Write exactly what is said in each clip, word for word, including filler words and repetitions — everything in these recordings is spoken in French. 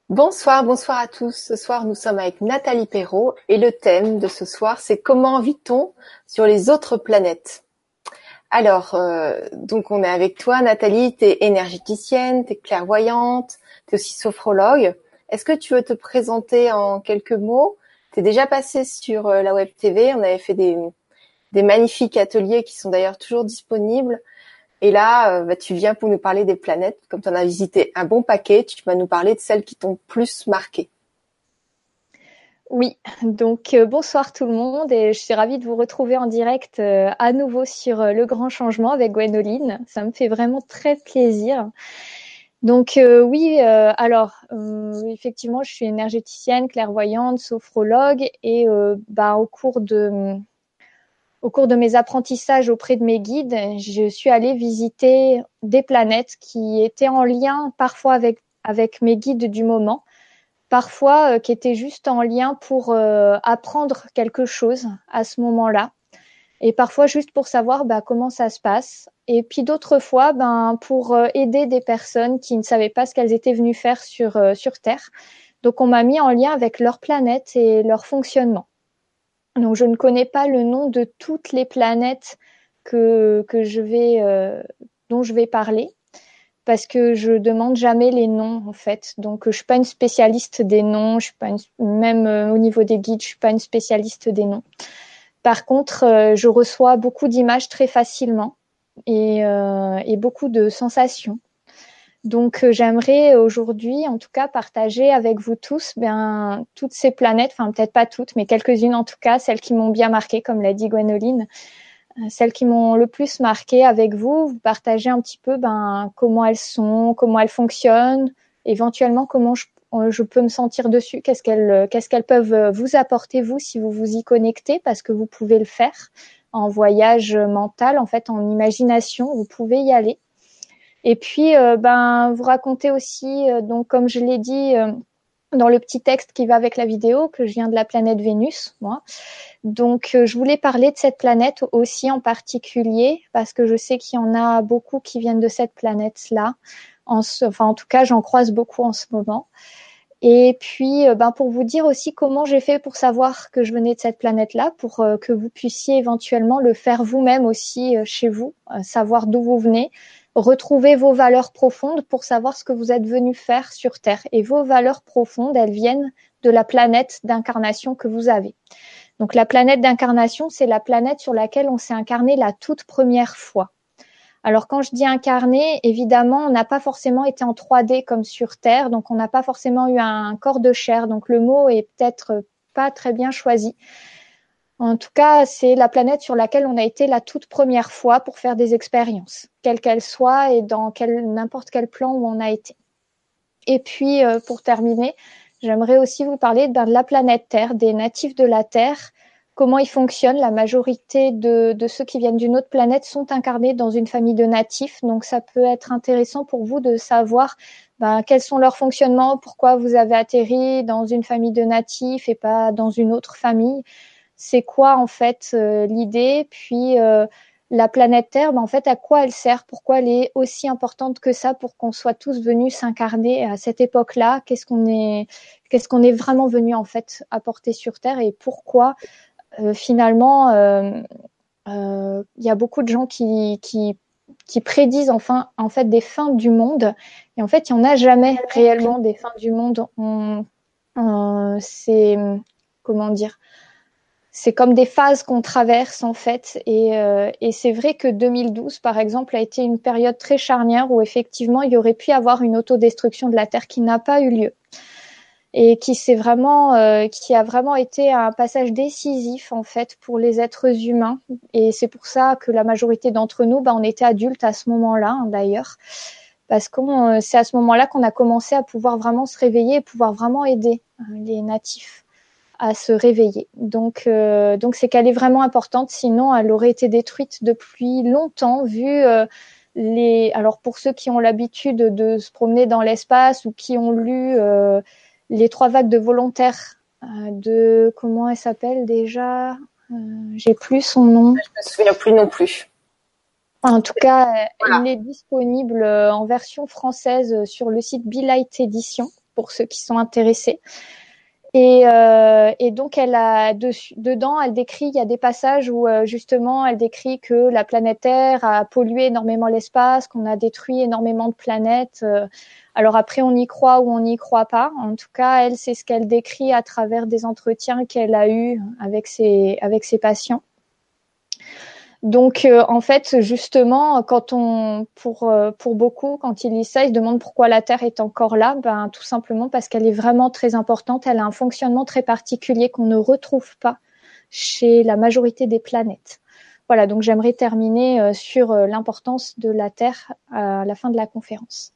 Bonsoir, bonsoir à tous. Ce soir, nous sommes avec Nathalie Perrault et le thème de ce soir, c'est comment vit-on sur les autres planètes? Alors, euh, donc on est avec toi, Nathalie. T'es énergéticienne, t'es clairvoyante, t'es aussi sophrologue. Est-ce que tu veux te présenter en quelques mots? T'es déjà passée sur euh, la Web T V. On avait fait des, des magnifiques ateliers qui sont d'ailleurs toujours disponibles. Et là, euh, bah, tu viens pour nous parler des planètes. Comme tu en as visité un bon paquet, tu vas nous parler de celles qui t'ont plus marqué. Oui, donc euh, bonsoir tout le monde et je suis ravie de vous retrouver en direct euh, à nouveau sur euh, Le Grand Changement avec Gwénoline. Ça me fait vraiment très plaisir. Donc euh, oui, euh, alors euh, effectivement, je suis énergéticienne, clairvoyante, sophrologue et euh, bah, au cours de au cours de mes apprentissages auprès de mes guides, je suis allée visiter des planètes qui étaient en lien parfois avec avec mes guides du moment, parfois euh, qui étaient juste en lien pour euh, apprendre quelque chose à ce moment-là, et parfois juste pour savoir bah, comment ça se passe, et puis d'autres fois ben, pour euh, aider des personnes qui ne savaient pas ce qu'elles étaient venues faire sur, euh, sur Terre. Donc on m'a mis en lien avec leur planète et leur fonctionnement. Donc je ne connais pas le nom de toutes les planètes que, que je vais, euh, dont je vais parler, parce que je demande jamais les noms en fait. Donc je suis pas une spécialiste des noms, je suis pas une, même euh, au niveau des guides, je suis pas une spécialiste des noms. Par contre, euh, je reçois beaucoup d'images très facilement et, euh, et beaucoup de sensations. Donc euh, j'aimerais aujourd'hui, en tout cas, partager avec vous tous ben, toutes ces planètes, enfin peut-être pas toutes, mais quelques-unes en tout cas, celles qui m'ont bien marqué, comme l'a dit Gwénoline, celles qui m'ont le plus marqué avec vous, vous partagez un petit peu ben, comment elles sont, comment elles fonctionnent, éventuellement comment je, je peux me sentir dessus, qu'est-ce qu'elles, qu'est-ce qu'elles peuvent vous apporter vous si vous vous y connectez, parce que vous pouvez le faire en voyage mental, en fait en imagination, vous pouvez y aller. Et puis euh, ben vous racontez aussi, euh, donc comme je l'ai dit euh, dans le petit texte qui va avec la vidéo, que je viens de la planète Vénus, moi. Donc, euh, je voulais parler de cette planète aussi en particulier parce que je sais qu'il y en a beaucoup qui viennent de cette planète-là. En ce, enfin, en tout cas, j'en croise beaucoup en ce moment. Et puis, euh, ben, pour vous dire aussi comment j'ai fait pour savoir que je venais de cette planète-là, pour euh, que vous puissiez éventuellement le faire vous-même aussi euh, chez vous, euh, savoir d'où vous venez, retrouver vos valeurs profondes pour savoir ce que vous êtes venu faire sur Terre. Et vos valeurs profondes, elles viennent de la planète d'incarnation que vous avez. Donc la planète d'incarnation, c'est la planète sur laquelle on s'est incarné la toute première fois. Alors quand je dis incarné, évidemment, on n'a pas forcément été en trois D comme sur Terre, donc on n'a pas forcément eu un corps de chair, donc le mot est peut-être pas très bien choisi. En tout cas, c'est la planète sur laquelle on a été la toute première fois pour faire des expériences, quelles qu'elles soient et dans quel, n'importe quel plan où on a été. Et puis, euh, pour terminer, j'aimerais aussi vous parler ben, de la planète Terre, des natifs de la Terre, comment ils fonctionnent. La majorité de, de ceux qui viennent d'une autre planète sont incarnés dans une famille de natifs, donc ça peut être intéressant pour vous de savoir ben, quels sont leurs fonctionnements, pourquoi vous avez atterri dans une famille de natifs et pas dans une autre famille. C'est quoi en fait euh, l'idée, puis euh, la planète Terre, ben, en fait, à quoi elle sert, pourquoi elle est aussi importante que ça pour qu'on soit tous venus s'incarner à cette époque-là, qu'est-ce qu'on est, qu'est-ce qu'on est vraiment venu en fait apporter sur Terre et pourquoi euh, finalement euh, euh, il y a beaucoup de gens qui, qui, qui prédisent enfin en fait des fins du monde et en fait il n'y en a jamais réellement des fins du monde. On, on, c'est comment dire? C'est comme des phases qu'on traverse en fait, et, euh, et c'est vrai que deux mille douze par exemple a été une période très charnière où effectivement il y aurait pu avoir une autodestruction de la Terre qui n'a pas eu lieu et qui s'est vraiment, euh, qui a vraiment été un passage décisif en fait pour les êtres humains, et c'est pour ça que la majorité d'entre nous, bah, on était adultes à ce moment-là hein, d'ailleurs, parce que euh, c'est à ce moment-là qu'on a commencé à pouvoir vraiment se réveiller et pouvoir vraiment aider euh, les natifs à se réveiller. Donc, euh, donc c'est qu'elle est vraiment importante. Sinon, elle aurait été détruite depuis longtemps, vu euh, les. Alors pour ceux qui ont l'habitude de se promener dans l'espace ou qui ont lu euh, les trois vagues de volontaires euh, de comment elle s'appelle déjà, euh, j'ai plus son nom. Je me souviens plus non plus. En tout cas, Voilà. il est disponible en version française sur le site Be Light Edition. pour ceux qui sont intéressés. Et, euh, et donc, elle a dessus, dedans, elle décrit, il y a des passages où euh, justement, elle décrit que la planète Terre a pollué énormément l'espace, qu'on a détruit énormément de planètes. Euh, alors après, on y croit ou on n'y croit pas. En tout cas, elle, c'est ce qu'elle décrit à travers des entretiens qu'elle a eus avec ses, avec ses patients. Donc, euh, en fait, justement, quand on, pour euh, pour beaucoup, quand ils lisent ça, ils se demandent pourquoi la Terre est encore là. Ben, tout simplement parce qu'elle est vraiment très importante. Elle a un fonctionnement très particulier qu'on ne retrouve pas chez la majorité des planètes. Voilà. Donc, j'aimerais terminer euh, sur euh, l'importance de la Terre à la fin de la conférence.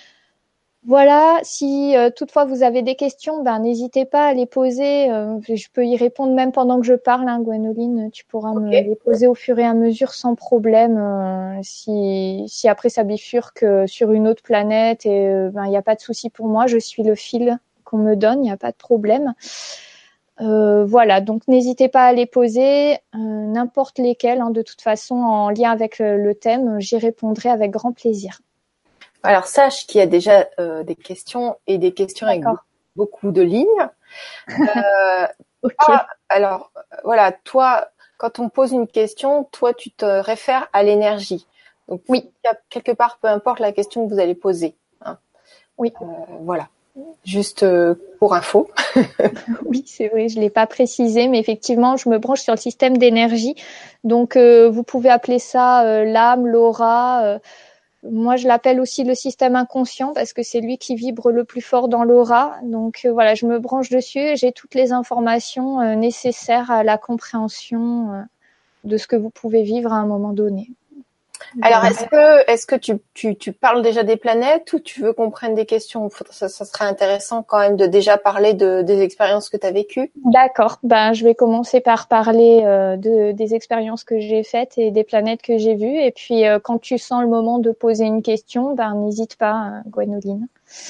Voilà, si euh, toutefois vous avez des questions, ben n'hésitez pas à les poser. Euh, je peux y répondre même pendant que je parle, hein, Gwénoline. Tu pourras Ok. me les poser au fur et à mesure sans problème. Euh, si, si après ça bifurque sur une autre planète, et euh, ben il n'y a pas de souci pour moi. Je suis le fil qu'on me donne, il n'y a pas de problème. Euh, voilà, donc n'hésitez pas à les poser, euh, n'importe lesquels. Hein, de toute façon, en lien avec le, le thème, j'y répondrai avec grand plaisir. Alors, sache qu'il y a déjà euh, des questions et des questions avec D'accord. beaucoup de lignes. Euh, Ok. ah, alors, voilà, toi, quand on pose une question, toi, tu te réfères à l'énergie. Donc, Oui. quelque part, peu importe la question que vous allez poser. Hein. Oui. Euh, voilà. Juste euh, pour info. Oui, c'est vrai, je l'ai pas précisé, mais effectivement, je me branche sur le système d'énergie. Donc, euh, vous pouvez appeler ça euh, l'âme, l'aura. Euh, moi, je l'appelle aussi le système inconscient parce que c'est lui qui vibre le plus fort dans l'aura. Donc, euh, voilà, je me branche dessus et j'ai toutes les informations euh, nécessaires à la compréhension euh, de ce que vous pouvez vivre à un moment donné. Alors, Voilà. est-ce que, est-ce que tu, tu, tu parles déjà des planètes ou tu veux qu'on prenne des questions? Ça, ça serait intéressant quand même de déjà parler de, des expériences que tu as vécues. D'accord. Ben, je vais commencer par parler euh, de, des expériences que j'ai faites et des planètes que j'ai vues. Et puis, euh, quand tu sens le moment de poser une question, ben, n'hésite pas, euh, Gwénoline.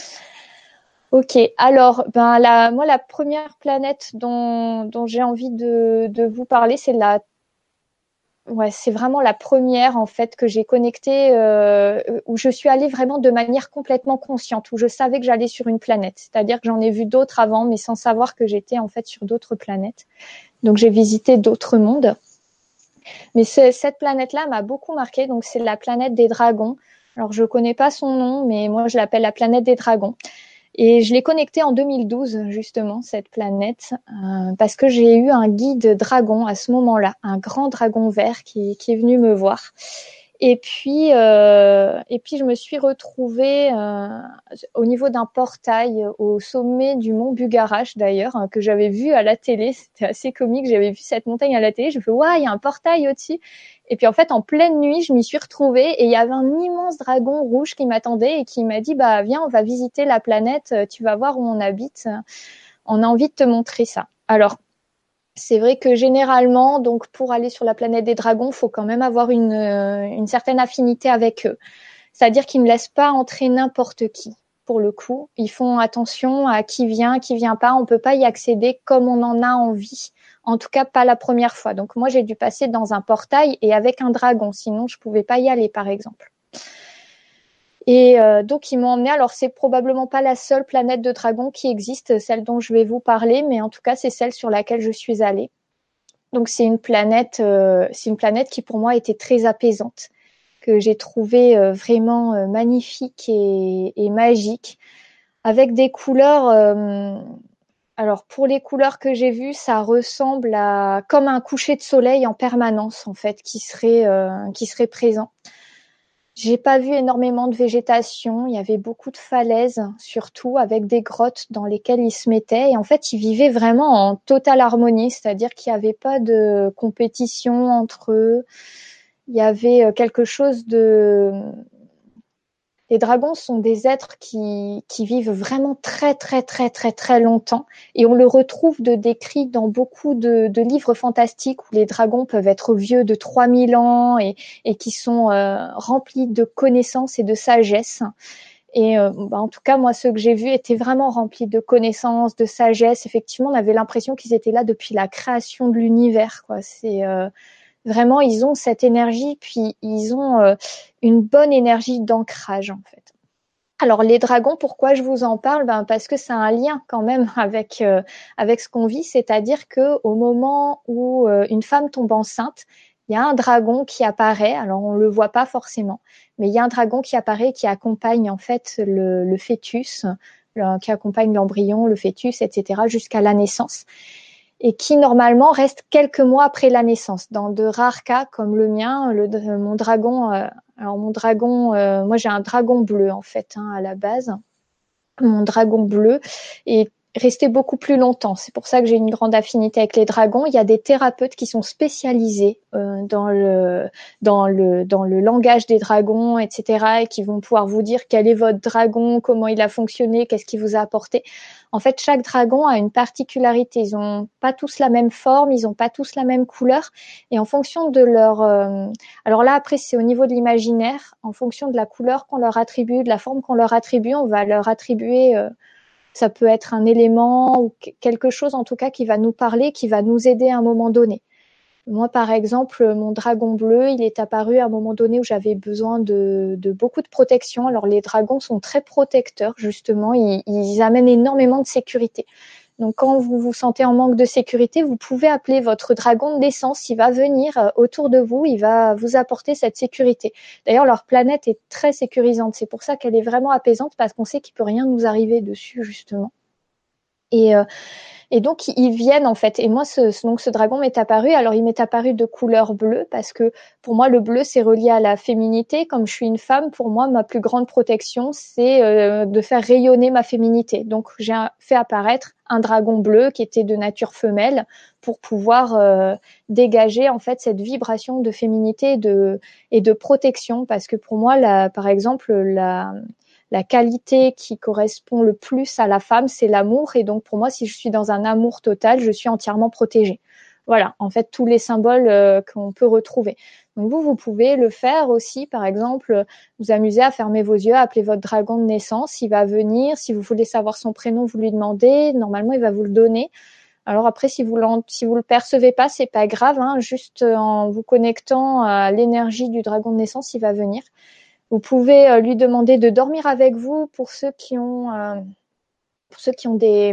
Ok. Alors, ben, la, moi, la première planète dont, dont j'ai envie de, de vous parler, c'est la Ouais, c'est vraiment la première en fait que j'ai connectée euh, où je suis allée vraiment de manière complètement consciente, où je savais que j'allais sur une planète. C'est-à-dire que j'en ai vu d'autres avant, mais sans savoir que j'étais en fait sur d'autres planètes. Donc j'ai visité d'autres mondes. Mais ce, cette planète-là m'a beaucoup marquée. Donc c'est la planète des dragons. Alors je connais pas son nom, mais moi je l'appelle la planète des dragons. Et je l'ai connectée en deux mille douze, justement, cette planète, euh, parce que j'ai eu un guide dragon à ce moment-là, un grand dragon vert qui, qui est venu me voir. Et puis, euh, et puis je me suis retrouvée euh, au niveau d'un portail au sommet du mont Bugarache d'ailleurs, hein, que j'avais vu à la télé. C'était assez comique. J'avais vu cette montagne à la télé. Je me fais waouh, il y a un portail au-dessus. Et puis en fait, en pleine nuit, je m'y suis retrouvée et il y avait un immense dragon rouge qui m'attendait et qui m'a dit bah viens, on va visiter la planète. Tu vas voir où on habite. On a envie de te montrer ça. Alors c'est vrai que généralement, donc pour aller sur la planète des dragons, faut quand même avoir une, une certaine affinité avec eux. C'est-à-dire qu'ils ne laissent pas entrer n'importe qui. Pour le coup, ils font attention à qui vient, qui vient pas. On peut pas y accéder comme on en a envie. En tout cas, pas la première fois. Donc moi, j'ai dû passer dans un portail et avec un dragon. Sinon, je pouvais pas y aller, par exemple. Et euh, donc, ils m'ont emmené. Alors, c'est probablement pas la seule planète de dragons qui existe, celle dont je vais vous parler, mais en tout cas, c'est celle sur laquelle je suis allée. Donc, c'est une planète, euh, c'est une planète qui pour moi était très apaisante, que j'ai trouvée euh, vraiment euh, magnifique et, et magique, avec des couleurs. Euh, alors, pour les couleurs que j'ai vues, ça ressemble à comme un coucher de soleil en permanence, en fait, qui serait euh, qui serait présent. J'ai pas vu énormément de végétation. Il y avait beaucoup de falaises, surtout avec des grottes dans lesquelles ils se mettaient. Et en fait, ils vivaient vraiment en totale harmonie, c'est-à-dire qu'il n'y avait pas de compétition entre eux. Il y avait quelque chose de... Les dragons sont des êtres qui, qui vivent vraiment très, très, très, très, très longtemps. Et on le retrouve de décrit dans beaucoup de, de livres fantastiques où les dragons peuvent être vieux de trois mille ans et, et qui sont euh, remplis de connaissances et de sagesse. Et euh, bah, en tout cas, moi, ceux que j'ai vus étaient vraiment remplis de connaissances, de sagesse. Effectivement, on avait l'impression qu'ils étaient là depuis la création de l'univers, quoi. C'est... Euh, Vraiment, ils ont cette énergie, puis ils ont euh, une bonne énergie d'ancrage, en fait. Alors les dragons, pourquoi je vous en parle? Ben parce que c'est un lien quand même avec euh, avec ce qu'on vit, c'est-à-dire que au moment où euh, une femme tombe enceinte, il y a un dragon qui apparaît. Alors on le voit pas forcément, mais il y a un dragon qui apparaît qui accompagne en fait le, le fœtus, le- qui accompagne l'embryon, le fœtus, et cetera jusqu'à la naissance, et qui normalement reste quelques mois après la naissance. Dans de rares cas comme le mien, le, mon dragon, euh, alors mon dragon, euh, moi j'ai un dragon bleu en fait hein, à la base. Mon dragon bleu est resté beaucoup plus longtemps. C'est pour ça que j'ai une grande affinité avec les dragons. Il y a des thérapeutes qui sont spécialisés euh, dans le dans le dans le langage des dragons, et cetera, et qui vont pouvoir vous dire quel est votre dragon, comment il a fonctionné, qu'est-ce qu'il vous a apporté. En fait, chaque dragon a une particularité. Ils ont pas tous la même forme, ils ont pas tous la même couleur, et en fonction de leur euh... alors là après c'est au niveau de l'imaginaire, en fonction de la couleur qu'on leur attribue, de la forme qu'on leur attribue, on va leur attribuer euh, ça peut être un élément ou quelque chose en tout cas qui va nous parler, qui va nous aider à un moment donné. Moi, par exemple, mon dragon bleu, il est apparu à un moment donné où j'avais besoin de, de beaucoup de protection. Alors, les dragons sont très protecteurs, justement. Ils, ils amènent énormément de sécurité. Donc, quand vous vous sentez en manque de sécurité, vous pouvez appeler votre dragon de naissance. Il va venir autour de vous, il va vous apporter cette sécurité. D'ailleurs, leur planète est très sécurisante. C'est pour ça qu'elle est vraiment apaisante, parce qu'on sait qu'il peut rien nous arriver dessus, justement. Et euh, Et donc ils viennent en fait. Et moi, ce, ce, donc ce dragon m'est apparu. Alors il m'est apparu de couleur bleue parce que pour moi le bleu c'est relié à la féminité. Comme je suis une femme, pour moi ma plus grande protection c'est euh, de faire rayonner ma féminité. Donc j'ai fait apparaître un dragon bleu qui était de nature femelle pour pouvoir euh, dégager en fait cette vibration de féminité et de, et de protection. Parce que pour moi, la, par exemple, la la qualité qui correspond le plus à la femme, c'est l'amour. Et donc, pour moi, si je suis dans un amour total, je suis entièrement protégée. Voilà, en fait, tous les symboles euh, qu'on peut retrouver. Donc, vous, vous pouvez le faire aussi, par exemple, vous amuser à fermer vos yeux, à appeler votre dragon de naissance. Il va venir. Si vous voulez savoir son prénom, vous lui demandez. Normalement, il va vous le donner. Alors après, si vous si vous le percevez pas, c'est pas grave. Hein, juste en vous connectant à l'énergie du dragon de naissance, il va venir. Vous pouvez euh, lui demander de dormir avec vous pour ceux qui ont, euh, pour ceux qui ont des,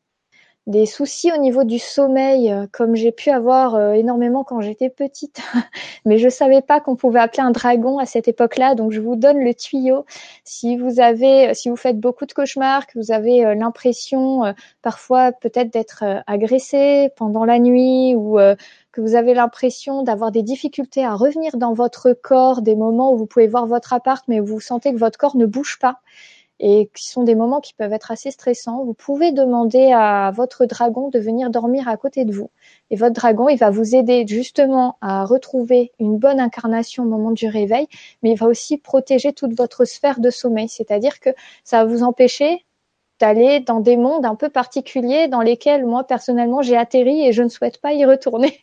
des soucis au niveau du sommeil, euh, comme j'ai pu avoir euh, énormément quand j'étais petite. Mais je savais pas qu'on pouvait appeler un dragon à cette époque-là, donc je vous donne le tuyau. Si vous avez, si vous faites beaucoup de cauchemars, que vous avez euh, l'impression euh, parfois peut-être d'être euh, agressé pendant la nuit ou euh, que vous avez l'impression d'avoir des difficultés à revenir dans votre corps, des moments où vous pouvez voir votre appart, mais où vous sentez que votre corps ne bouge pas, et qui sont des moments qui peuvent être assez stressants, vous pouvez demander à votre dragon de venir dormir à côté de vous. Et votre dragon, il va vous aider justement à retrouver une bonne incarnation au moment du réveil, mais il va aussi protéger toute votre sphère de sommeil, c'est-à-dire que ça va vous empêcher d'aller dans des mondes un peu particuliers dans lesquels moi personnellement j'ai atterri et je ne souhaite pas y retourner.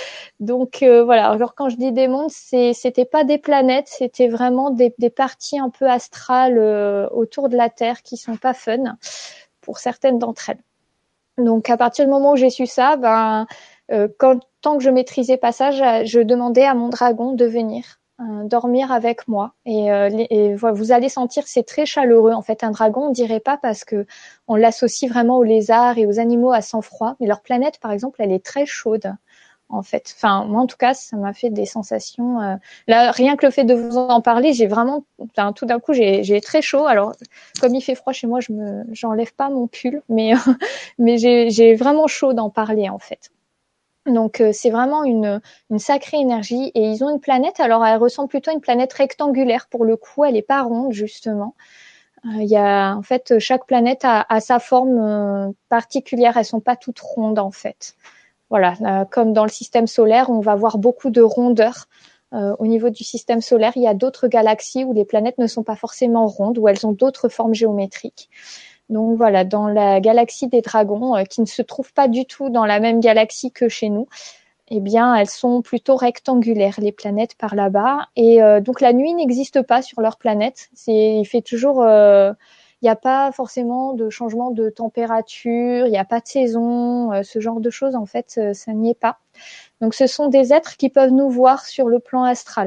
Donc euh, voilà, alors quand je dis des mondes, c'est c'était pas des planètes, c'était vraiment des, des parties un peu astrales euh, autour de la Terre qui sont pas fun pour certaines d'entre elles. Donc à partir du moment où j'ai su ça, ben euh, quand tant que je maîtrisais pas ça, je, je demandais à mon dragon de venir euh, dormir avec moi et, euh, et voilà, vous allez sentir c'est très chaleureux. En fait, un dragon, on dirait pas parce que on l'associe vraiment aux lézards et aux animaux à sang froid, mais leur planète par exemple, elle est très chaude. En fait, enfin moi en tout cas, ça m'a fait des sensations. Euh... Là, rien que le fait de vous en parler, j'ai vraiment, enfin, tout d'un coup, j'ai, j'ai très chaud. Alors, comme il fait froid chez moi, je me, j'enlève pas mon pull, mais mais j'ai, j'ai vraiment chaud d'en parler en fait. Donc euh, c'est vraiment une une sacrée énergie et ils ont une planète. Alors elle ressemble plutôt à une planète rectangulaire pour le coup. Elle est pas ronde justement. Il euh, y a en fait chaque planète a, a sa forme euh, particulière. Elles sont pas toutes rondes en fait. Voilà, euh, comme dans le système solaire, on va voir beaucoup de rondeur. Euh, au niveau du système solaire, il y a d'autres galaxies où les planètes ne sont pas forcément rondes, où elles ont d'autres formes géométriques. Donc voilà, dans la galaxie des dragons, euh, qui ne se trouve pas du tout dans la même galaxie que chez nous, eh bien, elles sont plutôt rectangulaires, les planètes par là-bas. Et euh, donc la nuit n'existe pas sur leur planète. C'est, il fait toujours... Euh, il n'y a pas forcément de changement de température, il n'y a pas de saison, euh, ce genre de choses, en fait, euh, ça n'y est pas. Donc, ce sont des êtres qui peuvent nous voir sur le plan astral.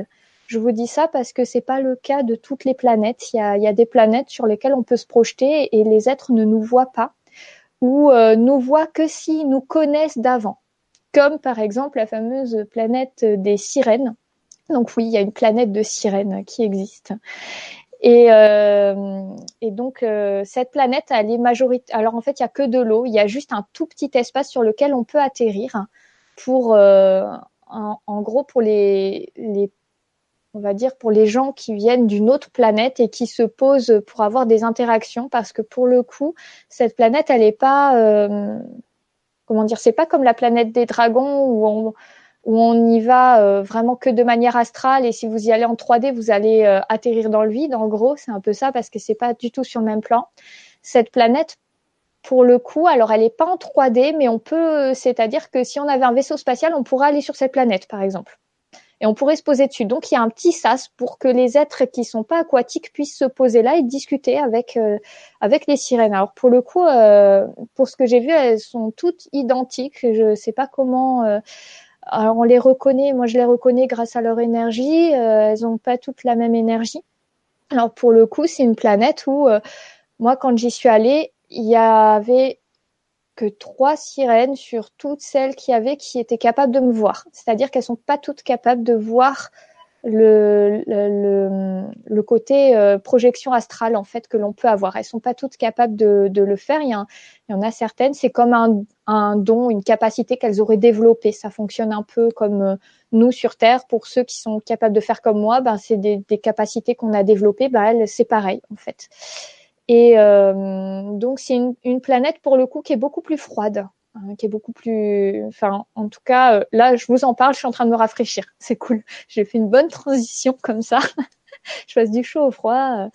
Je vous dis ça parce que c'est pas le cas de toutes les planètes. Il y a, il y a des planètes sur lesquelles on peut se projeter et les êtres ne nous voient pas ou euh, nous voient que s'ils nous connaissent d'avant. Comme par exemple la fameuse planète des sirènes. Donc oui, il y a une planète de sirènes qui existe. Et, euh, et donc euh, cette planète, elle est majoritaire. Alors en fait, il y a que de l'eau. Il y a juste un tout petit espace sur lequel on peut atterrir pour, euh, en, en gros, pour les, les, on va dire pour les gens qui viennent d'une autre planète et qui se posent pour avoir des interactions, parce que pour le coup, cette planète, elle est pas, euh, comment dire, c'est pas comme la planète des dragons où on où on y va euh, vraiment que de manière astrale et si vous y allez en trois D, vous allez euh, atterrir dans le vide. En gros, c'est un peu ça parce que c'est pas du tout sur le même plan. Cette planète, pour le coup, alors elle est pas en trois D, mais on peut, c'est-à-dire que si on avait un vaisseau spatial, on pourrait aller sur cette planète, par exemple. Et on pourrait se poser dessus. Donc, il y a un petit sas pour que les êtres qui sont pas aquatiques puissent se poser là et discuter avec euh, avec les sirènes. Alors, pour le coup, euh, pour ce que j'ai vu, elles sont toutes identiques. Je sais pas comment... Euh, Alors on les reconnaît, moi je les reconnais grâce à leur énergie, euh, elles n'ont pas toutes la même énergie. Alors pour le coup, c'est une planète où, euh, moi quand j'y suis allée, il y avait que trois sirènes sur toutes celles qu'il y avait qui étaient capables de me voir. C'est-à-dire qu'elles sont pas toutes capables de voir le, le, le, le côté euh, projection astrale en fait que l'on peut avoir. Elles sont pas toutes capables de, de le faire. Il y, a un, il y en a certaines, c'est comme un, un don, une capacité qu'elles auraient développée. Ça fonctionne un peu comme euh, nous sur Terre. Pour ceux qui sont capables de faire comme moi, ben c'est des, des capacités qu'on a développées. Ben elles, c'est pareil en fait. Et euh, donc c'est une, une planète pour le coup qui est beaucoup plus froide. Hein, qui est beaucoup plus, enfin, en tout cas, euh, là, je vous en parle, je suis en train de me rafraîchir. C'est cool. J'ai fait une bonne transition comme ça. Je passe du chaud au froid.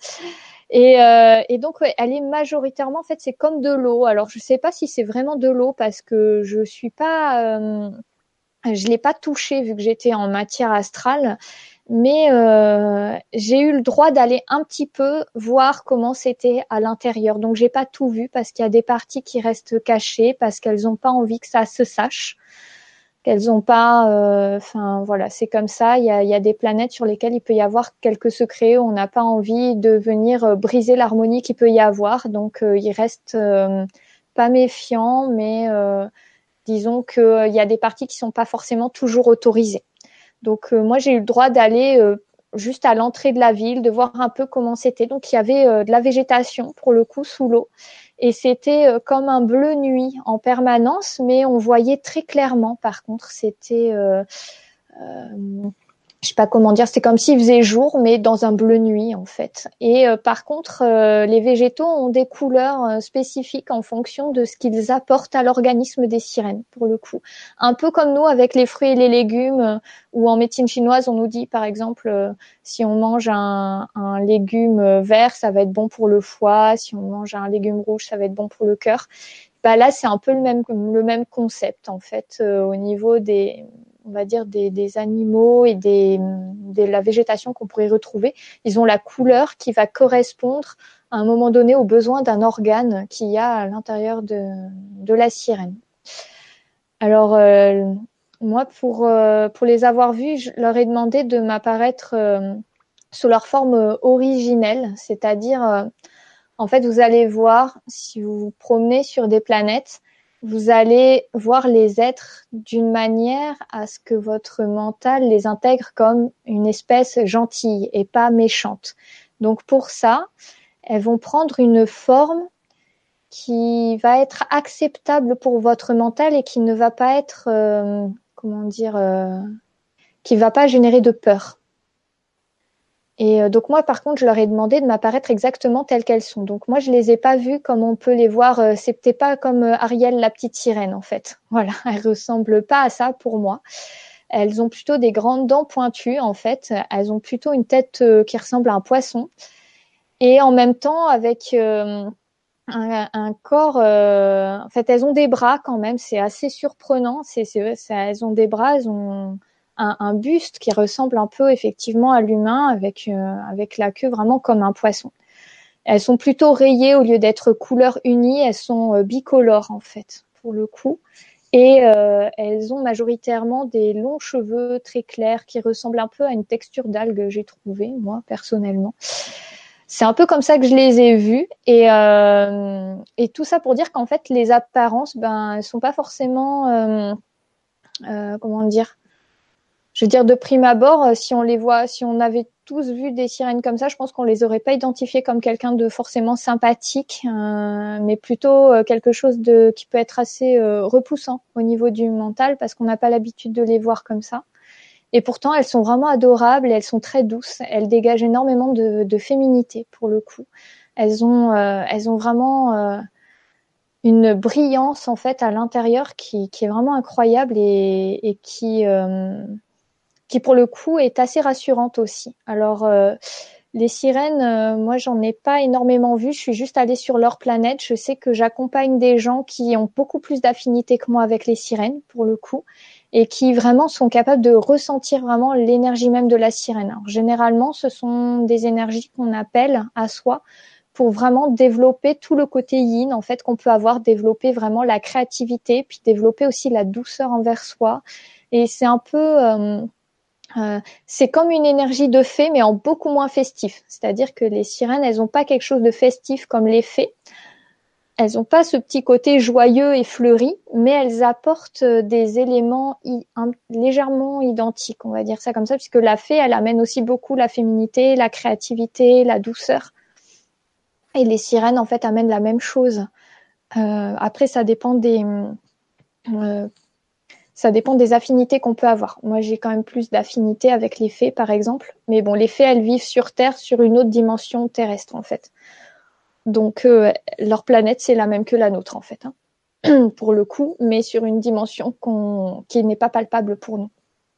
Et, euh, et donc, ouais, elle est majoritairement, en fait, c'est comme de l'eau. Alors, je sais pas si c'est vraiment de l'eau parce que je suis pas, euh, je l'ai pas touchée vu que j'étais en matière astrale. Mais euh, j'ai eu le droit d'aller un petit peu voir comment c'était à l'intérieur. Donc j'ai pas tout vu parce qu'il y a des parties qui restent cachées parce qu'elles ont pas envie que ça se sache, qu'elles ont pas. Enfin euh, voilà, c'est comme ça. Il y a, il y a des planètes sur lesquelles il peut y avoir quelques secrets où on n'a pas envie de venir euh, briser l'harmonie qu'il peut y avoir. Donc euh, il reste euh, pas méfiant, mais euh, disons qu'il euh, y a des parties qui sont pas forcément toujours autorisées. Donc euh, moi j'ai eu le droit d'aller euh, juste à l'entrée de la ville, de voir un peu comment c'était. Donc il y avait euh, de la végétation pour le coup sous l'eau et c'était euh, comme un bleu nuit en permanence, mais on voyait très clairement. Par contre, c'était euh, euh, je sais pas comment dire, c'est comme s'il faisait jour, mais dans un bleu nuit en fait. Et euh, par contre, euh, les végétaux ont des couleurs euh, spécifiques en fonction de ce qu'ils apportent à l'organisme des sirènes, pour le coup. Un peu comme nous avec les fruits et les légumes, euh, où en médecine chinoise, on nous dit par exemple, euh, si on mange un, un légume vert, ça va être bon pour le foie. Si on mange un légume rouge, ça va être bon pour le cœur. Bah là, c'est un peu le même le même concept en fait euh, au niveau des on va dire des, des animaux et des, de la végétation qu'on pourrait retrouver. Ils ont la couleur qui va correspondre à un moment donné aux besoins d'un organe qu'il y a à l'intérieur de, de la sirène. Alors euh, moi, pour euh, pour les avoir vus, je leur ai demandé de m'apparaître euh, sous leur forme originelle, c'est-à-dire euh, en fait, vous allez voir, si vous vous promenez sur des planètes, vous allez voir les êtres d'une manière à ce que votre mental les intègre comme une espèce gentille et pas méchante. Donc pour ça, elles vont prendre une forme qui va être acceptable pour votre mental et qui ne va pas être, euh, comment dire, euh, qui va pas générer de peur. Et donc moi, par contre, je leur ai demandé de m'apparaître exactement telles qu'elles sont. Donc moi, je les ai pas vues comme on peut les voir. C'était pas comme Ariel, la petite sirène, en fait. Voilà, elles ressemblent pas à ça pour moi. Elles ont plutôt des grandes dents pointues, en fait. Elles ont plutôt une tête qui ressemble à un poisson. Et en même temps, avec euh, un, un corps... Euh, en fait, elles ont des bras quand même. C'est assez surprenant. C'est, c'est, c'est, elles ont des bras, elles ont... Un, un buste qui ressemble un peu effectivement à l'humain avec euh, avec la queue vraiment comme un poisson. Elles sont plutôt rayées au lieu d'être couleurs unies, elles sont euh, bicolores en fait pour le coup. Et euh, elles ont majoritairement des longs cheveux très clairs qui ressemblent un peu à une texture d'algue, j'ai trouvé, moi, personnellement. C'est un peu comme ça que je les ai vues. Et, euh, et tout ça pour dire qu'en fait, les apparences, ben, elles sont pas forcément... Euh, euh, comment dire Je veux dire, de prime abord, si on les voit, si on avait tous vu des sirènes comme ça, je pense qu'on les aurait pas identifiées comme quelqu'un de forcément sympathique, euh, mais plutôt euh, quelque chose de qui peut être assez euh, repoussant au niveau du mental parce qu'on n'a pas l'habitude de les voir comme ça. Et pourtant, elles sont vraiment adorables et elles sont très douces. Elles dégagent énormément de, de féminité pour le coup. Elles ont, euh, elles ont vraiment euh, une brillance en fait à l'intérieur qui, qui est vraiment incroyable et, et qui euh, qui pour le coup est assez rassurante aussi. Alors euh, les sirènes, euh, moi j'en ai pas énormément vu, je suis juste allée sur leur planète. Je sais que j'accompagne des gens qui ont beaucoup plus d'affinité que moi avec les sirènes pour le coup et qui vraiment sont capables de ressentir vraiment l'énergie même de la sirène. Alors, généralement, ce sont des énergies qu'on appelle à soi pour vraiment développer tout le côté yin en fait qu'on peut avoir, développer vraiment la créativité, puis développer aussi la douceur envers soi. Et c'est un peu euh, euh, c'est comme une énergie de fée, mais en beaucoup moins festif. C'est-à-dire que les sirènes, elles n'ont pas quelque chose de festif comme les fées. Elles n'ont pas ce petit côté joyeux et fleuri, mais elles apportent des éléments i- un, légèrement identiques, on va dire ça comme ça, puisque la fée, elle amène aussi beaucoup la féminité, la créativité, la douceur. Et les sirènes, en fait, amènent la même chose. Euh, après, ça dépend des... Euh, Ça dépend des affinités qu'on peut avoir. Moi, j'ai quand même plus d'affinités avec les fées, par exemple. Mais bon, les fées, elles vivent sur Terre, sur une autre dimension terrestre, en fait. Donc, euh, leur planète, c'est la même que la nôtre, en fait, hein, pour le coup, mais sur une dimension qu'on... qui n'est pas palpable pour nous.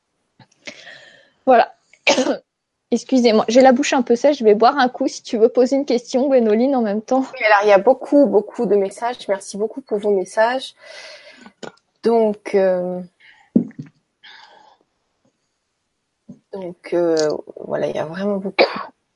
Voilà. Excusez-moi, j'ai la bouche un peu sèche, je vais boire un coup si tu veux poser une question, Gwénoline, en même temps. Oui, alors il y a beaucoup, beaucoup de messages. Merci beaucoup pour vos messages. Donc, euh, donc euh, voilà, il y a vraiment beaucoup.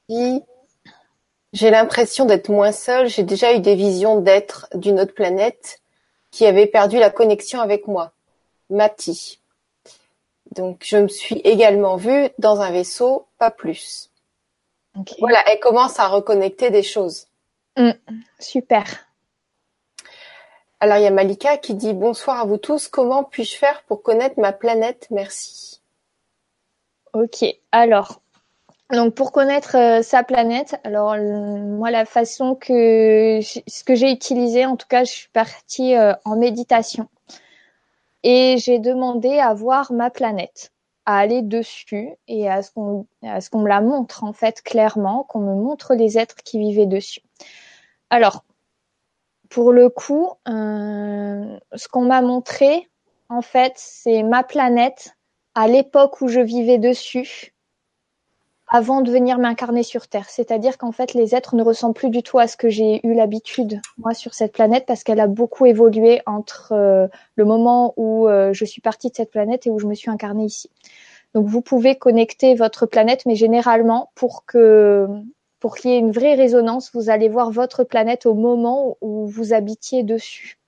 J'ai l'impression d'être moins seule. J'ai déjà eu des visions d'êtres d'une autre planète qui avaient perdu la connexion avec moi. Mati. Donc, je me suis également vue dans un vaisseau, pas plus. Okay. Voilà, elle commence à reconnecter des choses. Mmh, super. Alors, il y a Malika qui dit « Bonsoir à vous tous. Comment puis-je faire pour connaître ma planète? Merci. » Ok, alors... Donc pour connaître euh, sa planète, alors euh, moi la façon que ce que j'ai utilisé, en tout cas, je suis partie euh, en méditation et j'ai demandé à voir ma planète, à aller dessus et à ce qu'on à ce qu'on me la montre en fait clairement, qu'on me montre les êtres qui vivaient dessus. Alors pour le coup, euh, ce qu'on m'a montré en fait, c'est ma planète à l'époque où je vivais dessus, avant de venir m'incarner sur Terre. C'est-à-dire qu'en fait, les êtres ne ressemblent plus du tout à ce que j'ai eu l'habitude, moi, sur cette planète, parce qu'elle a beaucoup évolué entre euh, le moment où euh, je suis partie de cette planète et où je me suis incarnée ici. Donc, vous pouvez connecter votre planète, mais généralement, pour que pour qu'il y ait une vraie résonance, vous allez voir votre planète au moment où vous habitiez dessus.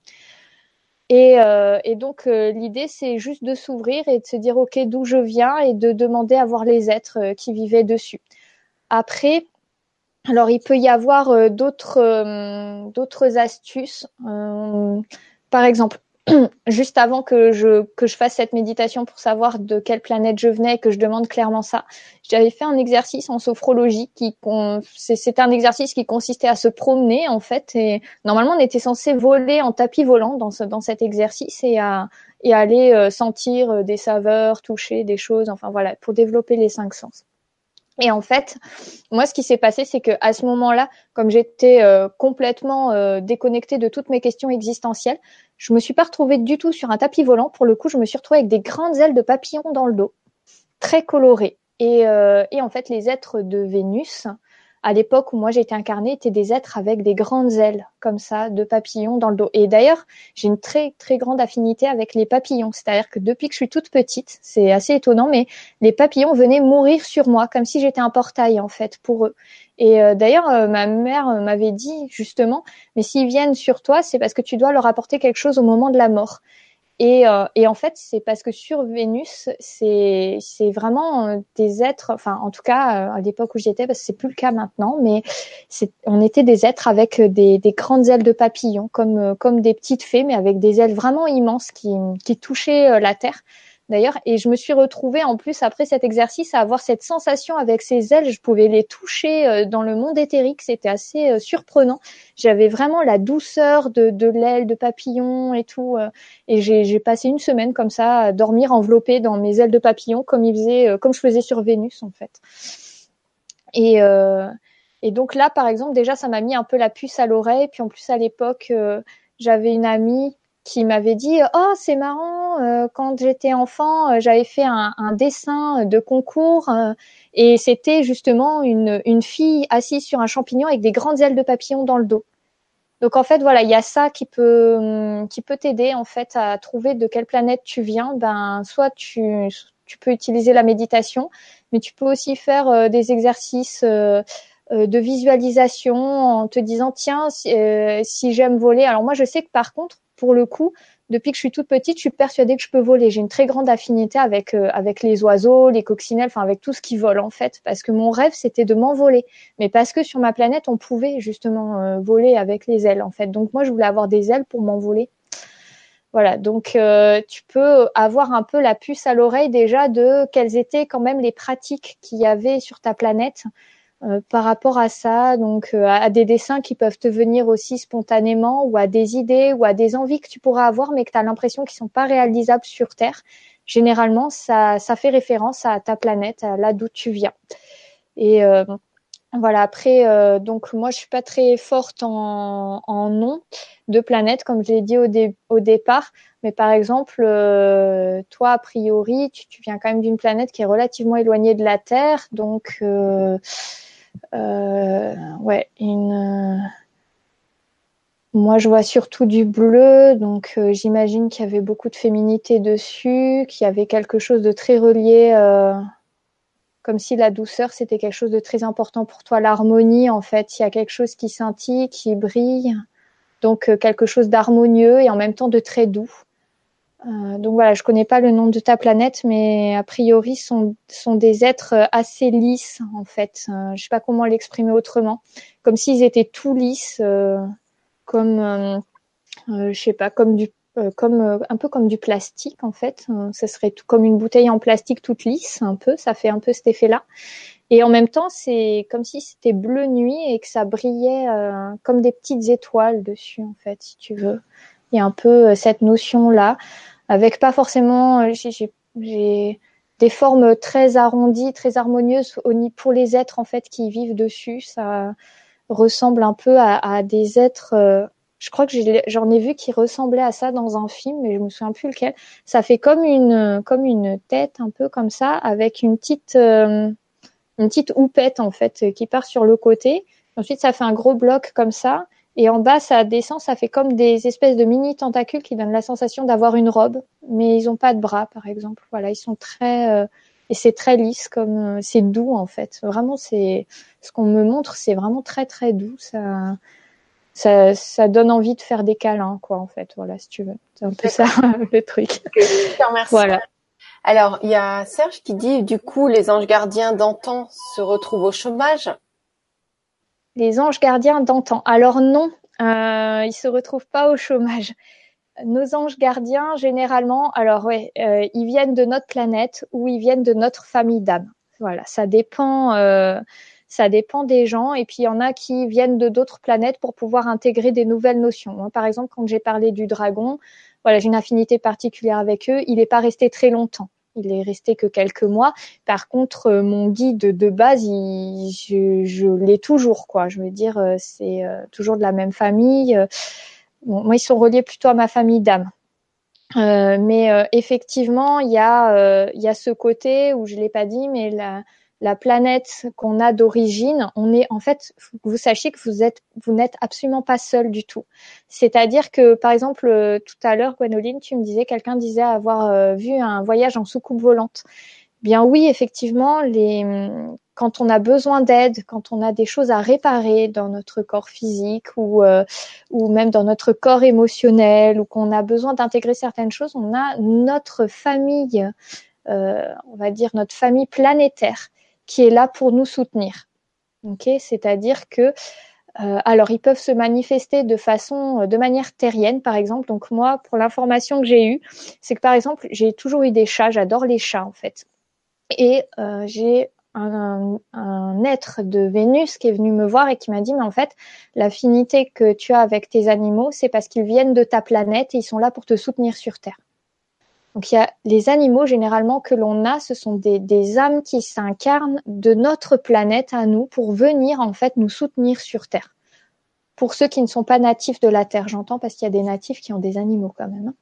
Et, euh, et donc, euh, l'idée, c'est juste de s'ouvrir et de se dire, OK, d'où je viens et de demander à voir les êtres euh, qui vivaient dessus. Après, alors il peut y avoir euh, d'autres euh, d'autres astuces. Euh, par exemple, juste avant que je que je fasse cette méditation pour savoir de quelle planète je venais et que je demande clairement ça, j'avais fait un exercice en sophrologie qui c'était un exercice qui consistait à se promener en fait et normalement on était censé voler en tapis volant dans ce dans cet exercice et à et aller euh, sentir des saveurs, toucher des choses, enfin voilà, pour développer les cinq sens. Et en fait, moi, ce qui s'est passé, c'est que à ce moment-là, comme j'étais euh, complètement euh, déconnectée de toutes mes questions existentielles, je me suis pas retrouvée du tout sur un tapis volant. Pour le coup, je me suis retrouvée avec des grandes ailes de papillon dans le dos, très colorées. Et, euh, et en fait, les êtres de Vénus, à l'époque où moi j'ai été incarnée, étaient des êtres avec des grandes ailes, comme ça, de papillons dans le dos. Et d'ailleurs, j'ai une très très grande affinité avec les papillons. C'est-à-dire que depuis que je suis toute petite, c'est assez étonnant, mais les papillons venaient mourir sur moi, comme si j'étais un portail en fait pour eux. Et euh, d'ailleurs, euh, ma mère m'avait dit justement, mais s'ils viennent sur toi, c'est parce que tu dois leur apporter quelque chose au moment de la mort. Et, euh, et en fait, c'est parce que sur Vénus, c'est c'est vraiment des êtres, enfin en tout cas à l'époque où j'y étais, parce que c'est plus le cas maintenant, mais c'est, on était des êtres avec des, des grandes ailes de papillon, comme comme des petites fées, mais avec des ailes vraiment immenses qui qui touchaient la terre. D'ailleurs, et je me suis retrouvée en plus après cet exercice à avoir cette sensation avec ces ailes, je pouvais les toucher dans le monde éthérique, c'était assez surprenant. J'avais vraiment la douceur de, de l'aile de papillon et tout, et j'ai, j'ai passé une semaine comme ça à dormir enveloppée dans mes ailes de papillon, comme il faisait, comme je faisais sur Vénus en fait. Et euh, et donc là, par exemple, déjà ça m'a mis un peu la puce à l'oreille. Puis en plus à l'époque, euh, j'avais une amie qui m'avait dit oh c'est marrant euh, quand j'étais enfant euh, j'avais fait un, un dessin de concours euh, et c'était justement une une fille assise sur un champignon avec des grandes ailes de papillon dans le dos. Donc en fait voilà, il y a ça qui peut qui peut t'aider en fait à trouver de quelle planète tu viens. Ben soit tu tu peux utiliser la méditation, mais tu peux aussi faire euh, des exercices euh, de visualisation en te disant tiens si, euh, si j'aime voler. Alors moi je sais que par contre pour le coup depuis que je suis toute petite je suis persuadée que je peux voler. J'ai une très grande affinité avec euh, avec les oiseaux, les coccinelles, enfin avec tout ce qui vole en fait, parce que mon rêve c'était de m'envoler, mais parce que sur ma planète on pouvait justement euh, voler avec les ailes en fait. Donc moi je voulais avoir des ailes pour m'envoler. Voilà, donc euh, tu peux avoir un peu la puce à l'oreille déjà de quelles étaient quand même les pratiques qu'il y avait sur ta planète. Euh, par rapport à ça, donc euh, à des dessins qui peuvent te venir aussi spontanément, ou à des idées ou à des envies que tu pourras avoir mais que tu as l'impression qu'ils sont pas réalisables sur Terre. Généralement, ça ça fait référence à ta planète, à là d'où tu viens. Et euh, voilà, après euh, donc moi je suis pas très forte en en nom de planète comme je l'ai dit au dé, au départ, mais par exemple euh, toi a priori tu, tu viens quand même d'une planète qui est relativement éloignée de la Terre, donc euh, Euh, ouais, une. Moi, je vois surtout du bleu, donc euh, j'imagine qu'il y avait beaucoup de féminité dessus, qu'il y avait quelque chose de très relié, euh, comme si la douceur c'était quelque chose de très important pour toi, l'harmonie en fait. Il y a quelque chose qui scintille, qui brille, donc euh, quelque chose d'harmonieux et en même temps de très doux. Euh, donc voilà, je connais pas le nom de ta planète, mais a priori sont sont des êtres assez lisses en fait. Euh, je sais pas comment l'exprimer autrement, comme s'ils étaient tout lisses, euh, comme euh, euh, je sais pas, comme du euh, comme euh, un peu comme du plastique en fait. Euh, ça serait tout comme une bouteille en plastique toute lisse, un peu. Ça fait un peu cet effet-là. Et en même temps, c'est comme si c'était bleu nuit et que ça brillait euh, comme des petites étoiles dessus en fait, si tu veux. Il y a un peu cette notion-là, avec pas forcément, j'ai, j'ai, j'ai des formes très arrondies, très harmonieuses pour les êtres en fait qui vivent dessus. Ça ressemble un peu à, à des êtres. Euh, je crois que j'ai, j'en ai vu qui ressemblaient à ça dans un film, mais je me souviens plus lequel. Ça fait comme une, comme une tête un peu comme ça, avec une petite, euh, une petite houppette en fait qui part sur le côté. Ensuite, ça fait un gros bloc comme ça. Et en bas, ça descend, ça fait comme des espèces de mini tentacules qui donnent la sensation d'avoir une robe, mais ils ont pas de bras, par exemple. Voilà, ils sont très euh, et c'est très lisse, comme euh, c'est doux en fait. Vraiment, c'est ce qu'on me montre, c'est vraiment très très doux. Ça, ça, ça donne envie de faire des câlins, quoi, en fait. Voilà, si tu veux, c'est un peu D'accord. ça le truc. Okay, super, merci. Voilà. Alors, il y a Serge qui dit, du coup, les anges gardiens d'antan se retrouvent au chômage. Les anges gardiens d'antan. Alors non, euh, ils se retrouvent pas au chômage. Nos anges gardiens, généralement, alors ouais, euh, ils viennent de notre planète ou ils viennent de notre famille d'âmes. Voilà, ça dépend, euh, ça dépend des gens. Et puis il y en a qui viennent de d'autres planètes pour pouvoir intégrer des nouvelles notions. Moi, par exemple, quand j'ai parlé du dragon, voilà, j'ai une affinité particulière avec eux. Il n'est pas resté très longtemps. Il est resté que quelques mois. Par contre, mon guide de base, il, je, je l'ai toujours, quoi. Je veux dire, c'est toujours de la même famille. Bon, moi, ils sont reliés plutôt à ma famille d'âme. Euh, mais euh, effectivement, il y a, euh, il y a ce côté où je l'ai pas dit, mais la, la planète qu'on a d'origine, on est en fait, vous sachiez que vous êtes, vous n'êtes absolument pas seul du tout. C'est-à-dire que, par exemple, euh, tout à l'heure, Gwénoline, tu me disais, quelqu'un disait avoir euh, vu un voyage en soucoupe volante. Bien oui, effectivement, les quand on a besoin d'aide, quand on a des choses à réparer dans notre corps physique ou euh, ou même dans notre corps émotionnel, ou qu'on a besoin d'intégrer certaines choses, on a notre famille, euh, on va dire notre famille planétaire, qui est là pour nous soutenir. Ok, c'est-à-dire que Euh, alors, ils peuvent se manifester de façon, de manière terrienne, par exemple. Donc moi, pour l'information que j'ai eue, c'est que par exemple, j'ai toujours eu des chats. J'adore les chats en fait. Et euh, j'ai un, un, un être de Vénus qui est venu me voir et qui m'a dit, mais en fait, l'affinité que tu as avec tes animaux, c'est parce qu'ils viennent de ta planète et ils sont là pour te soutenir sur Terre. Donc il y a les animaux généralement que l'on a, ce sont des, des âmes qui s'incarnent de notre planète à nous pour venir en fait nous soutenir sur Terre. Pour ceux qui ne sont pas natifs de la Terre, j'entends, parce qu'il y a des natifs qui ont des animaux quand même.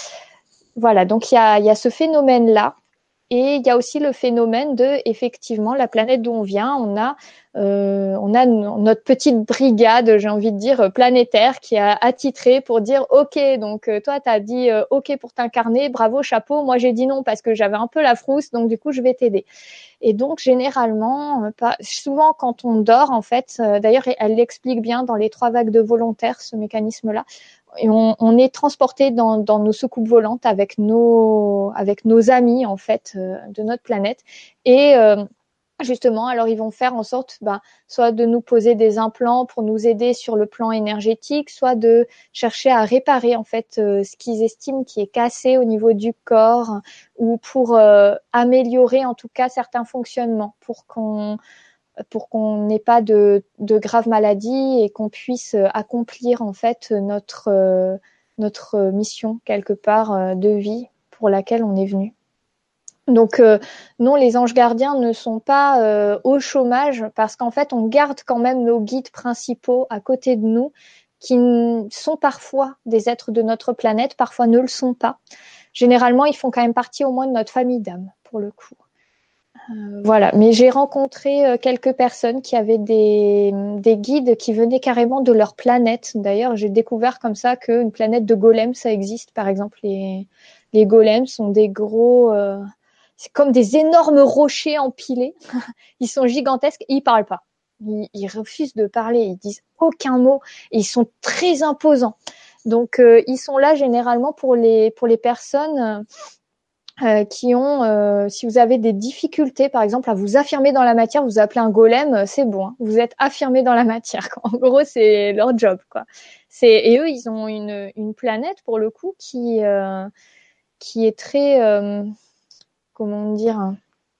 Voilà, donc il y a, il y a ce phénomène-là. Et il y a aussi le phénomène de, effectivement, la planète d'où on vient, on a, euh, on a notre petite brigade, j'ai envie de dire, planétaire, qui a attitré pour dire, ok, donc toi, t'as dit euh, ok pour t'incarner, bravo, chapeau. Moi, j'ai dit non parce que j'avais un peu la frousse, donc du coup, je vais t'aider. Et donc, généralement, pas, souvent quand on dort, en fait, euh, d'ailleurs, elle l'explique bien dans les trois vagues de volontaires, ce mécanisme-là. Et on, on est transporté dans, dans nos soucoupes volantes avec nos avec nos amis en fait euh, de notre planète et euh, justement alors ils vont faire en sorte ben, soit de nous poser des implants pour nous aider sur le plan énergétique, soit de chercher à réparer en fait euh, ce qu'ils estiment qui est cassé au niveau du corps, ou pour euh, améliorer en tout cas certains fonctionnements pour qu'on pour qu'on n'ait pas de, de graves maladies et qu'on puisse accomplir en fait notre euh, notre mission quelque part euh, de vie pour laquelle on est venu. Donc euh, non, les anges gardiens ne sont pas euh, au chômage, parce qu'en fait on garde quand même nos guides principaux à côté de nous, qui sont parfois des êtres de notre planète, parfois ne le sont pas. Généralement, ils font quand même partie au moins de notre famille d'âmes pour le coup. Euh, voilà, mais j'ai rencontré euh, quelques personnes qui avaient des, des guides qui venaient carrément de leur planète. D'ailleurs, j'ai découvert comme ça qu'une planète de golems, ça existe. Par exemple, les, les golems sont des gros... Euh, c'est comme des énormes rochers empilés. Ils sont gigantesques et ils parlent pas. Ils, ils refusent de parler, ils disent aucun mot et ils sont très imposants. Donc, euh, ils sont là généralement pour les, pour les personnes... Euh, Euh, qui ont, euh, si vous avez des difficultés, par exemple, à vous affirmer dans la matière, vous appelez un golem, c'est bon, hein, vous êtes affirmé dans la matière. Quoi. En gros, c'est leur job, quoi. C'est et eux, ils ont une une planète pour le coup qui euh, qui est très, euh, comment dire,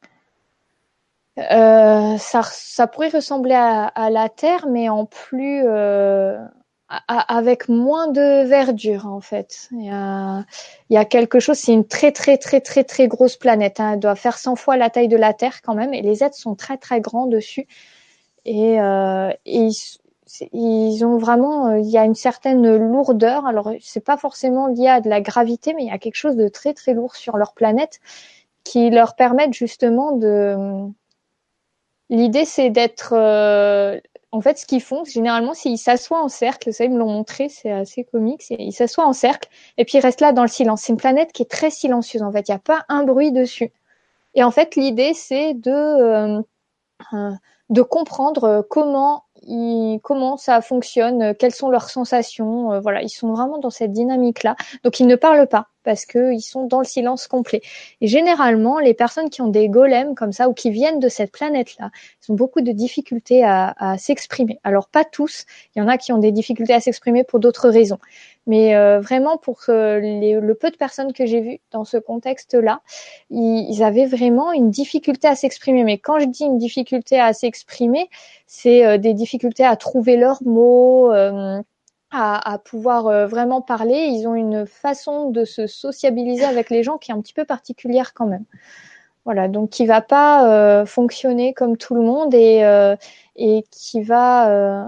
euh, ça ça pourrait ressembler à, à la Terre, mais en plus euh, à, avec moins de verdure en fait. Il y a, il y a quelque chose, c'est une très très très très très grosse planète. Hein. Elle doit faire cent fois la taille de la Terre quand même, et les êtres sont très très grands dessus. Et, euh, et ils, ils ont vraiment, il y a une certaine lourdeur. Alors c'est pas forcément lié à de la gravité, mais il y a quelque chose de très très lourd sur leur planète qui leur permettent justement de. L'idée c'est d'être euh, en fait, ce qu'ils font, généralement, c'est qu'ils s'assoient en cercle. Ça, ils me l'ont montré, c'est assez comique. C'est, ils s'assoient en cercle et puis ils restent là dans le silence. C'est une planète qui est très silencieuse, en fait. Il n'y a pas un bruit dessus. Et en fait, l'idée, c'est de, euh, euh, de comprendre comment, ils, comment ça fonctionne, quelles sont leurs sensations. Euh, voilà, ils sont vraiment dans cette dynamique-là. Donc, ils ne parlent pas parce qu'ils sont dans le silence complet. Et généralement, les personnes qui ont des golems comme ça ou qui viennent de cette planète-là, ils ont beaucoup de difficultés à, à s'exprimer. Alors, pas tous. Il y en a qui ont des difficultés à s'exprimer pour d'autres raisons. Mais euh, vraiment, pour euh, les, le peu de personnes que j'ai vues dans ce contexte-là, ils, ils avaient vraiment une difficulté à s'exprimer. Mais quand je dis une difficulté à s'exprimer, c'est euh, des difficultés à trouver leurs mots, euh, à, à pouvoir euh, vraiment parler. Ils ont une façon de se sociabiliser avec les gens qui est un petit peu particulière quand même. Voilà, donc qui va pas euh, fonctionner comme tout le monde et, euh, et qui va... Euh,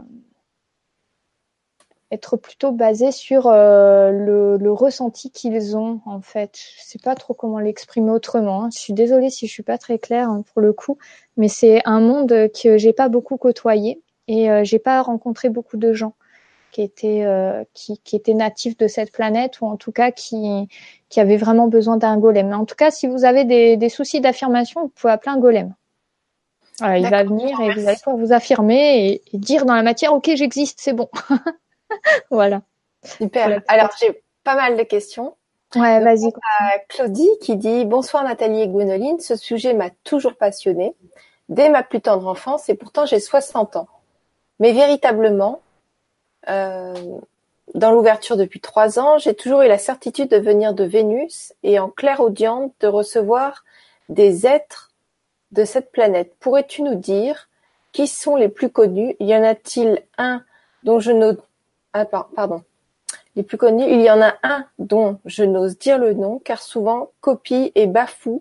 être plutôt basé sur euh, le, le ressenti qu'ils ont en fait. Je sais pas trop comment l'exprimer autrement. Hein. Je suis désolée si je suis pas très claire hein, pour le coup, mais c'est un monde que j'ai pas beaucoup côtoyé et euh, j'ai pas rencontré beaucoup de gens qui étaient euh, qui, qui étaient natifs de cette planète ou en tout cas qui qui avaient vraiment besoin d'un golem. Mais en tout cas, si vous avez des, des soucis d'affirmation, vous pouvez appeler un golem. Voilà, il va D'accord, venir et vous allez merci. pouvoir vous affirmer et, et dire dans la matière, ok, j'existe, c'est bon. Voilà. Pour la Super. petite Alors, expérience. j'ai pas mal de questions. Ouais, Donc, vas-y. on a Claudie qui dit: Bonsoir Nathalie et Gwénoline, ce sujet m'a toujours passionnée, dès ma plus tendre enfance, et pourtant j'ai soixante ans. Mais véritablement, euh, dans l'ouverture depuis trois ans, j'ai toujours eu la certitude de venir de Vénus et en clairaudience de recevoir des êtres de cette planète. Pourrais-tu nous dire qui sont les plus connus? Y en a-t-il un dont je n'ose... Ah, pardon. Les plus connus, il y en a un dont je n'ose dire le nom, car souvent copie et bafoue,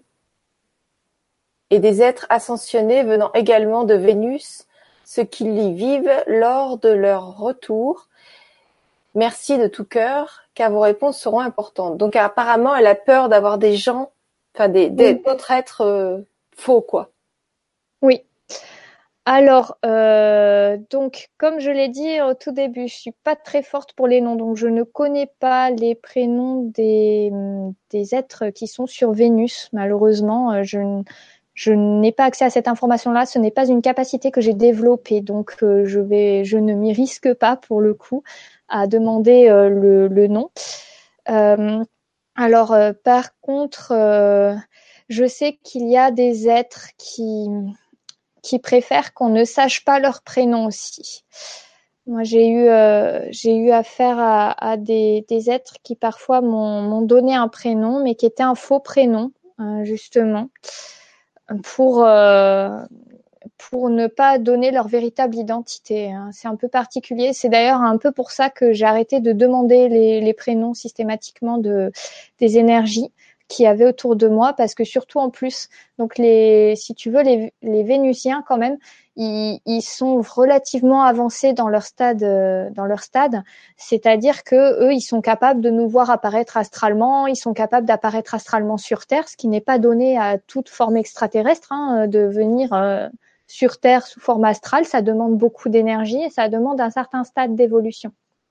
et des êtres ascensionnés venant également de Vénus, ce qu'ils y vivent lors de leur retour. Merci de tout cœur, car vos réponses seront importantes. Donc apparemment, elle a peur d'avoir des gens, enfin des Oui. d'autres êtres euh, faux, quoi. Oui. Alors, euh, donc, comme je l'ai dit au tout début, je suis pas très forte pour les noms, donc je ne connais pas les prénoms des, des êtres qui sont sur Vénus. Malheureusement, euh, je, n- je n'ai pas accès à cette information-là. Ce n'est pas une capacité que j'ai développée, donc euh, je vais, je ne m'y risque pas pour le coup à demander euh, le, le nom. Euh, alors, euh, par contre, euh, je sais qu'il y a des êtres qui qui préfèrent qu'on ne sache pas leur prénom aussi. Moi, j'ai eu, euh, j'ai eu affaire à, à des, des êtres qui parfois m'ont, m'ont donné un prénom, mais qui était un faux prénom, euh, justement, pour, euh, pour ne pas donner leur véritable identité. Hein. C'est un peu particulier. C'est d'ailleurs un peu pour ça que j'ai arrêté de demander les, les prénoms systématiquement de, des énergies qu'il y avait autour de moi, parce que surtout en plus, donc les, si tu veux, les, les Vénusiens quand même, ils, ils sont relativement avancés dans leur stade, euh, dans leur stade, c'est-à-dire que eux, ils sont capables de nous voir apparaître astralement, ils sont capables d'apparaître astralement sur Terre, ce qui n'est pas donné à toute forme extraterrestre, hein, de venir euh, sur Terre sous forme astrale, ça demande beaucoup d'énergie et ça demande un certain stade d'évolution.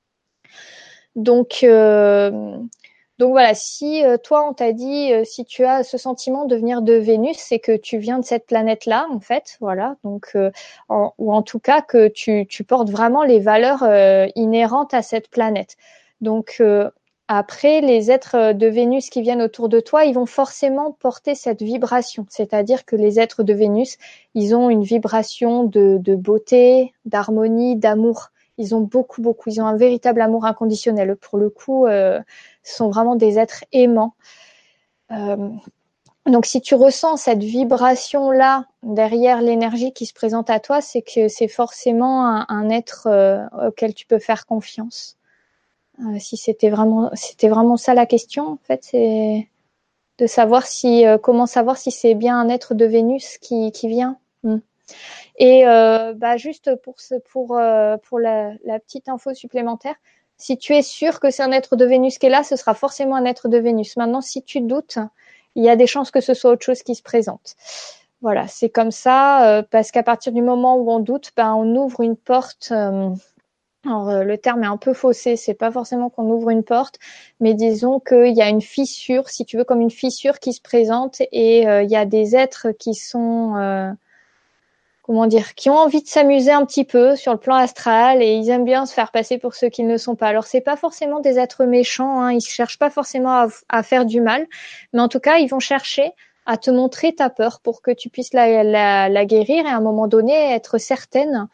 Donc, euh, donc voilà, si euh, toi on t'a dit euh, si tu as ce sentiment de venir de Vénus, c'est que tu viens de cette planète-là en fait, voilà. Donc, euh, en, ou en tout cas que tu, tu portes vraiment les valeurs euh, inhérentes à cette planète. Donc euh, après, les êtres de Vénus qui viennent autour de toi, ils vont forcément porter cette vibration. C'est-à-dire que les êtres de Vénus, ils ont une vibration de, de beauté, d'harmonie, d'amour. Ils ont beaucoup, beaucoup. Ils ont un véritable amour inconditionnel. Pour le coup, euh, ce sont vraiment des êtres aimants. Euh, donc, si tu ressens cette vibration-là derrière l'énergie qui se présente à toi, c'est que c'est forcément un, un être euh, auquel tu peux faire confiance. Euh, si c'était vraiment, c'était vraiment ça la question, en fait, c'est de savoir si, euh, comment savoir si c'est bien un être de Vénus qui, qui vient. Mm. Et euh, bah juste pour ce, pour euh, pour la, la petite info supplémentaire, si tu es sûr que c'est un être de Vénus qui est là, ce sera forcément un être de Vénus. Maintenant, si tu doutes, il y a des chances que ce soit autre chose qui se présente. Voilà, c'est comme ça, euh, parce qu'à partir du moment où on doute, ben on ouvre une porte. Euh, alors, euh, le terme est un peu faussé, c'est pas forcément qu'on ouvre une porte, mais disons qu'il y a une fissure, si tu veux, comme une fissure qui se présente, et euh, il y a des êtres qui sont euh, comment dire, qui ont envie de s'amuser un petit peu sur le plan astral et ils aiment bien se faire passer pour ceux qui ne le sont pas. Alors c'est pas forcément des êtres méchants, hein, ils cherchent pas forcément à, à faire du mal, mais en tout cas ils vont chercher à te montrer ta peur pour que tu puisses la, la, la guérir et à un moment donné être certaine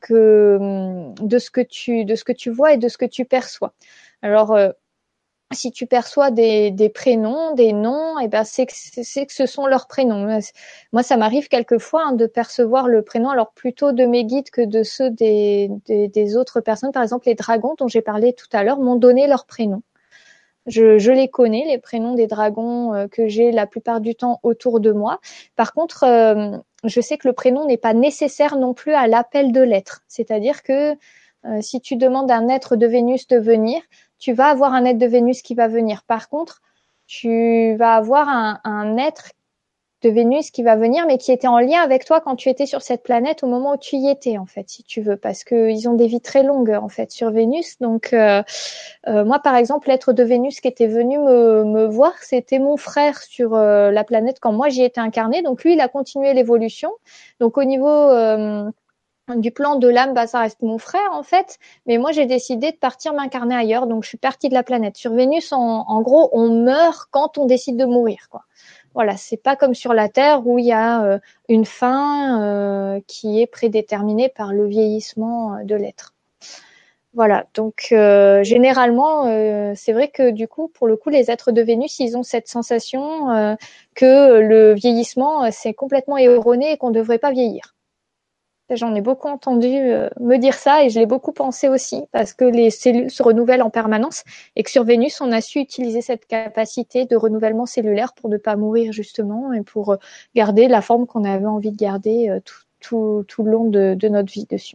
que de ce que tu de ce que tu vois et de ce que tu perçois. Alors euh, si tu perçois des, des prénoms, des noms, et ben c'est que c'est que ce sont leurs prénoms. Moi, ça m'arrive quelquefois hein, de percevoir le prénom, alors plutôt de mes guides que de ceux des, des, des autres personnes. Par exemple, les dragons dont j'ai parlé tout à l'heure m'ont donné leurs prénoms. Je, je les connais, les prénoms des dragons euh, que j'ai la plupart du temps autour de moi. Par contre, euh, je sais que le prénom n'est pas nécessaire non plus à l'appel de l'être. C'est-à-dire que euh, si tu demandes à un être de Vénus de venir, tu vas avoir un être de Vénus qui va venir. Par contre, tu vas avoir un, un être de Vénus qui va venir, mais qui était en lien avec toi quand tu étais sur cette planète au moment où tu y étais, en fait, si tu veux, parce que ils ont des vies très longues, en fait, sur Vénus. Donc, euh, euh, moi, par exemple, l'être de Vénus qui était venu me, me voir, c'était mon frère sur euh, la planète quand moi j'y étais incarnée. Donc, lui, il a continué l'évolution. Donc, au niveau euh, du plan de l'âme, bah, ça reste mon frère, en fait. Mais moi, j'ai décidé de partir m'incarner ailleurs. Donc, je suis partie de la planète. Sur Vénus, en, en gros, on meurt quand on décide de mourir, quoi. Voilà, c'est pas comme sur la Terre où il y a euh, une fin euh, qui est prédéterminée par le vieillissement de l'être. Voilà, donc euh, généralement, euh, c'est vrai que du coup, pour le coup, les êtres de Vénus, ils ont cette sensation euh, que le vieillissement, euh, c'est complètement erroné et qu'on ne devrait pas vieillir. J'en ai beaucoup entendu euh, me dire ça et je l'ai beaucoup pensé aussi parce que les cellules se renouvellent en permanence et que sur Vénus, on a su utiliser cette capacité de renouvellement cellulaire pour ne pas mourir justement et pour euh, garder la forme qu'on avait envie de garder euh, tout, tout, tout le long de, de notre vie dessus.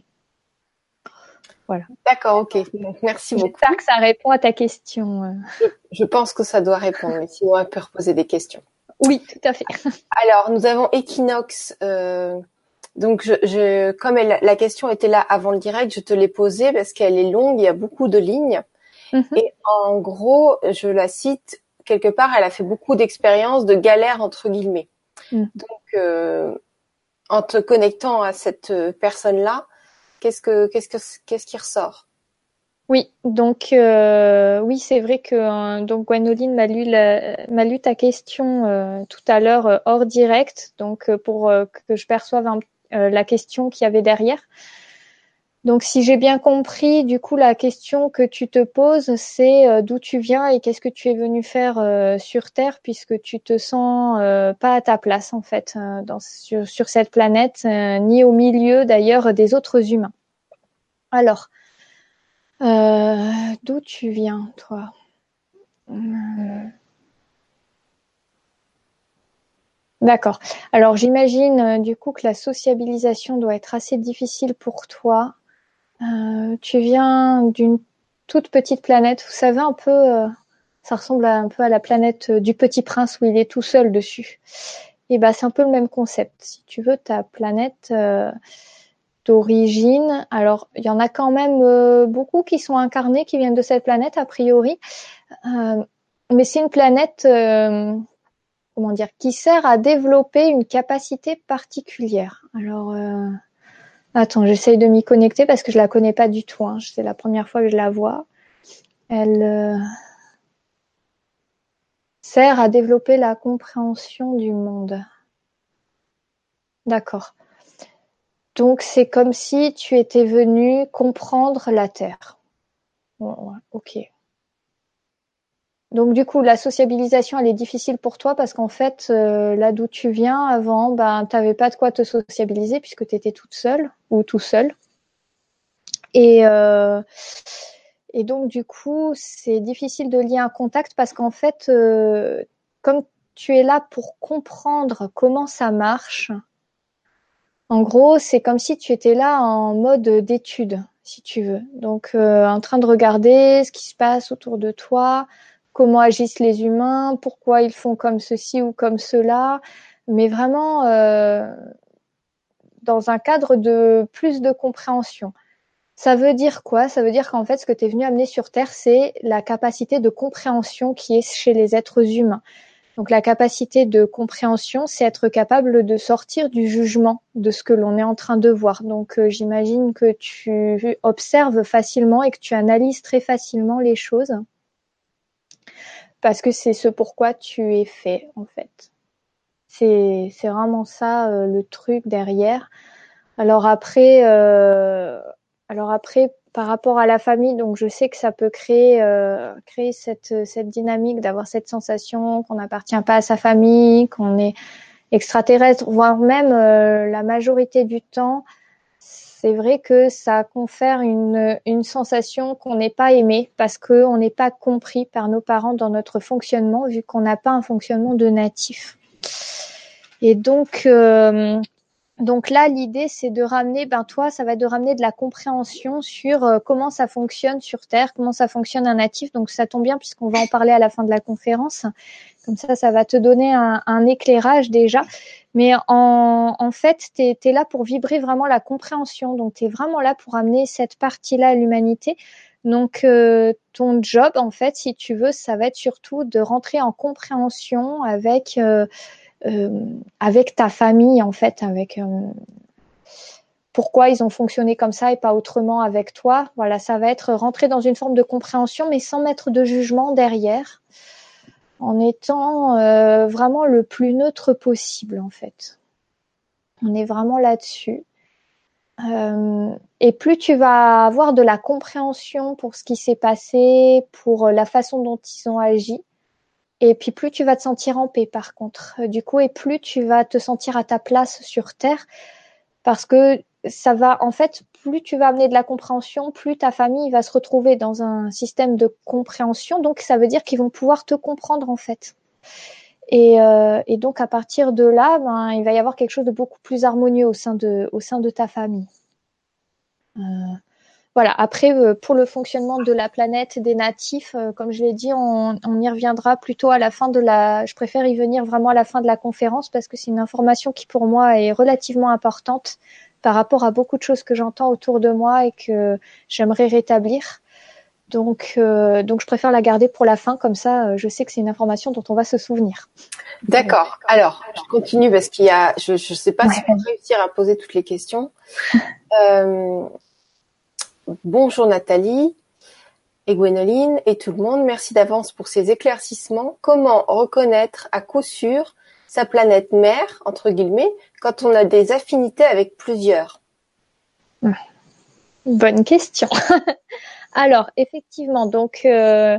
Voilà. D'accord, ok. Donc, merci beaucoup. J'espère que ça répond à ta question. Je, je pense que ça doit répondre, mais sinon, elle peut reposer des questions. Oui, tout à fait. Alors, nous avons Equinox. Euh, donc, je, je, comme elle, la question était là avant le direct, je te l'ai posée parce qu'elle est longue, il y a beaucoup de lignes. Mm-hmm. Et en gros, je la cite, quelque part, elle a fait beaucoup d'expériences de galères, entre guillemets. Mm. Donc, euh, en te connectant à cette personne-là, qu'est-ce que, qu'est-ce que, qu'est-ce qui ressort? Oui, donc euh, oui, c'est vrai que euh, donc Gwénoline m'a lu la, m'a lu ta question euh, tout à l'heure euh, hors direct, donc euh, pour euh, que je perçoive un, euh, la question qu'il y avait derrière. Donc si j'ai bien compris, du coup la question que tu te poses, c'est euh, d'où tu viens et qu'est-ce que tu es venu faire euh, sur Terre, puisque tu te sens euh, pas à ta place en fait euh, dans, sur, sur cette planète, euh, ni au milieu d'ailleurs des autres humains. Alors. Euh, d'où tu viens, toi? Hum. D'accord. Alors j'imagine euh, du coup que la sociabilisation doit être assez difficile pour toi. Euh, tu viens d'une toute petite planète. Vous savez un peu, euh, ça ressemble à, un peu à la planète du Petit Prince où il est tout seul dessus. Et ben c'est un peu le même concept. Si tu veux, ta planète euh, d'origine. Alors il y en a quand même euh, beaucoup qui sont incarnés, qui viennent de cette planète a priori. Euh, mais c'est une planète, euh, comment dire, qui sert à développer une capacité particulière. Alors, euh, attends, j'essaye de m'y connecter parce que je la connais pas du tout. Hein. C'est la première fois que je la vois. Elle euh, sert à développer la compréhension du monde. D'accord. Donc c'est comme si tu étais venu comprendre la Terre. Ouais, ouais, ok. Donc du coup, la sociabilisation, elle est difficile pour toi parce qu'en fait, euh, là d'où tu viens avant, ben t'avais pas de quoi te sociabiliser puisque tu étais toute seule ou tout seul. Et euh, et donc du coup, c'est difficile de lier un contact parce qu'en fait, euh, comme tu es là pour comprendre comment ça marche, en gros, c'est comme si tu étais là en mode d'étude, si tu veux. Donc euh, en train de regarder ce qui se passe autour de toi. Comment agissent les humains, pourquoi ils font comme ceci ou comme cela, mais vraiment euh, dans un cadre de plus de compréhension. Ça veut dire quoi? Ça veut dire qu'en fait, ce que tu es venu amener sur Terre, c'est la capacité de compréhension qui est chez les êtres humains. Donc la capacité de compréhension, c'est être capable de sortir du jugement de ce que l'on est en train de voir. Donc euh, j'imagine que tu observes facilement et que tu analyses très facilement les choses. Parce que c'est ce pourquoi tu es fait, en fait. C'est, c'est vraiment ça euh, le truc derrière. Alors après, euh, alors après, par rapport à la famille, donc je sais que ça peut créer, euh, créer cette, cette dynamique d'avoir cette sensation qu'on n'appartient pas à sa famille, qu'on est extraterrestre, voire même euh, la majorité du temps, c'est vrai que ça confère une, une sensation qu'on n'est pas aimé parce qu'on n'est pas compris par nos parents dans notre fonctionnement vu qu'on n'a pas un fonctionnement de natif. Et donc, euh, Donc là, l'idée, c'est de ramener, ben toi, ça va être de ramener de la compréhension sur euh, comment ça fonctionne sur Terre, comment ça fonctionne un natif. Donc ça tombe bien puisqu'on va en parler à la fin de la conférence. Comme ça, ça va te donner un, un éclairage déjà. Mais en, en fait, tu es là pour vibrer vraiment la compréhension. Donc tu es vraiment là pour amener cette partie-là à l'humanité. Donc euh, ton job, en fait, si tu veux, ça va être surtout de rentrer en compréhension avec... Euh, Euh, avec ta famille, en fait, avec euh, pourquoi ils ont fonctionné comme ça et pas autrement avec toi. Voilà, ça va être rentrer dans une forme de compréhension, mais sans mettre de jugement derrière, en étant euh, vraiment le plus neutre possible, en fait. On est vraiment là-dessus. Euh, et plus tu vas avoir de la compréhension pour ce qui s'est passé, pour la façon dont ils ont agi, et puis plus tu vas te sentir en paix par contre. Du coup, et plus tu vas te sentir à ta place sur Terre, parce que ça va, en fait, plus tu vas amener de la compréhension, plus ta famille va se retrouver dans un système de compréhension. Donc, ça veut dire qu'ils vont pouvoir te comprendre en fait. Et, euh, et donc, à partir de là, ben, il va y avoir quelque chose de beaucoup plus harmonieux au sein de, au sein de ta famille. Euh, Voilà. Après, euh, pour le fonctionnement de la planète des natifs, euh, comme je l'ai dit, on, on y reviendra plutôt à la fin de la. Je préfère y venir vraiment à la fin de la conférence parce que c'est une information qui pour moi est relativement importante par rapport à beaucoup de choses que j'entends autour de moi et que j'aimerais rétablir. Donc, euh, donc je préfère la garder pour la fin, comme ça, euh, je sais que c'est une information dont on va se souvenir. D'accord. Alors, je continue parce qu'il y a, je ne sais pas Ouais. si on va réussir à poser toutes les questions. Euh, bonjour Nathalie et Gwénoline et tout le monde. Merci d'avance pour ces éclaircissements. Comment reconnaître à coup sûr sa planète mère, entre guillemets, quand on a des affinités avec plusieurs? Bonne question. Alors, effectivement, donc euh,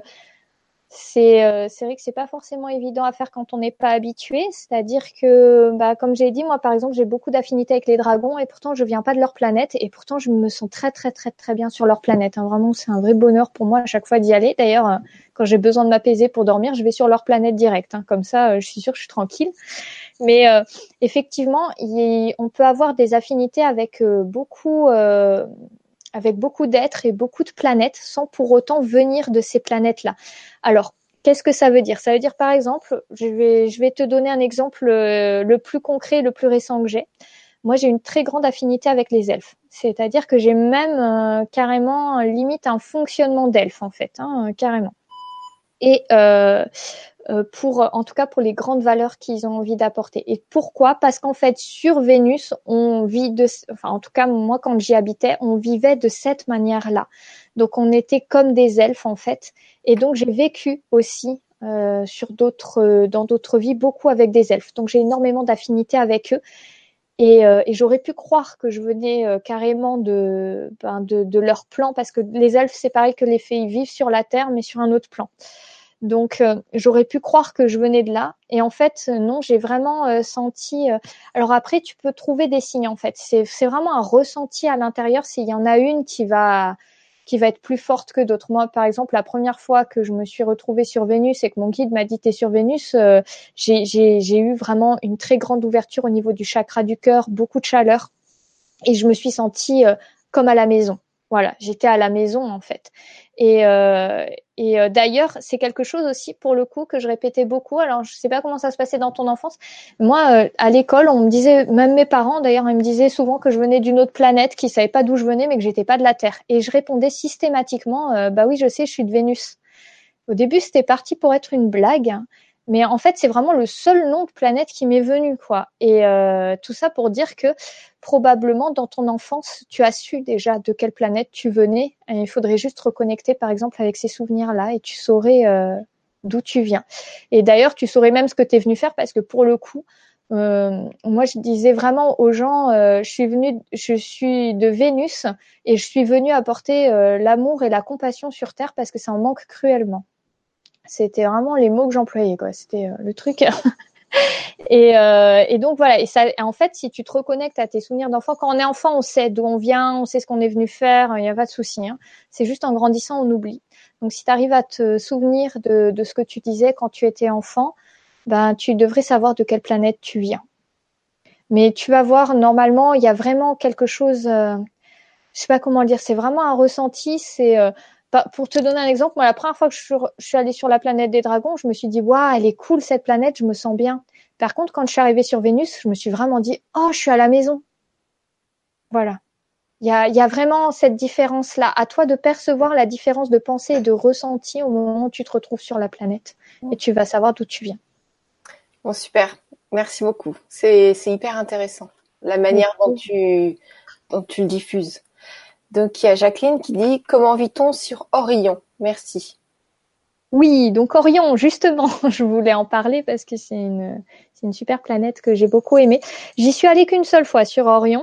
c'est euh, c'est vrai que c'est pas forcément évident à faire quand on n'est pas habitué. C'est-à-dire que, bah, comme j'ai dit, moi par exemple, j'ai beaucoup d'affinités avec les dragons et pourtant je viens pas de leur planète et pourtant je me sens très très très très bien sur leur planète. Hein. Vraiment, c'est un vrai bonheur pour moi à chaque fois d'y aller. D'ailleurs, euh, quand j'ai besoin de m'apaiser pour dormir, je vais sur leur planète direct. Hein. Comme ça, euh, je suis sûre que je suis tranquille. Mais euh, effectivement, y, on peut avoir des affinités avec euh, beaucoup. Euh, avec beaucoup d'êtres et beaucoup de planètes sans pour autant venir de ces planètes-là. Alors, qu'est-ce que ça veut dire? Ça veut dire, par exemple, je vais, je vais te donner un exemple euh, le plus concret, le plus récent que j'ai. Moi, j'ai une très grande affinité avec les elfes. C'est-à-dire que j'ai même euh, carrément limite un fonctionnement d'elfe, en fait, hein, carrément. Et euh, euh, pour, en tout cas pour les grandes valeurs qu'ils ont envie d'apporter. Et pourquoi? Parce qu'en fait, sur Vénus, on vit de, enfin, en tout cas, moi, quand j'y habitais, on vivait de cette manière-là. Donc, on était comme des elfes, en fait. Et donc, j'ai vécu aussi, euh, sur d'autres, euh, dans d'autres vies, beaucoup avec des elfes. Donc, j'ai énormément d'affinité avec eux. Et, euh, et j'aurais pu croire que je venais euh, carrément de, ben, de, de leur plan, parce que les elfes, c'est pareil que les fées, ils vivent sur la Terre, mais sur un autre plan. Donc, euh, j'aurais pu croire que je venais de là. Et en fait, non, j'ai vraiment euh, senti... Euh... Alors après, tu peux trouver des signes, en fait. C'est, c'est vraiment un ressenti à l'intérieur s'il y en a une qui va, qui va être plus forte que d'autres. Moi, par exemple, la première fois que je me suis retrouvée sur Vénus et que mon guide m'a dit « t'es sur Vénus euh, », j'ai, j'ai, j'ai eu vraiment une très grande ouverture au niveau du chakra du cœur, beaucoup de chaleur. Et je me suis sentie euh, comme à la maison. Voilà, j'étais à la maison, en fait. Et, euh, et euh, d'ailleurs, c'est quelque chose aussi, pour le coup, que je répétais beaucoup. Alors, je sais pas comment ça se passait dans ton enfance. Moi, euh, à l'école, on me disait, même mes parents, d'ailleurs, ils me disaient souvent que je venais d'une autre planète, qu'ils savaient pas d'où je venais, mais que j'étais pas de la Terre. Et je répondais systématiquement, euh, bah oui, je sais, je suis de Vénus. Au début, c'était parti pour être une blague, hein, mais en fait, c'est vraiment le seul nom de planète qui m'est venu, quoi. Et euh, tout ça pour dire que probablement dans ton enfance, tu as su déjà de quelle planète tu venais. Et il faudrait juste reconnecter, par exemple, avec ces souvenirs-là, et tu saurais euh, d'où tu viens. Et d'ailleurs, tu saurais même ce que tu es venu faire, parce que pour le coup, euh, moi, je disais vraiment aux gens, euh, je suis venue, je suis de Vénus, et je suis venue apporter euh, l'amour et la compassion sur Terre, parce que ça en manque cruellement. C'était vraiment les mots que j'employais, quoi. C'était euh, le truc. et, euh, et donc voilà. Et ça, en fait, si tu te reconnectes à tes souvenirs d'enfant, quand on est enfant, on sait d'où on vient, on sait ce qu'on est venu faire. Il n'y a pas de souci. Hein. C'est juste en grandissant, on oublie. Donc, si tu arrives à te souvenir de, de ce que tu disais quand tu étais enfant, ben tu devrais savoir de quelle planète tu viens. Mais tu vas voir, normalement, il y a vraiment quelque chose, euh, je sais pas comment le dire, c'est vraiment un ressenti. C'est euh, pour te donner un exemple, moi, la première fois que je suis, je suis allée sur la planète des dragons, je me suis dit, waouh, elle est cool cette planète, je me sens bien. Par contre, quand je suis arrivée sur Vénus, je me suis vraiment dit, oh, je suis à la maison. Voilà. Il y a, il y a vraiment cette différence-là. À toi de percevoir la différence de pensée et de ressenti au moment où tu te retrouves sur la planète. Et tu vas savoir d'où tu viens. Bon, super. Merci beaucoup. C'est, c'est hyper intéressant. La manière dont tu, dont tu le diffuses. Donc, il y a Jacqueline qui dit, comment vit-on sur Orion? Merci. Oui, donc Orion, justement, je voulais en parler parce que c'est une, c'est une super planète que j'ai beaucoup aimée. J'y suis allée qu'une seule fois sur Orion,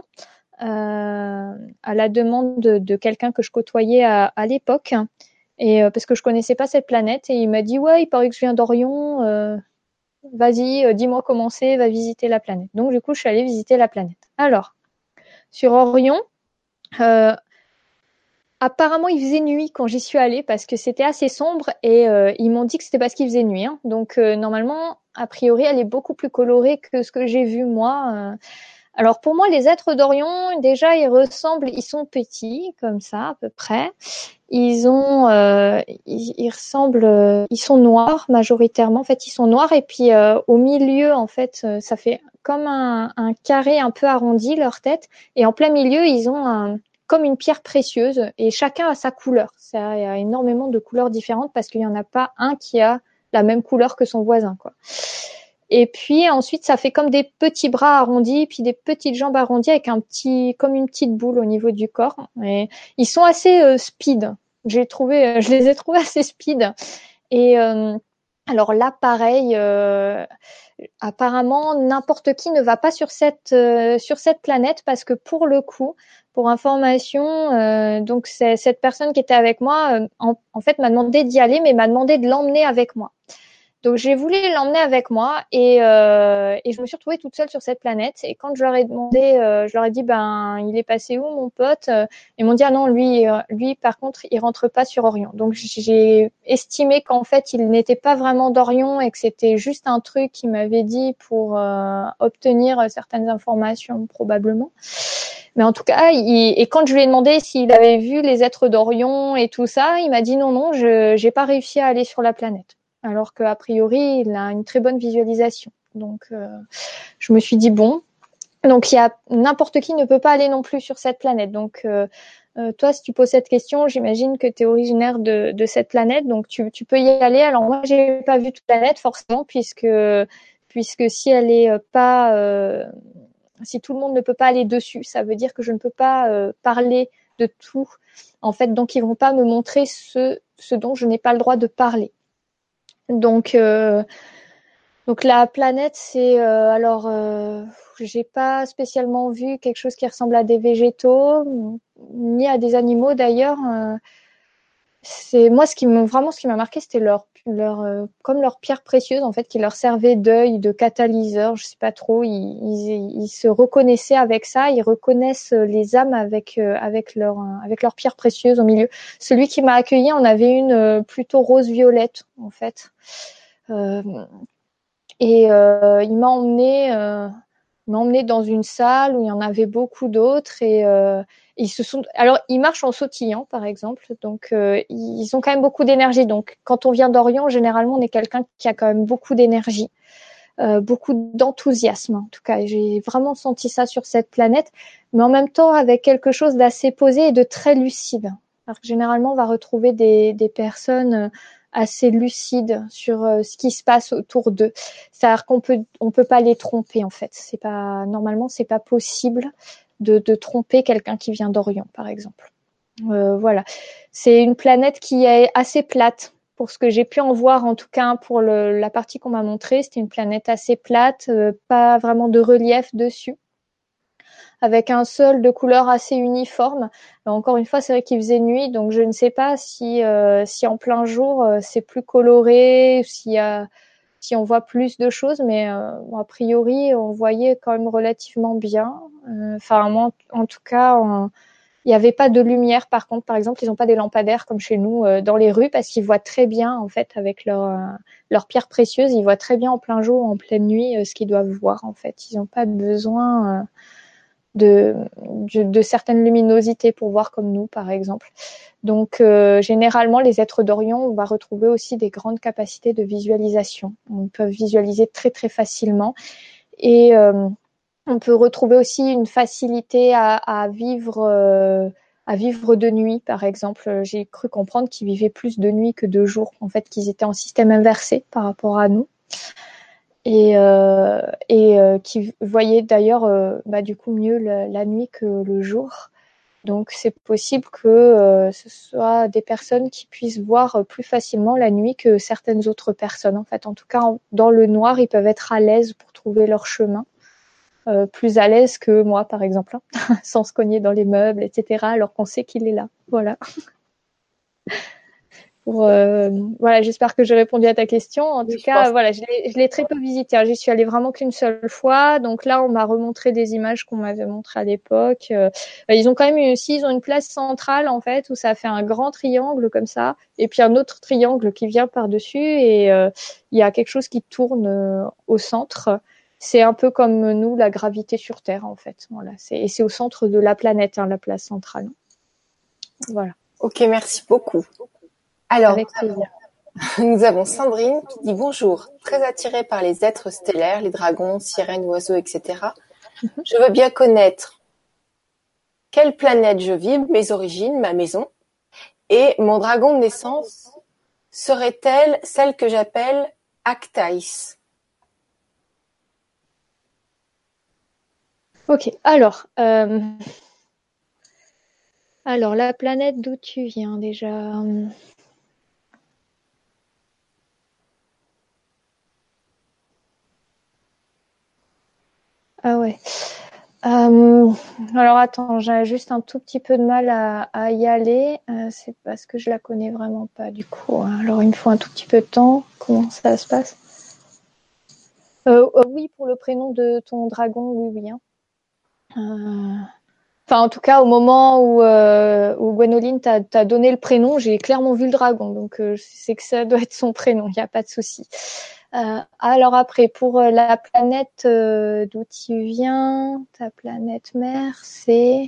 euh, à la demande de, de quelqu'un que je côtoyais à, à l'époque, et euh, parce que je connaissais pas cette planète, et il m'a dit ouais, il paraît que je viens d'Orion, euh, vas-y, euh, dis-moi comment c'est, va visiter la planète. Donc du coup, je suis allée visiter la planète. Alors, sur Orion, euh, apparemment, il faisait nuit quand j'y suis allée parce que c'était assez sombre et euh, ils m'ont dit que c'était parce qu'il faisait nuit. Hein. Donc euh, normalement, a priori, elle est beaucoup plus colorée que ce que j'ai vu moi. Euh. Alors pour moi, les êtres d'Orion, déjà, ils ressemblent, ils sont petits comme ça à peu près. Ils ont, euh, ils, ils ressemblent, euh, ils sont noirs majoritairement. En fait, ils sont noirs et puis euh, au milieu, en fait, euh, ça fait comme un, un carré un peu arrondi leur tête et en plein milieu, ils ont un comme une pierre précieuse et chacun a sa couleur. Ça, il y a énormément de couleurs différentes parce qu'il n'y en a pas un qui a la même couleur que son voisin, quoi. Et puis ensuite, ça fait comme des petits bras arrondis, puis des petites jambes arrondies avec un petit, comme une petite boule au niveau du corps. Et ils sont assez euh, speed. J'ai trouvé, je les ai trouvés assez speed. Et euh, alors là, pareil, euh, apparemment, n'importe qui ne va pas sur cette euh, sur cette planète parce que pour le coup, pour information, euh, donc c'est cette personne qui était avec moi, euh, en, en fait, m'a demandé d'y aller, mais m'a demandé de l'emmener avec moi. Donc j'ai voulu l'emmener avec moi et, euh, et je me suis retrouvée toute seule sur cette planète. Et quand je leur ai demandé, euh, je leur ai dit ben il est passé où mon pote? Ils m'ont dit ah non lui euh, lui par contre il rentre pas sur Orion. Donc j'ai estimé qu'en fait il n'était pas vraiment d'Orion et que c'était juste un truc qu'il m'avait dit pour euh, obtenir certaines informations probablement. Mais en tout cas, il, et quand je lui ai demandé s'il avait vu les êtres d'Orion et tout ça, il m'a dit non non je j'ai pas réussi à aller sur la planète. Alors qu'a priori, il a une très bonne visualisation. Donc, euh, je me suis dit, bon, donc il y a n'importe qui ne peut pas aller non plus sur cette planète. Donc, euh, euh, toi, si tu poses cette question, j'imagine que tu es originaire de, de cette planète, donc tu, tu peux y aller. Alors moi, j'ai pas vu toute la planète forcément, puisque puisque si elle est pas, euh, si tout le monde ne peut pas aller dessus, ça veut dire que je ne peux pas euh, parler de tout. En fait, donc ils vont pas me montrer ce ce dont je n'ai pas le droit de parler. Donc, euh, donc la planète, c'est euh, alors, euh, j'ai pas spécialement vu quelque chose qui ressemble à des végétaux, ni à des animaux d'ailleurs. Euh, c'est moi ce qui m'a vraiment ce qui m'a marqué, c'était leur leur euh, comme leur pierre précieuse en fait qui leur servait d'œil, de catalyseur, je sais pas trop. Ils, ils, ils se reconnaissaient avec ça, ils reconnaissent les âmes avec euh, avec leur avec leur pierre précieuse au milieu. Celui qui m'a accueilli en avait une euh, plutôt rose violette en fait. Euh, et euh, il m'a emmené, euh, il m'a emmené dans une salle où il y en avait beaucoup d'autres et euh, ils se sont. Alors ils marchent en sautillant par exemple, donc euh, ils ont quand même beaucoup d'énergie. Donc quand on vient d'Orient, généralement on est quelqu'un qui a quand même beaucoup d'énergie, euh, beaucoup d'enthousiasme. En tout cas, j'ai vraiment senti ça sur cette planète, mais en même temps avec quelque chose d'assez posé et de très lucide. Alors que généralement on va retrouver des, des personnes assez lucides sur euh, ce qui se passe autour d'eux. C'est-à-dire qu'on peut on peut pas les tromper en fait. C'est pas normalement c'est pas possible de, de tromper quelqu'un qui vient d'Orient par exemple. Euh, voilà, c'est une planète qui est assez plate. Pour ce que j'ai pu en voir, en tout cas pour le, la partie qu'on m'a montrée, c'était une planète assez plate, euh, pas vraiment de relief dessus, avec un sol de couleur assez uniforme. Alors, encore une fois, c'est vrai qu'il faisait nuit, donc je ne sais pas si, euh, si en plein jour euh, c'est plus coloré, s'il y a, si on voit plus de choses, mais euh, bon, a priori on voyait quand même relativement bien. Enfin, euh, moi, en tout cas, on, Il n'y avait pas de lumière, par contre, par exemple, ils n'ont pas des lampadaires comme chez nous euh, dans les rues parce qu'ils voient très bien, en fait, avec leur, euh, leurs pierres précieuses, ils voient très bien en plein jour ou en pleine nuit euh, ce qu'ils doivent voir, en fait. Ils n'ont pas besoin euh, de, de, de certaines luminosités pour voir comme nous, par exemple. Donc, euh, généralement, les êtres d'Orion, on va retrouver aussi des grandes capacités de visualisation. On peut visualiser très, très facilement. Et euh, on peut retrouver aussi une facilité à, à vivre euh, à vivre de nuit, par exemple. J'ai cru comprendre qu'ils vivaient plus de nuit que de jour, en fait, qu'ils étaient en système inversé par rapport à nous. Et, euh, et euh, qui voyaient d'ailleurs euh, bah, du coup mieux la, la nuit que le jour. Donc c'est possible que euh, ce soit des personnes qui puissent voir plus facilement la nuit que certaines autres personnes. En fait, en tout cas, dans le noir, ils peuvent être à l'aise pour trouver leur chemin. Euh, plus à l'aise que moi, par exemple, hein, sans se cogner dans les meubles, et cetera, alors qu'on sait qu'il est là. Voilà. Pour, euh, voilà, j'espère que j'ai répondu à ta question. En Oui, tout je cas, pense. voilà, je l'ai, je l'ai très peu visité. J'y suis allée vraiment qu'une seule fois. Donc là, on m'a remontré des images qu'on m'avait montrées à l'époque. Euh, ils ont quand même eu aussi, ils ont une place centrale en fait où ça fait un grand triangle comme ça, et puis un autre triangle qui vient par dessus, et euh, il y a quelque chose qui tourne euh, au centre. C'est un peu comme nous, la gravité sur Terre en fait. Voilà, c'est, et c'est au centre de la planète, hein, la place centrale. Voilà. Ok, merci beaucoup. Alors, Avec plaisir. nous avons Sandrine qui dit bonjour, très attirée par les êtres stellaires, les dragons, sirènes, oiseaux, et cetera. Je veux bien connaître quelle planète je vis, mes origines, ma maison, et mon dragon de naissance serait-elle celle que j'appelle Actaïs? Ok, alors, euh, alors la planète d'où tu viens déjà? Ah ouais. Euh, alors attends, j'ai juste un tout petit peu de mal à, à y aller. Euh, c'est parce que je la connais vraiment pas du coup. Alors il me faut un tout petit peu de temps. Comment ça se passe? Euh, euh, oui, pour le prénom de ton dragon, oui, oui. Hein. Euh, Enfin, en tout cas, au moment où, euh, où Gwénoline t'a, t'a donné le prénom, j'ai clairement vu le dragon. Donc, euh, je sais que ça doit être son prénom, il n'y a pas de souci. Euh, alors après, pour euh, la planète euh, d'où tu viens, ta planète mère, c'est...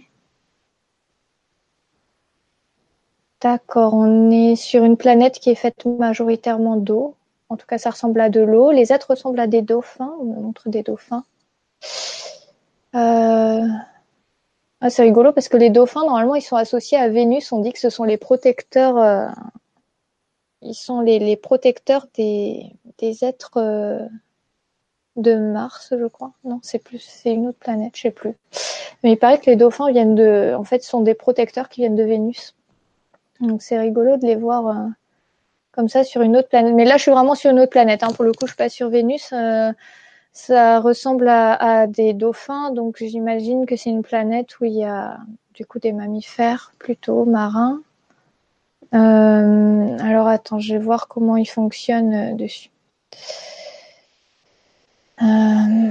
D'accord, on est sur une planète qui est faite majoritairement d'eau. En tout cas, ça ressemble à de l'eau. Les êtres ressemblent à des dauphins. On me montre des dauphins. Euh... Ah, c'est rigolo parce que les dauphins, normalement, ils sont associés à Vénus. On dit que ce sont les protecteurs... Euh... Ils sont les, les protecteurs des, des êtres euh, de Mars, je crois. Non, c'est plus, c'est une autre planète, je sais plus. Mais il paraît que les dauphins viennent de, en fait, sont des protecteurs qui viennent de Vénus. Donc c'est rigolo de les voir euh, comme ça sur une autre planète. Mais là, je suis vraiment sur une autre planète. Hein. Pour le coup, je suis pas sur Vénus. Euh, ça ressemble à, à des dauphins, donc j'imagine que c'est une planète où il y a du coup des mammifères plutôt marins. Euh, alors attends, je vais voir comment ils fonctionnent euh, dessus. Euh,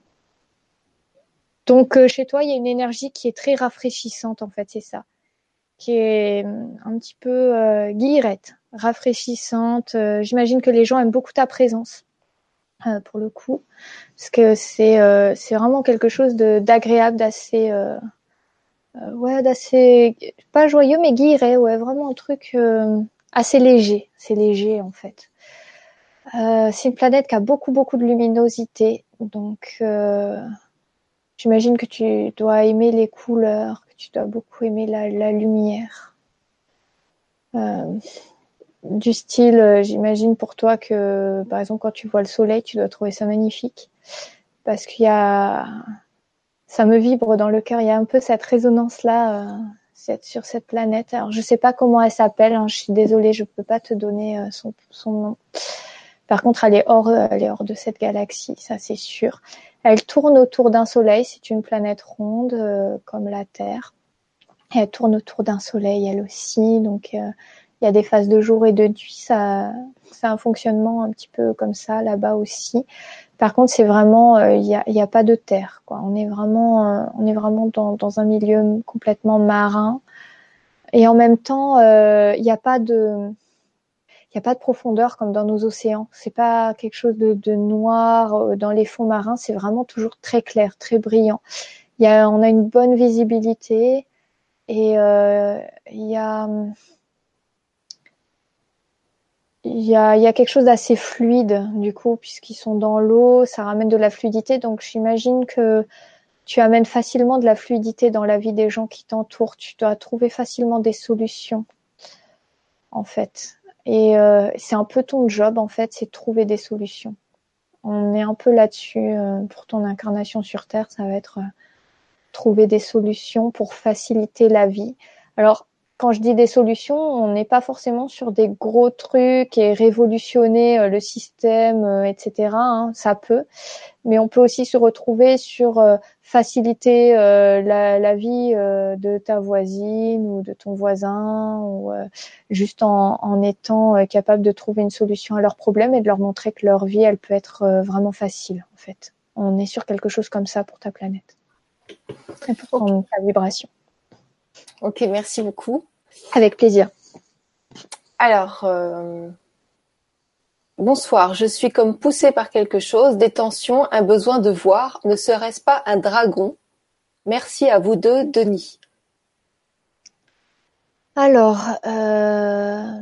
donc euh, chez toi, il y a une énergie qui est très rafraîchissante en fait, c'est ça, qui est euh, un petit peu euh, guillerette, rafraîchissante. Euh, j'imagine que les gens aiment beaucoup ta présence euh, pour le coup, parce que c'est euh, c'est vraiment quelque chose de d'agréable, d'assez euh, euh, ouais, d'assez pas joyeux mais guilleret, ouais, vraiment un truc euh, assez léger, c'est léger en fait. Euh, c'est une planète qui a beaucoup beaucoup de luminosité, donc euh, j'imagine que tu dois aimer les couleurs, que tu dois beaucoup aimer la, la lumière. Euh, du style, euh, j'imagine pour toi que, par exemple, quand tu vois le soleil, tu dois trouver ça magnifique. Parce qu'il y a... Ça me vibre dans le cœur. Il y a un peu cette résonance-là euh, cette, sur cette planète. Alors, je sais pas comment elle s'appelle. Hein, je suis désolée, je peux pas te donner euh, son, son nom. Par contre, elle est hors, elle est hors de cette galaxie, ça c'est sûr. Elle tourne autour d'un soleil. C'est une planète ronde euh, comme la Terre. Et elle tourne autour d'un soleil, elle aussi. Donc, euh, il y a des phases de jour et de nuit. Ça, c'est un fonctionnement un petit peu comme ça là-bas aussi. Par contre, c'est vraiment, il euh, y a, y a pas de terre, quoi. On est vraiment, euh, on est vraiment dans, dans un milieu complètement marin. Et en même temps, il euh, n'y a pas de, il y a pas de profondeur comme dans nos océans. C'est pas quelque chose de, de noir dans les fonds marins. C'est vraiment toujours très clair, très brillant. Il y a, on a une bonne visibilité et euh, il y a Il y a, il y a quelque chose d'assez fluide, du coup, puisqu'ils sont dans l'eau, ça ramène de la fluidité. Donc, j'imagine que tu amènes facilement de la fluidité dans la vie des gens qui t'entourent. Tu dois trouver facilement des solutions, en fait. Et euh, c'est un peu ton job, en fait, c'est de trouver des solutions. On est un peu là-dessus euh, pour ton incarnation sur Terre. Ça va être euh, trouver des solutions pour faciliter la vie. Alors, quand je dis des solutions, on n'est pas forcément sur des gros trucs et révolutionner euh, le système, euh, et cetera. Hein, ça peut, mais on peut aussi se retrouver sur euh, faciliter euh, la, la vie euh, de ta voisine ou de ton voisin, ou euh, juste en, en étant euh, capable de trouver une solution à leurs problèmes et de leur montrer que leur vie, elle peut être euh, vraiment facile. En fait, on est sur quelque chose comme ça pour ta planète et pour Ok, ton, ta vibration. ok, merci beaucoup. Avec plaisir. Alors, euh, bonsoir, je suis comme poussée par quelque chose, des tensions, un besoin de voir. Ne serait-ce pas un dragon? Merci à vous deux, Denis. Alors, euh,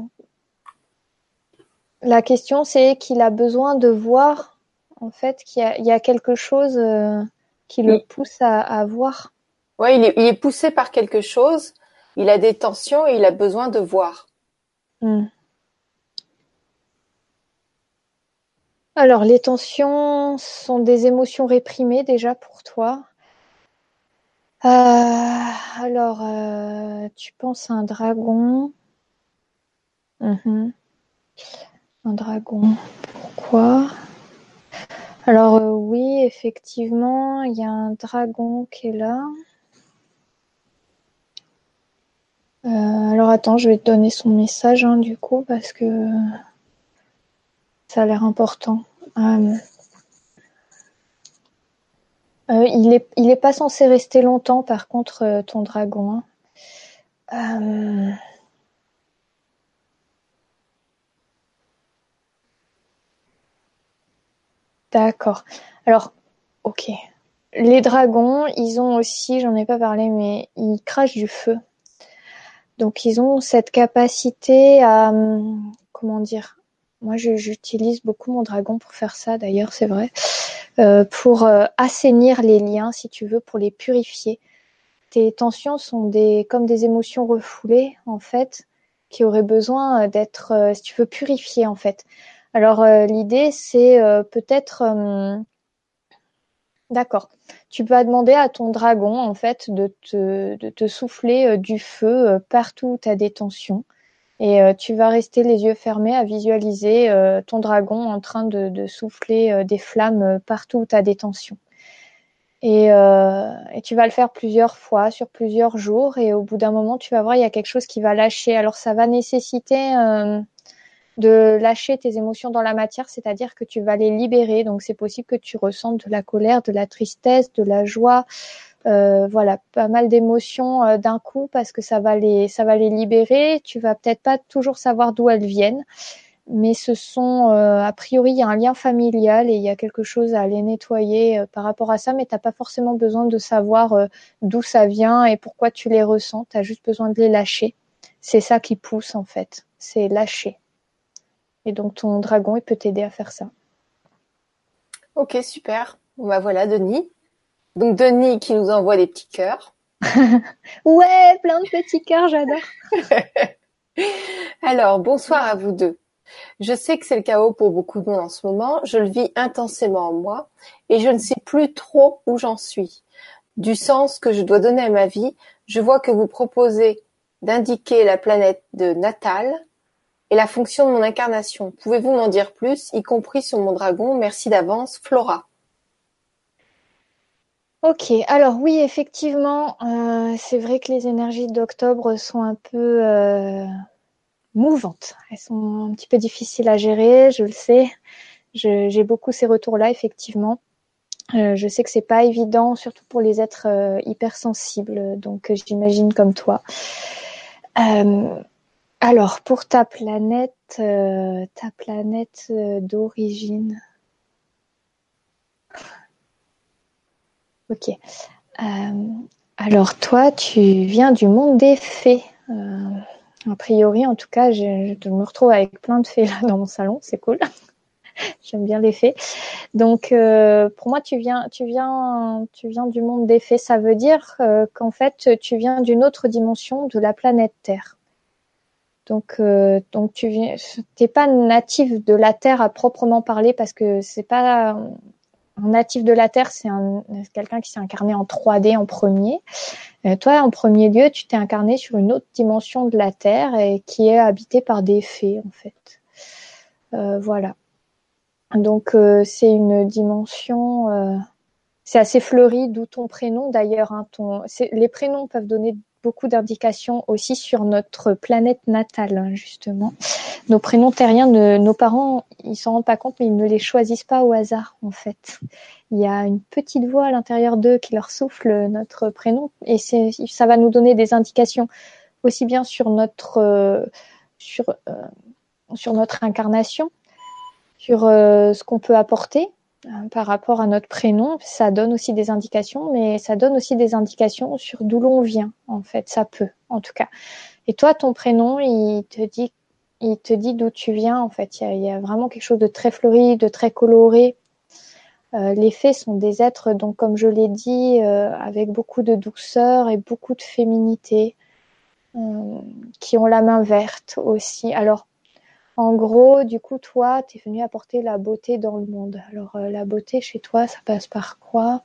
la question c'est qu'il a besoin de voir, en fait, qu'il y a, il y a quelque chose euh, qui le Il, pousse à, à voir. ouais, il est, il est poussé par quelque chose, il a des tensions et il a besoin de voir. Hmm. Alors, les tensions sont des émotions réprimées déjà pour toi. Euh, alors, euh, tu penses à un dragon. Mhm. Un dragon. Pourquoi? Alors euh, oui, effectivement, il y a un dragon qui est là. Euh, alors attends, je vais te donner son message hein, du coup parce que ça a l'air important. Euh, euh, il est, il est pas censé rester longtemps par contre euh, ton dragon. Hein. Euh, d'accord. Alors, ok. Les dragons, ils ont aussi, j'en ai pas parlé, mais ils crachent du feu. Donc ils ont cette capacité à, comment dire, moi je, j'utilise beaucoup mon dragon pour faire ça d'ailleurs, c'est vrai, euh, pour euh, assainir les liens si tu veux, pour les purifier. Tes tensions sont des comme des émotions refoulées en fait, qui auraient besoin d'être, euh, si tu veux, purifiées en fait. Alors euh, l'idée c'est euh, peut-être euh, D'accord. Tu peux demander à ton dragon, en fait, de te, de te souffler euh, du feu euh, partout où tu as des tensions. Et euh, tu vas rester les yeux fermés à visualiser euh, ton dragon en train de, de souffler euh, des flammes euh, partout où tu as des tensions. Et, euh, et tu vas le faire plusieurs fois, sur plusieurs jours. Et au bout d'un moment, tu vas voir, il y a quelque chose qui va lâcher. Alors, ça va nécessiter... Euh, de lâcher tes émotions dans la matière, c'est-à-dire que tu vas les libérer. Donc c'est possible que tu ressentes de la colère, de la tristesse, de la joie, euh, voilà, pas mal d'émotions euh, d'un coup parce que ça va les ça va les libérer. Tu vas peut-être pas toujours savoir d'où elles viennent, mais ce sont euh, a priori il y a un lien familial et il y a quelque chose à aller nettoyer euh, par rapport à ça, mais t'as pas forcément besoin de savoir euh, d'où ça vient et pourquoi tu les ressens. T'as juste besoin de les lâcher. C'est ça qui pousse en fait, c'est lâcher. Et donc ton dragon, il peut t'aider à faire ça. Ok, super. Bon, bah voilà, Denis. Donc Denis qui nous envoie des petits cœurs. Ouais, plein de petits cœurs, j'adore. Alors, bonsoir à vous deux. Je sais que c'est le chaos pour beaucoup de monde en ce moment. Je le vis intensément en moi et je ne sais plus trop où j'en suis. Du sens que je dois donner à ma vie, je vois que vous proposez d'indiquer la planète de Natal et la fonction de mon incarnation. Pouvez-vous m'en dire plus, y compris sur mon dragon? Merci d'avance, Flora. Ok, alors oui, effectivement, euh, c'est vrai que les énergies d'octobre sont un peu euh, mouvantes. Elles sont un petit peu difficiles à gérer, je le sais. Je, j'ai beaucoup ces retours-là, effectivement. Euh, je sais que c'est pas évident, surtout pour les êtres euh, hypersensibles, donc euh, j'imagine comme toi. Euh, alors, pour ta planète, euh, ta planète euh, d'origine. Ok. Euh, alors, toi, tu viens du monde des fées. Euh, a priori, en tout cas, je, je me retrouve avec plein de fées là dans mon salon, c'est cool. J'aime bien les fées. Donc, euh, pour moi, tu viens, tu viens, tu viens du monde des fées. Ça veut dire euh, qu'en fait, tu viens d'une autre dimension de la planète Terre. Donc, euh, donc tu viens, t'es pas natif de la Terre à proprement parler parce que c'est pas un natif de la Terre, c'est un, quelqu'un qui s'est incarné en trois D en premier. Euh, toi, en premier lieu, tu t'es incarné sur une autre dimension de la Terre et qui est habitée par des fées, en fait. Euh, voilà. Donc, euh, c'est une dimension, euh, c'est assez fleuri, d'où ton prénom d'ailleurs. Hein, ton, c'est, les prénoms peuvent donner beaucoup d'indications aussi sur notre planète natale, hein, justement. Nos prénoms terriens, ne, nos parents, ils s'en rendent pas compte, mais ils ne les choisissent pas au hasard, en fait. Il y a une petite voix à l'intérieur d'eux qui leur souffle notre prénom, et c'est, ça va nous donner des indications aussi bien sur notre, euh, sur, euh, sur notre incarnation, sur euh, ce qu'on peut apporter euh, par rapport à notre prénom. Ça donne aussi des indications, mais ça donne aussi des indications sur d'où l'on vient, en fait. Ça peut, en tout cas. Et toi, ton prénom, il te dit, il te dit d'où tu viens, en fait. Il y a, il y a vraiment quelque chose de très fleuri, de très coloré. Euh, les fées sont des êtres, donc comme je l'ai dit, euh, avec beaucoup de douceur et beaucoup de féminité, euh, qui ont la main verte aussi. Alors, en gros, du coup, toi, t'es venu apporter la beauté dans le monde. Alors, euh, la beauté chez toi, ça passe par quoi?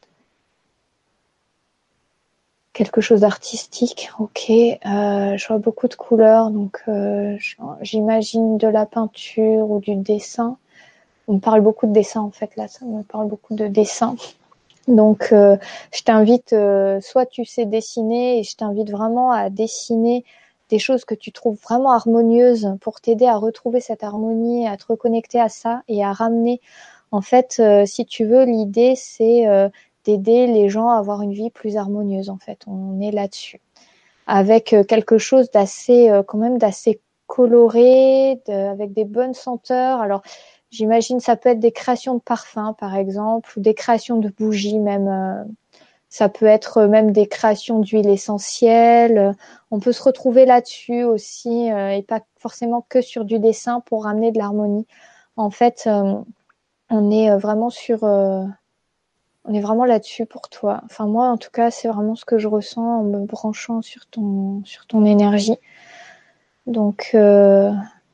Quelque chose d'artistique, ok. Euh, je vois beaucoup de couleurs, donc euh, j'imagine de la peinture ou du dessin. On me parle beaucoup de dessin en fait là, ça me parle beaucoup de dessin. Donc euh, je t'invite, euh, soit tu sais dessiner et je t'invite vraiment à dessiner des choses que tu trouves vraiment harmonieuses pour t'aider à retrouver cette harmonie, à te reconnecter à ça et à ramener. En fait, euh, si tu veux, l'idée c'est euh, d'aider les gens à avoir une vie plus harmonieuse. En fait, on est là-dessus, avec euh, quelque chose d'assez, euh, quand même d'assez coloré, de, avec des bonnes senteurs. Alors, j'imagine ça peut être des créations de parfums, par exemple, ou des créations de bougies même. Euh, ça peut être même des créations d'huile essentielle. On peut se retrouver là-dessus aussi, euh, et pas forcément que sur du dessin pour ramener de l'harmonie. En fait, euh, on est vraiment sur, euh, on est vraiment là-dessus pour toi. Enfin moi, en tout cas, c'est vraiment ce que je ressens en me branchant sur ton, sur ton énergie. Donc, euh,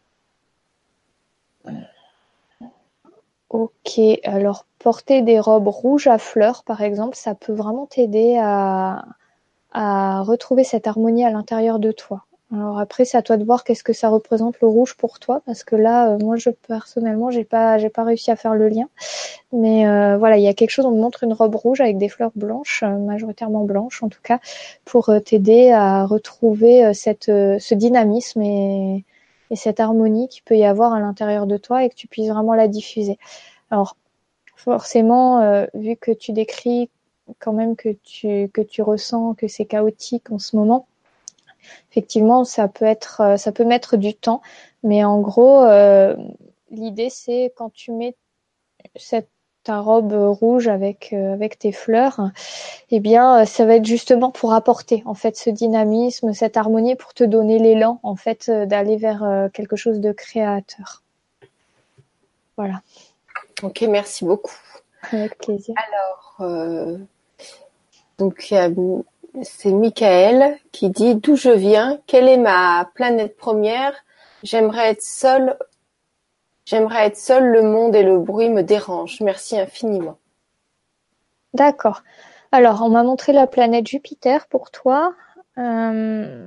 ok. Alors porter des robes rouges à fleurs, par exemple, ça peut vraiment t'aider à à retrouver cette harmonie à l'intérieur de toi. Alors après, c'est à toi de voir qu'est-ce que ça représente le rouge pour toi, parce que là, euh, moi, je personnellement, j'ai pas, j'ai pas réussi à faire le lien. Mais euh, voilà, il y a quelque chose. On me montre une robe rouge avec des fleurs blanches, euh, majoritairement blanches en tout cas, pour euh, t'aider à retrouver euh, cette, euh, ce dynamisme et, et cette harmonie qu'il peut y avoir à l'intérieur de toi et que tu puisses vraiment la diffuser. Alors forcément, euh, vu que tu décris quand même que tu que tu ressens que c'est chaotique en ce moment, effectivement, ça peut être, ça peut mettre du temps, mais en gros, euh, l'idée c'est quand tu mets cette ta robe rouge avec euh, avec tes fleurs, eh bien, ça va être justement pour apporter en fait ce dynamisme, cette harmonie, pour te donner l'élan en fait d'aller vers euh, quelque chose de créateur. Voilà. Ok, merci beaucoup. Avec plaisir. Alors, euh, donc euh, c'est Michael qui dit d'où je viens, quelle est ma planète première. J'aimerais être seule. J'aimerais être seule. Le monde et le bruit me dérangent. Merci infiniment. D'accord. Alors, on m'a montré la planète Jupiter pour toi. Euh,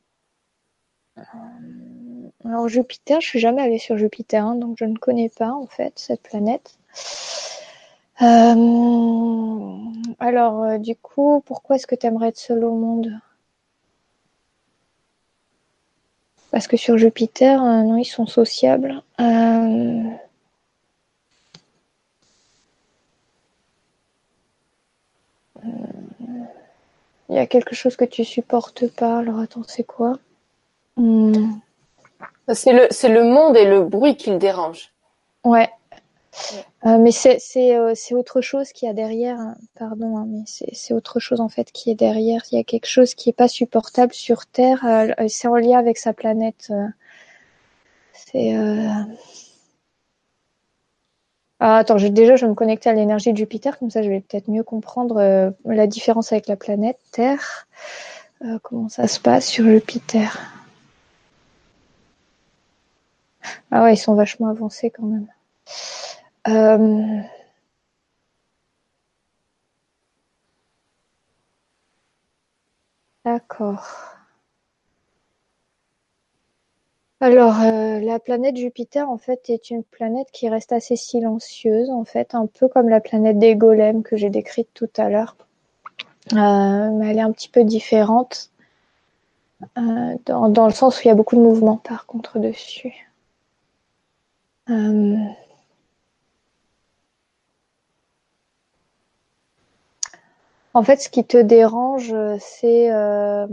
alors Jupiter, je suis jamais allée sur Jupiter, hein, donc je ne connais pas en fait cette planète. Euh, alors, euh, du coup, pourquoi est-ce que tu aimerais être seule au monde? Parce que sur Jupiter, euh, non, ils sont sociables. Euh... Il y a quelque chose que tu supportes pas. Alors attends, c'est quoi? Hum, C'est le, c'est le monde et le bruit qui le dérangent. Ouais. Ouais. Euh, mais c'est c'est euh, c'est autre chose qu'il y a derrière. hein. Pardon, hein, mais c'est c'est autre chose en fait qui est derrière. Il y a quelque chose qui est pas supportable sur Terre. Euh, c'est en lien avec sa planète. euh. C'est euh... Ah, attends, je, déjà je vais me connecter à l'énergie de Jupiter, comme ça je vais peut-être mieux comprendre euh, la différence avec la planète Terre. Euh, comment ça se passe sur Jupiter? Ah ouais, ils sont vachement avancés quand même. Euh... D'accord. Alors, euh, la planète Jupiter, en fait, est une planète qui reste assez silencieuse, en fait, un peu comme la planète des golems que j'ai décrite tout à l'heure. Euh, mais elle est un petit peu différente, euh, dans, dans le sens où il y a beaucoup de mouvements, par contre, dessus. Euh... En fait, ce qui te dérange, c'est... Euh...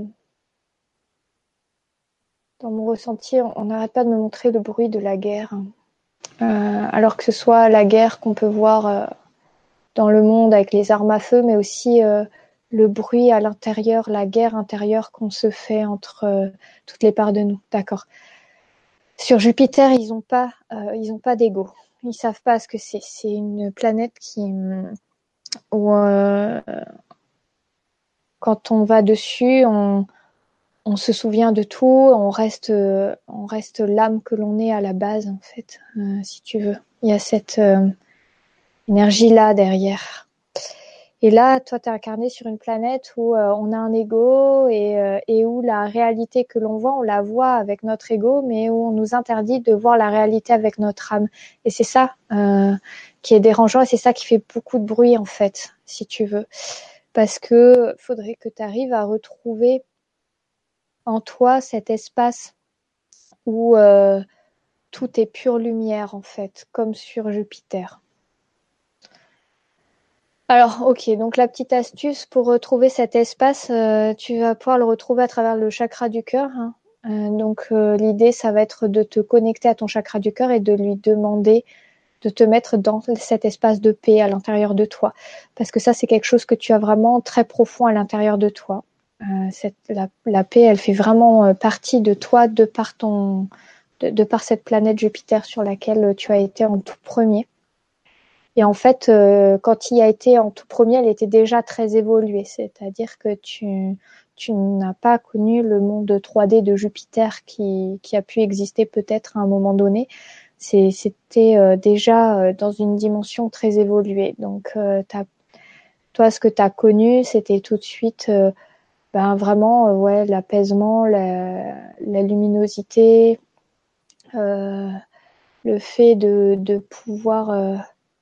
Dans mon ressenti, on n'arrête pas de me montrer le bruit de la guerre. Euh, alors que ce soit la guerre qu'on peut voir... Euh... dans le monde avec les armes à feu, mais aussi euh, le bruit à l'intérieur, la guerre intérieure qu'on se fait entre euh, toutes les parts de nous. D'accord. Sur Jupiter, ils ont pas, euh, ils ont pas d'ego. Ils savent pas ce que c'est. C'est une planète qui, où euh, quand on va dessus, on, on se souvient de tout, on reste, euh, on reste l'âme que l'on est à la base en fait, euh, si tu veux. Il y a cette euh, énergie là derrière. Et là, toi, t'es incarné sur une planète où euh, on a un ego et, euh, et où la réalité que l'on voit, on la voit avec notre ego, mais où on nous interdit de voir la réalité avec notre âme. Et c'est ça euh, qui est dérangeant et c'est ça qui fait beaucoup de bruit, en fait, si tu veux. Parce que faudrait que tu arrives à retrouver en toi cet espace où euh, tout est pure lumière, en fait, comme sur Jupiter. Alors, ok, donc la petite astuce pour retrouver cet espace, euh, tu vas pouvoir le retrouver à travers le chakra du cœur. Hein. Euh, donc, euh, l'idée, ça va être de te connecter à ton chakra du cœur et de lui demander de te mettre dans cet espace de paix à l'intérieur de toi. Parce que ça, c'est quelque chose que tu as vraiment très profond à l'intérieur de toi. Euh, cette, la, la paix, elle fait vraiment partie de toi de par, ton, de, de par cette planète Jupiter sur laquelle tu as été en tout premier. Et en fait, euh, quand il y a été en tout premier, elle était déjà très évoluée. C'est-à-dire que tu, tu n'as pas connu le monde trois D de Jupiter qui, qui a pu exister peut-être à un moment donné. C'est, c'était euh, déjà euh, dans une dimension très évoluée. Donc, euh, t'as, toi, ce que tu as connu, c'était tout de suite euh, ben, vraiment euh, ouais, l'apaisement, la, la luminosité, euh, le fait de, de pouvoir... Euh,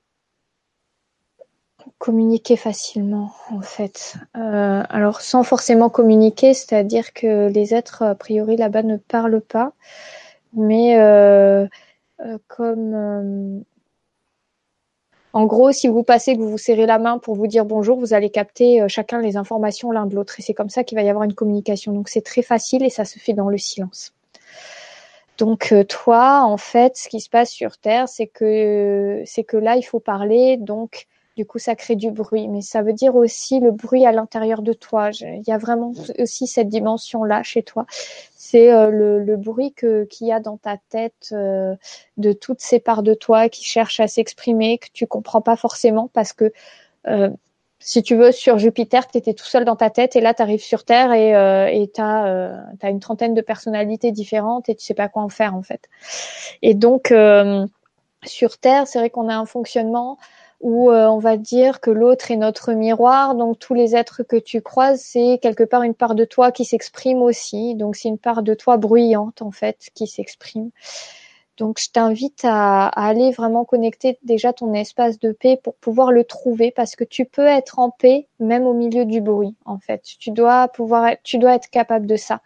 communiquer facilement en fait. Euh, alors sans forcément communiquer, c'est-à-dire que les êtres a priori là-bas ne parlent pas, mais euh, euh, comme euh, en gros, si vous passez, que vous vous serrez la main pour vous dire bonjour, vous allez capter euh, chacun les informations l'un de l'autre et c'est comme ça qu'il va y avoir une communication. Donc c'est très facile et ça se fait dans le silence. Donc euh, toi, en fait, ce qui se passe sur Terre, c'est que c'est que là, il faut parler, donc du coup, ça crée du bruit. Mais ça veut dire aussi le bruit à l'intérieur de toi. Je, il y a vraiment aussi cette dimension-là chez toi. C'est euh, le, le bruit que qu'il y a dans ta tête euh, de toutes ces parts de toi qui cherchent à s'exprimer, que tu comprends pas forcément parce que euh, si tu veux, sur Jupiter, tu étais tout seul dans ta tête et là, tu arrives sur Terre et euh, et tu as euh, t'as une trentaine de personnalités différentes et tu sais pas quoi en faire en fait. Et donc, euh, sur Terre, c'est vrai qu'on a un fonctionnement où euh, on va dire que l'autre est notre miroir. Donc, tous les êtres que tu croises, c'est quelque part une part de toi qui s'exprime aussi. Donc, c'est une part de toi bruyante en fait qui s'exprime. Donc, je t'invite à, à aller vraiment connecter déjà ton espace de paix pour pouvoir le trouver parce que tu peux être en paix même au milieu du bruit, en fait. Tu dois pouvoir être, tu dois être capable de ça.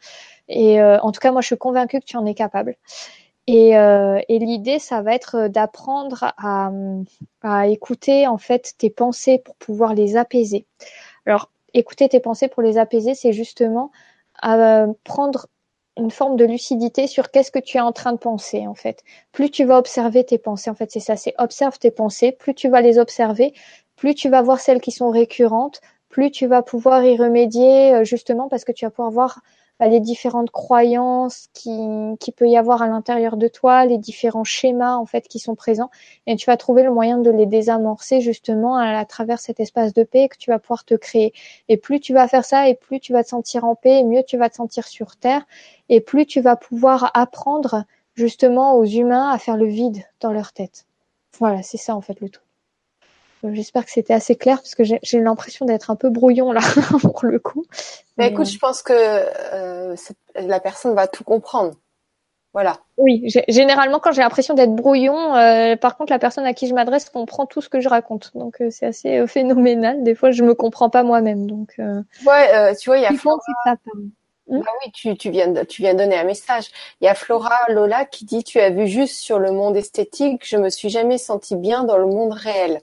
Et euh, en tout cas, moi, je suis convaincue que tu en es capable. Et, euh, et l'idée, ça va être d'apprendre à, à écouter en fait tes pensées pour pouvoir les apaiser. Alors, écouter tes pensées pour les apaiser, c'est justement euh, prendre une forme de lucidité sur qu'est-ce que tu es en train de penser en fait. Plus tu vas observer tes pensées, en fait, c'est ça, c'est observe tes pensées. Plus tu vas les observer, plus tu vas voir celles qui sont récurrentes, plus tu vas pouvoir y remédier justement parce que tu vas pouvoir voir les différentes croyances qui, qui peut y avoir à l'intérieur de toi, les différents schémas en fait qui sont présents, et tu vas trouver le moyen de les désamorcer justement à, à travers cet espace de paix que tu vas pouvoir te créer. Et plus tu vas faire ça, et plus tu vas te sentir en paix, et mieux tu vas te sentir sur terre, et plus tu vas pouvoir apprendre justement aux humains à faire le vide dans leur tête. Voilà, c'est ça en fait le tout. J'espère que c'était assez clair parce que j'ai, j'ai l'impression d'être un peu brouillon là pour le coup. Bah, Mais, écoute, euh... je pense que euh, la personne va tout comprendre. Voilà. Oui, j'ai, généralement quand j'ai l'impression d'être brouillon, euh, par contre la personne à qui je m'adresse comprend tout ce que je raconte. Donc euh, c'est assez euh, phénoménal. Des fois je me comprends pas moi-même. Donc euh... Ouais, euh, tu vois, il y ce a qui compte Flora. c'est que ça parle. Hmm. Bah oui, tu, tu viens de, tu viens de donner un message. Il y a Flora Lola qui dit: tu as vu juste sur le monde esthétique, je me suis jamais sentie bien dans le monde réel.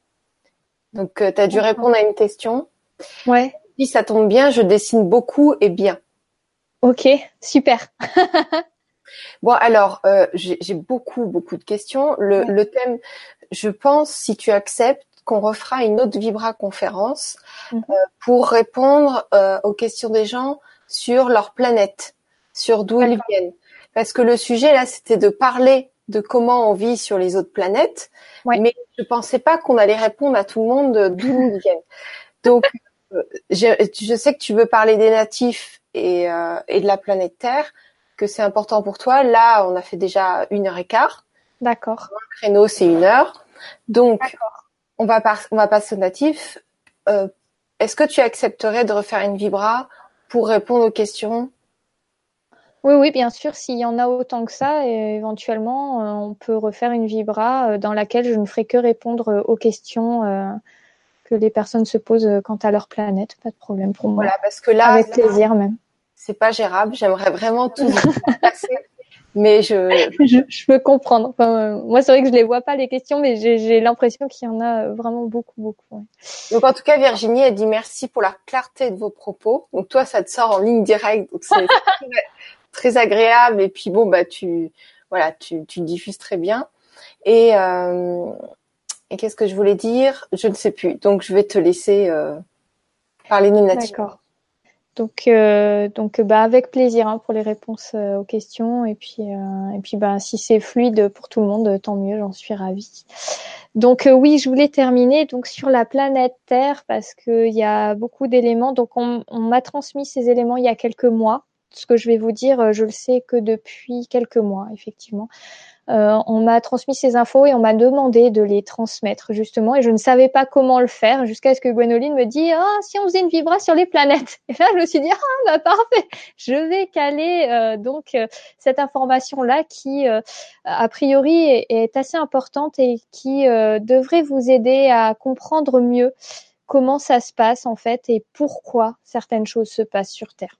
Donc, euh, tu as dû D'accord. répondre à une question. Ouais. Si ça tombe bien, je dessine beaucoup et bien. Ok, super. Bon, alors, euh, j'ai j'ai beaucoup, beaucoup de questions. Le, Ouais. le thème, je pense, si tu acceptes, qu'on refera une autre Vibra conférence euh, Mhm. pour répondre euh, aux questions des gens sur leur planète, sur d'où ils D'accord. viennent. Parce que le sujet, là, c'était de parler de comment on vit sur les autres planètes, Ouais. mais je pensais pas qu'on allait répondre à tout le monde de d'où ils viennent. Donc, euh, je, je sais que tu veux parler des natifs et, euh, et de la planète Terre, que c'est important pour toi. Là, on a fait déjà une heure et quart. D'accord. Le créneau, c'est une heure. Donc, D'accord. on va, par, on va passer aux natifs. Euh, est-ce que tu accepterais de refaire une vibra pour répondre aux questions? Oui, oui, bien sûr, s'il y en a autant que ça, et éventuellement, euh, on peut refaire une vibra euh, dans laquelle je ne ferai que répondre euh, aux questions euh, que les personnes se posent euh, quant à leur planète. Pas de problème pour Voilà, moi. parce que là, Avec plaisir même. c'est pas gérable. J'aimerais vraiment tous vous passer, mais je. Je, je peux comprendre. Enfin, euh, moi, c'est vrai que je les vois pas les questions, mais j'ai, j'ai l'impression qu'il y en a euh, vraiment beaucoup, beaucoup. Ouais. Donc en tout cas, Virginie a dit merci pour la clarté de vos propos. Donc toi, ça te sort en ligne directe, donc c'est très, très agréable. Et puis bon, bah tu, voilà, tu, tu diffuses très bien. Et, euh, et qu'est-ce que je voulais dire? Je ne sais plus. Donc je vais te laisser euh, parler des natifs. D'accord. Donc, euh, donc, bah, avec plaisir hein, pour les réponses euh, aux questions. Et puis, euh, et puis, bah, si c'est fluide pour tout le monde, tant mieux. J'en suis ravie. Donc, euh, oui, je voulais terminer donc sur la planète Terre parce que il y a beaucoup d'éléments. Donc, on, on m'a transmis ces éléments il y a quelques mois. Ce que je vais vous dire, je le sais que depuis quelques mois, effectivement. Euh, on m'a transmis ces infos et on m'a demandé de les transmettre justement, et je ne savais pas comment le faire jusqu'à ce que Gwénoline me dise ah si on faisait une vibra sur les planètes. Et là je me suis dit ah bah parfait, je vais caler euh, donc euh, cette information là qui euh, a priori est, est assez importante et qui euh, devrait vous aider à comprendre mieux comment ça se passe en fait et pourquoi certaines choses se passent sur Terre.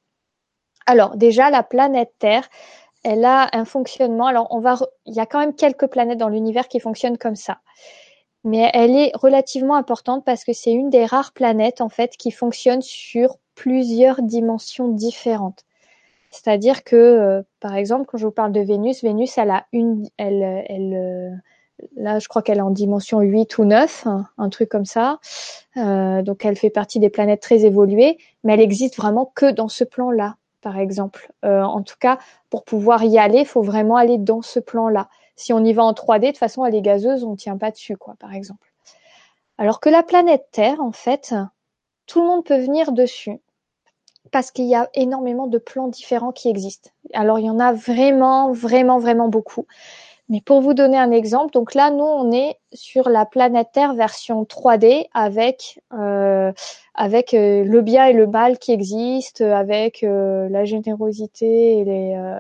Alors déjà la planète Terre, elle a un fonctionnement. Alors, on va, re... il y a quand même quelques planètes dans l'univers qui fonctionnent comme ça, mais elle est relativement importante parce que c'est une des rares planètes en fait qui fonctionne sur plusieurs dimensions différentes. C'est-à-dire que, euh, par exemple, quand je vous parle de Vénus, Vénus, elle a une, elle, elle, euh, là, je crois qu'elle est en dimension huit ou neuf, un, un truc comme ça. Euh, donc, elle fait partie des planètes très évoluées, mais elle existe vraiment que dans ce plan-là, par exemple. Euh, en tout cas, pour pouvoir y aller, il faut vraiment aller dans ce plan-là. Si on y va en trois D, de toute façon, elle est gazeuse, on ne tient pas dessus, quoi, par exemple. Alors que la planète Terre, en fait, tout le monde peut venir dessus parce qu'il y a énormément de plans différents qui existent. Alors, il y en a vraiment, vraiment, vraiment beaucoup. Mais pour vous donner un exemple, donc là, nous, on est sur la planète Terre version trois D avec euh, avec euh, le bien et le mal qui existent, avec euh, la générosité et, les, euh,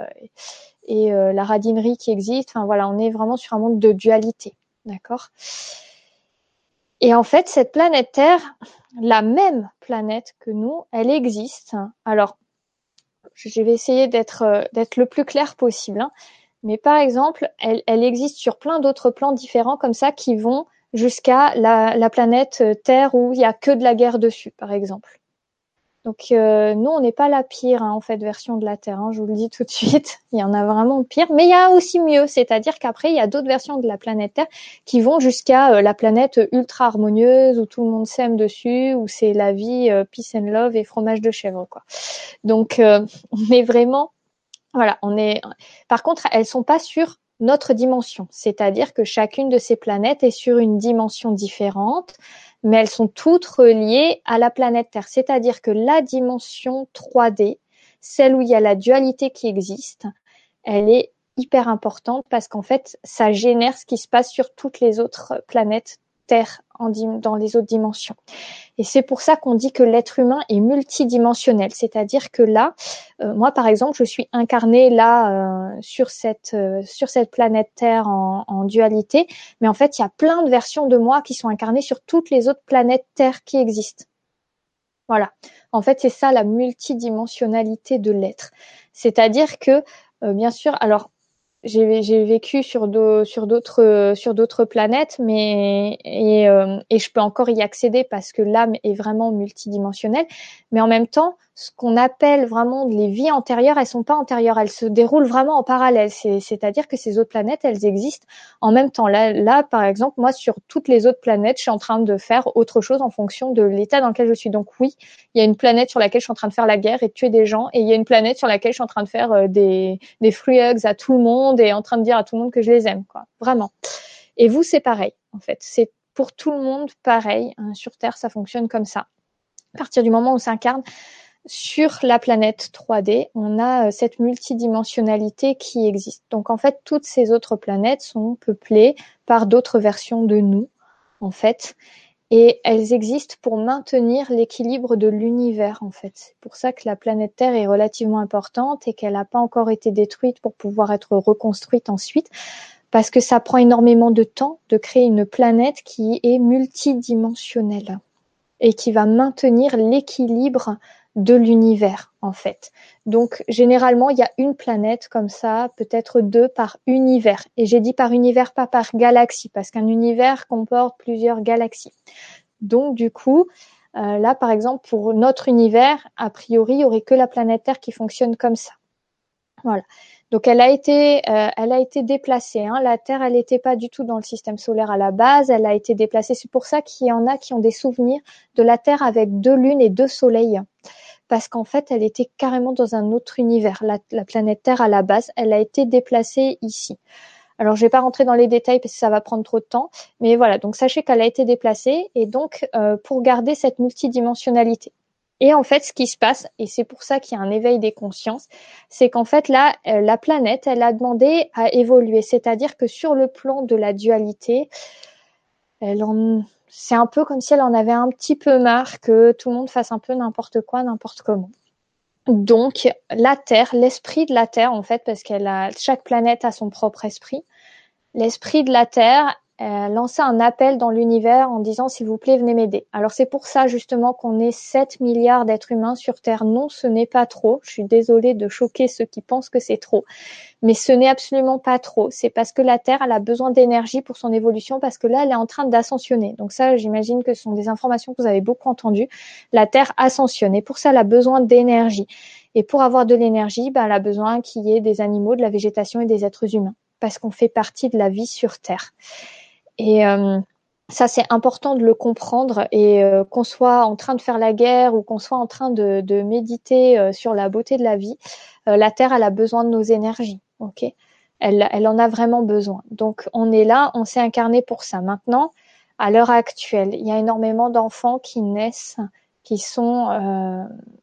et euh, la radinerie qui existe. Enfin voilà, on est vraiment sur un monde de dualité, d'accord? Et en fait, cette planète Terre, la même planète que nous, elle existe. Alors, je vais essayer d'être euh, d'être le plus clair possible, hein. Mais par exemple, elle, elle existe sur plein d'autres plans différents comme ça qui vont jusqu'à la, la planète Terre où il y a que de la guerre dessus, par exemple. Donc euh, nous, on n'est pas la pire hein, en fait version de la Terre, hein, je vous le dis tout de suite. Il y en a vraiment pire, mais il y a aussi mieux. C'est-à-dire qu'après, il y a d'autres versions de la planète Terre qui vont jusqu'à euh, la planète ultra harmonieuse où tout le monde s'aime dessus, où c'est la vie, euh, peace and love et fromage de chèvre, quoi. Donc euh, on est vraiment, voilà, on est. Par contre, elles sont pas sur notre dimension. C'est-à-dire que chacune de ces planètes est sur une dimension différente, mais elles sont toutes reliées à la planète Terre. C'est-à-dire que la dimension trois D, celle où il y a la dualité qui existe, elle est hyper importante parce qu'en fait, ça génère ce qui se passe sur toutes les autres planètes Terre en dim- dans les autres dimensions. Et c'est pour ça qu'on dit que l'être humain est multidimensionnel. C'est-à-dire que là, euh, moi par exemple, je suis incarnée là euh, sur cette euh, sur cette planète Terre en, en dualité, mais en fait, il y a plein de versions de moi qui sont incarnées sur toutes les autres planètes Terre qui existent. Voilà. En fait, c'est ça la multidimensionnalité de l'être. C'est-à-dire que, euh, bien sûr, alors j'ai, j'ai vécu sur, do, sur d'autres sur d'autres planètes, mais et, euh, et je peux encore y accéder parce que l'âme est vraiment multidimensionnelle. Mais en même temps, ce qu'on appelle vraiment les vies antérieures, elles sont pas antérieures, elles se déroulent vraiment en parallèle. C'est, c'est-à-dire que ces autres planètes, elles existent en même temps. Là, là, par exemple, moi sur toutes les autres planètes, je suis en train de faire autre chose en fonction de l'état dans lequel je suis. Donc oui, il y a une planète sur laquelle je suis en train de faire la guerre et de tuer des gens, et il y a une planète sur laquelle je suis en train de faire euh, des des free hugs à tout le monde et en train de dire à tout le monde que je les aime, quoi. Vraiment. Et vous, c'est pareil, en fait. C'est pour tout le monde pareil. Hein. Sur Terre, ça fonctionne comme ça. À partir du moment où on s'incarne sur la planète trois D, on a cette multidimensionnalité qui existe. Donc, en fait, toutes ces autres planètes sont peuplées par d'autres versions de nous, en fait. Et elles existent pour maintenir l'équilibre de l'univers, en fait. C'est pour ça que la planète Terre est relativement importante et qu'elle n'a pas encore été détruite pour pouvoir être reconstruite ensuite, parce que ça prend énormément de temps de créer une planète qui est multidimensionnelle et qui va maintenir l'équilibre de l'univers, en fait. Donc, généralement, il y a une planète comme ça, peut-être deux par univers. Et j'ai dit par univers, pas par galaxie, parce qu'un univers comporte plusieurs galaxies. Donc, du coup, euh, là, par exemple, pour notre univers, a priori, il n'y aurait que la planète Terre qui fonctionne comme ça. Voilà. Donc, elle a été, euh, elle a été déplacée. Hein. La Terre, elle n'était pas du tout dans le système solaire à la base. Elle a été déplacée. C'est pour ça qu'il y en a qui ont des souvenirs de la Terre avec deux lunes et deux soleils. Parce qu'en fait, elle était carrément dans un autre univers. La, la planète Terre, à la base, elle a été déplacée ici. Alors, je vais pas rentrer dans les détails parce que ça va prendre trop de temps. Mais voilà, donc sachez qu'elle a été déplacée et donc euh, pour garder cette multidimensionnalité. Et en fait, ce qui se passe, et c'est pour ça qu'il y a un éveil des consciences, c'est qu'en fait, là, euh, la planète, elle a demandé à évoluer. C'est-à-dire que sur le plan de la dualité, elle en... c'est un peu comme si elle en avait un petit peu marre que tout le monde fasse un peu n'importe quoi, n'importe comment. Donc, la Terre, l'esprit de la Terre, en fait, parce qu'elle a, chaque planète a son propre esprit, l'esprit de la Terre euh, lançait un appel dans l'univers en disant « s'il vous plaît, venez m'aider ». Alors, c'est pour ça, justement, qu'on est sept milliards d'êtres humains sur Terre. Non, ce n'est pas trop. Je suis désolée de choquer ceux qui pensent que c'est trop. Mais ce n'est absolument pas trop. C'est parce que la Terre, elle a besoin d'énergie pour son évolution, parce que là, elle est en train d'ascensionner. Donc ça, j'imagine que ce sont des informations que vous avez beaucoup entendues. La Terre ascensionne et pour ça, elle a besoin d'énergie. Et pour avoir de l'énergie, ben, elle a besoin qu'il y ait des animaux, de la végétation et des êtres humains, parce qu'on fait partie de la vie sur Terre. Et euh, ça, c'est important de le comprendre. Et euh, qu'on soit en train de faire la guerre ou qu'on soit en train de, de méditer euh, sur la beauté de la vie, euh, la Terre, elle a besoin de nos énergies. Ok, elle, elle en a vraiment besoin. Donc, on est là, on s'est incarné pour ça. Maintenant, à l'heure actuelle, il y a énormément d'enfants qui naissent, qui sont, euh,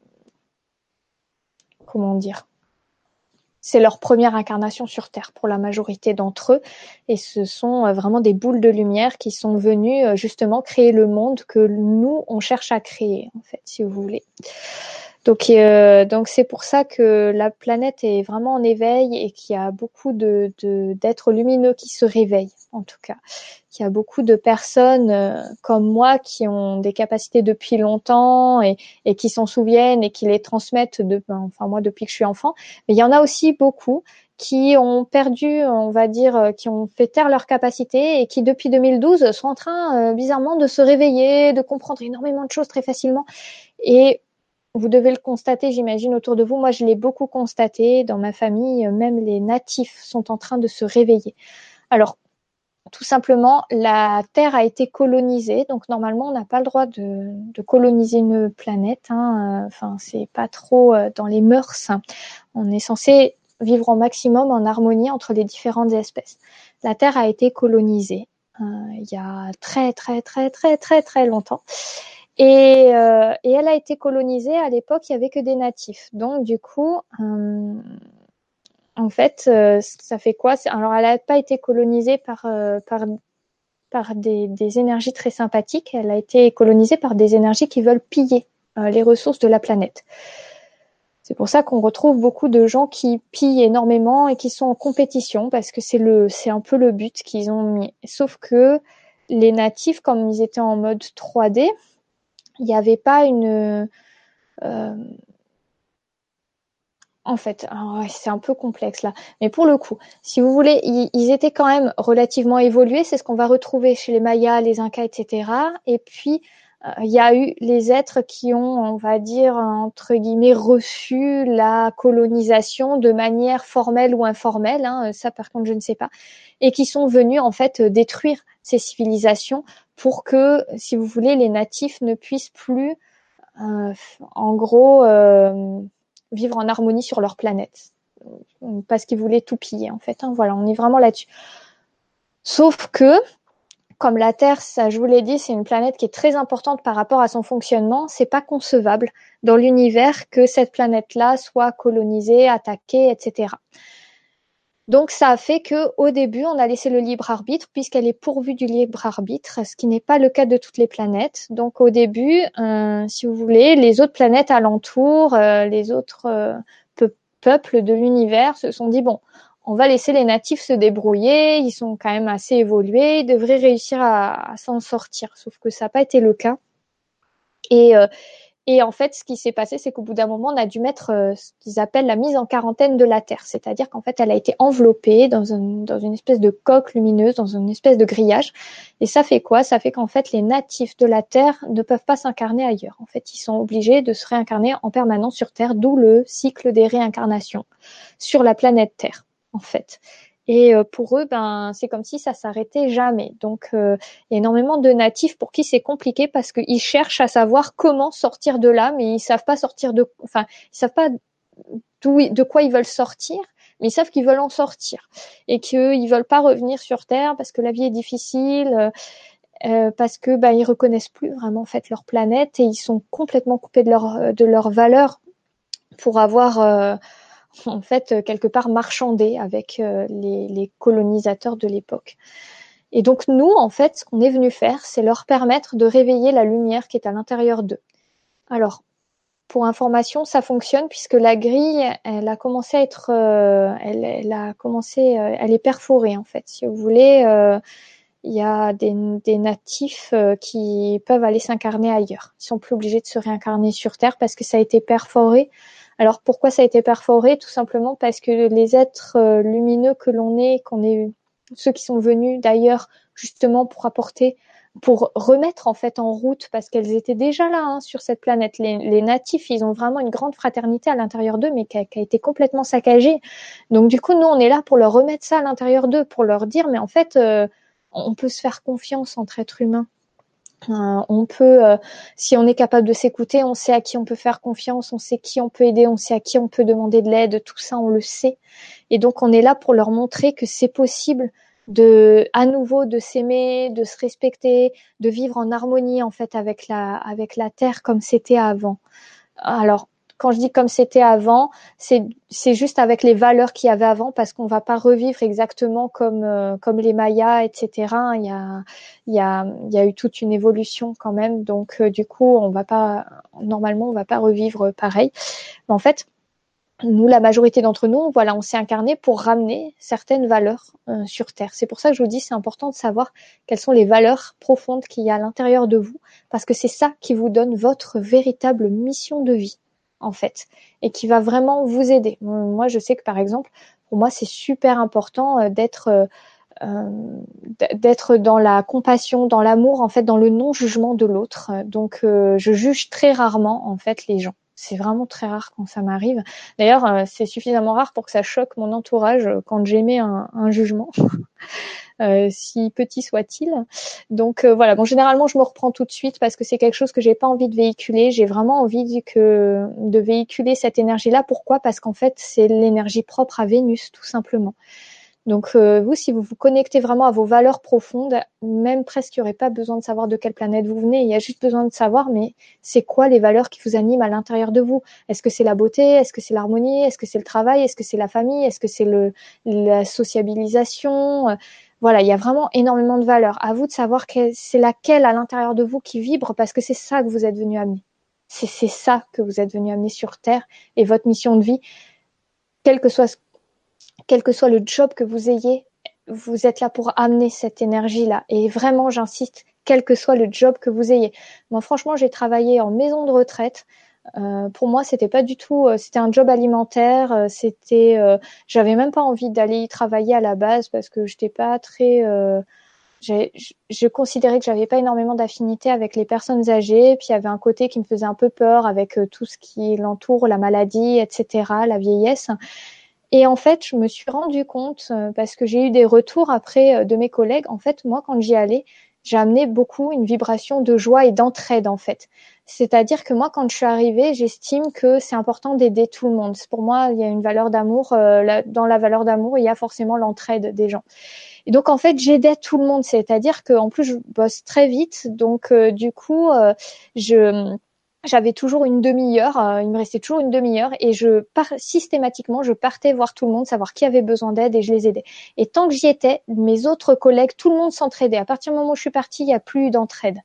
comment dire, c'est leur première incarnation sur Terre pour la majorité d'entre eux. Et ce sont vraiment des boules de lumière qui sont venues justement créer le monde que nous, on cherche à créer, en fait, si vous voulez. Donc, euh, donc c'est pour ça que la planète est vraiment en éveil et qu'il y a beaucoup de, de d'êtres lumineux qui se réveillent, en tout cas. Il y a beaucoup de personnes euh, comme moi qui ont des capacités depuis longtemps et, et qui s'en souviennent et qui les transmettent, de, ben, enfin moi depuis que je suis enfant. Mais il y en a aussi beaucoup qui ont perdu, on va dire, qui ont fait taire leurs capacités et qui depuis deux mille douze sont en train euh, bizarrement de se réveiller, de comprendre énormément de choses très facilement. Et vous devez le constater, j'imagine, autour de vous. Moi, je l'ai beaucoup constaté dans ma famille. Même les natifs sont en train de se réveiller. Alors, tout simplement, la Terre a été colonisée. Donc, normalement, on n'a pas le droit de, de coloniser une planète. Hein. Enfin, c'est pas trop dans les mœurs. On est censé vivre au maximum en harmonie entre les différentes espèces. La Terre a été colonisée euh, il y a très, très, très, très, très, très longtemps. Et, euh, et elle a été colonisée à l'époque, il y avait que des natifs. Donc du coup, euh, en fait, euh, ça fait quoi? Alors elle n'a pas été colonisée par euh, par par des, des énergies très sympathiques. Elle a été colonisée par des énergies qui veulent piller euh, les ressources de la planète. C'est pour ça qu'on retrouve beaucoup de gens qui pillent énormément et qui sont en compétition parce que c'est le c'est un peu le but qu'ils ont mis. Sauf que les natifs, comme ils étaient en mode trois D, il n'y avait pas une euh, en fait, ouais, c'est un peu complexe là. Mais pour le coup, si vous voulez, ils, ils étaient quand même relativement évolués. C'est ce qu'on va retrouver chez les Mayas, les Incas, et cetera. Et puis, euh, il y a eu les êtres qui ont, on va dire, entre guillemets, reçu la colonisation de manière formelle ou informelle. Hein, ça, par contre, je ne sais pas. Et qui sont venus, en fait, détruire ces civilisations pour que, si vous voulez, les natifs ne puissent plus Euh, en gros, euh, vivre en harmonie sur leur planète. Parce qu'ils voulaient tout piller, en fait. Hein. Voilà, on est vraiment là-dessus. Sauf que, comme la Terre, ça, je vous l'ai dit, c'est une planète qui est très importante par rapport à son fonctionnement. C'est pas concevable dans l'univers que cette planète-là soit colonisée, attaquée, et cetera. Donc ça a fait que au début, on a laissé le libre arbitre puisqu'elle est pourvue du libre arbitre, ce qui n'est pas le cas de toutes les planètes. Donc au début, euh, si vous voulez, les autres planètes alentours, euh, les autres euh, pe- peuples de l'univers se sont dit bon, on va laisser les natifs se débrouiller, ils sont quand même assez évolués, ils devraient réussir à, à s'en sortir. Sauf que ça n'a pas été le cas. Et euh, Et en fait, ce qui s'est passé, c'est qu'au bout d'un moment, on a dû mettre euh, ce qu'ils appellent la mise en quarantaine de la Terre. C'est-à-dire qu'en fait, elle a été enveloppée dans, un, dans une espèce de coque lumineuse, dans une espèce de grillage. Et ça fait quoi? Ça fait qu'en fait, les natifs de la Terre ne peuvent pas s'incarner ailleurs. En fait, ils sont obligés de se réincarner en permanence sur Terre, d'où le cycle des réincarnations sur la planète Terre, en fait. Et pour eux, ben, c'est comme si ça s'arrêtait jamais. Donc, euh, il y a énormément de natifs pour qui c'est compliqué parce qu'ils cherchent à savoir comment sortir de là, mais ils savent pas sortir de, enfin, ils savent pas d'où, de quoi ils veulent sortir, mais ils savent qu'ils veulent en sortir et qu'ils veulent pas revenir sur Terre parce que la vie est difficile, euh, parce que ben ils reconnaissent plus vraiment en fait leur planète et ils sont complètement coupés de leur de leur valeur pour avoir euh, en fait quelque part marchandé avec euh, les, les colonisateurs de l'époque. Et donc nous, en fait, ce qu'on est venu faire, c'est leur permettre de réveiller la lumière qui est à l'intérieur d'eux. Alors, pour information, ça fonctionne puisque la grille, elle a commencé à être, euh, elle, elle a commencé, euh, elle est perforée en fait. Si vous voulez, euh, il y a des, des natifs euh, qui peuvent aller s'incarner ailleurs. Ils sont plus obligés de se réincarner sur Terre parce que ça a été perforé. Alors pourquoi ça a été perforé? Tout simplement parce que les êtres euh, lumineux que l'on est, qu'on est, ceux qui sont venus d'ailleurs justement pour apporter, pour remettre en fait en route, parce qu'elles étaient déjà là hein, sur cette planète. Les, les natifs, ils ont vraiment une grande fraternité à l'intérieur d'eux, mais qui a, qui a été complètement saccagée. Donc du coup, nous, on est là pour leur remettre ça à l'intérieur d'eux, pour leur dire, mais en fait, euh, on peut se faire confiance entre êtres humains. Euh, on peut, euh, si on est capable de s'écouter, on sait à qui on peut faire confiance, on sait qui on peut aider, on sait à qui on peut demander de l'aide, tout ça on le sait. Et donc on est là pour leur montrer que c'est possible de, à nouveau, de s'aimer, de se respecter, de vivre en harmonie en fait avec la, avec la terre comme c'était avant. Alors quand je dis comme c'était avant, c'est c'est juste avec les valeurs qu'il y avait avant, parce qu'on va pas revivre exactement comme euh, comme les Mayas, et cetera. Il y a il y a il y a eu toute une évolution quand même, donc euh, du coup on va pas normalement on va pas revivre pareil. Mais en fait, nous, la majorité d'entre nous, voilà, on s'est incarné pour ramener certaines valeurs euh, sur Terre. C'est pour ça que je vous dis, c'est important de savoir quelles sont les valeurs profondes qu'il y a à l'intérieur de vous, parce que c'est ça qui vous donne votre véritable mission de vie, en fait, et qui va vraiment vous aider. Moi, je sais que, par exemple, pour moi, c'est super important euh, d'être euh, euh, d'être dans la compassion, dans l'amour, en fait, dans le non-jugement de l'autre. Donc, euh, je juge très rarement, en fait, les gens. C'est vraiment très rare quand ça m'arrive. D'ailleurs, euh, c'est suffisamment rare pour que ça choque mon entourage euh, quand j'émets un, un jugement, euh, si petit soit-il. Donc euh, voilà. Bon, généralement, je me reprends tout de suite parce que c'est quelque chose que j'ai pas envie de véhiculer. J'ai vraiment envie que de véhiculer cette énergie-là. Pourquoi ? Parce qu'en fait, c'est l'énergie propre à Vénus, tout simplement. Donc euh, vous, si vous vous connectez vraiment à vos valeurs profondes, même presque il n'y aurait pas besoin de savoir de quelle planète vous venez, il y a juste besoin de savoir, mais c'est quoi les valeurs qui vous animent à l'intérieur de vous ? Est-ce que c'est la beauté ? Est-ce que c'est l'harmonie ? Est-ce que c'est le travail ? Est-ce que c'est la famille ? Est-ce que c'est le la sociabilisation ? Voilà, il y a vraiment énormément de valeurs. À vous de savoir que c'est laquelle à l'intérieur de vous qui vibre, parce que c'est ça que vous êtes venu amener. C'est, c'est ça que vous êtes venu amener sur Terre, et votre mission de vie, quel que soit ce quel que soit le job que vous ayez, vous êtes là pour amener cette énergie-là. Et vraiment, j'insiste, quel que soit le job que vous ayez. Moi, franchement, j'ai travaillé en maison de retraite. Euh, pour moi, c'était pas du tout. Euh, c'était un job alimentaire. Euh, c'était. Euh, j'avais même pas envie d'aller y travailler à la base parce que j'étais pas très. Euh, j'ai, je, je considérais que j'avais pas énormément d'affinité avec les personnes âgées. Puis il y avait un côté qui me faisait un peu peur avec euh, tout ce qui l'entoure, la maladie, et cetera, la vieillesse. Et en fait, je me suis rendu compte, euh, parce que j'ai eu des retours après euh, de mes collègues, en fait, moi, quand j'y allais, j'ai amené beaucoup une vibration de joie et d'entraide, en fait. C'est-à-dire que moi, quand je suis arrivée, j'estime que c'est important d'aider tout le monde. Pour moi, il y a une valeur d'amour. Euh, la, dans la valeur d'amour, il y a forcément l'entraide des gens. Et donc, en fait, j'aidais tout le monde. C'est-à-dire qu'en plus, je bosse très vite. Donc, euh, du coup, euh, je... J'avais toujours une demi-heure, euh, il me restait toujours une demi-heure et je par systématiquement, je partais voir tout le monde, savoir qui avait besoin d'aide et je les aidais. Et tant que j'y étais, mes autres collègues, tout le monde s'entraidait. À partir du moment où je suis partie, il n'y a plus d'entraide.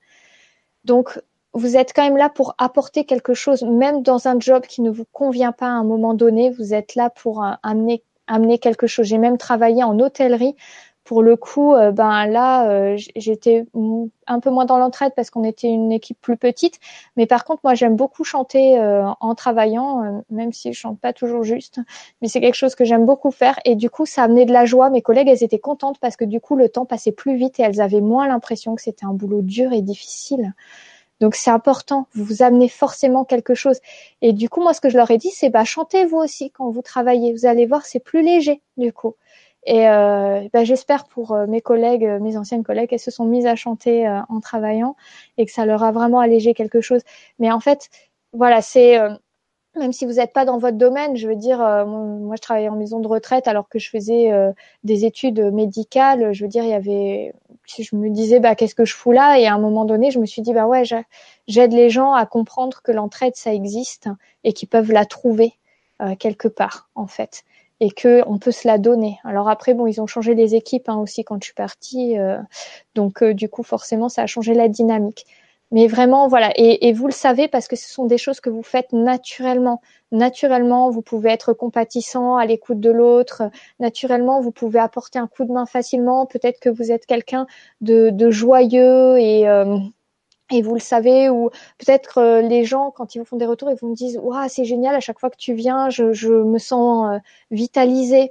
Donc, vous êtes quand même là pour apporter quelque chose, même dans un job qui ne vous convient pas à un moment donné, vous êtes là pour euh, amener amener quelque chose. J'ai même travaillé en hôtellerie. Pour le coup, euh, ben là, euh, j'étais un peu moins dans l'entraide parce qu'on était une équipe plus petite. Mais par contre, moi, j'aime beaucoup chanter euh, en travaillant, euh, même si je chante pas toujours juste. Mais c'est quelque chose que j'aime beaucoup faire. Et du coup, ça amenait de la joie. Mes collègues, elles étaient contentes parce que du coup, le temps passait plus vite et elles avaient moins l'impression que c'était un boulot dur et difficile. Donc c'est important, vous vous amenez forcément quelque chose. Et du coup, moi, ce que je leur ai dit, c'est bah chantez vous aussi quand vous travaillez. Vous allez voir, c'est plus léger du coup. Et euh, bah, j'espère pour euh, mes collègues, euh, mes anciennes collègues, elles se sont mises à chanter euh, en travaillant et que ça leur a vraiment allégé quelque chose. Mais en fait, voilà, c'est euh, même si vous n'êtes pas dans votre domaine, je veux dire, euh, moi je travaillais en maison de retraite alors que je faisais euh, des études médicales. Je veux dire, il y avait, je me disais, bah qu'est-ce que je fous là ? Et à un moment donné, je me suis dit, bah ouais, j'aide les gens à comprendre que l'entraide ça existe et qu'ils peuvent la trouver euh, quelque part en fait, et que on peut se la donner. Alors après, bon, ils ont changé les équipes hein, aussi quand je suis partie, euh, donc euh, du coup forcément ça a changé la dynamique. Mais vraiment, voilà. Et, et vous le savez parce que ce sont des choses que vous faites naturellement. Naturellement, vous pouvez être compatissant à l'écoute de l'autre. Naturellement, vous pouvez apporter un coup de main facilement. Peut-être que vous êtes quelqu'un de, de joyeux et, euh, et vous le savez. Ou peut-être euh, les gens, quand ils vous font des retours, ils vous me disent « Waouh, c'est génial, à chaque fois que tu viens, je, je me sens euh, vitalisée. »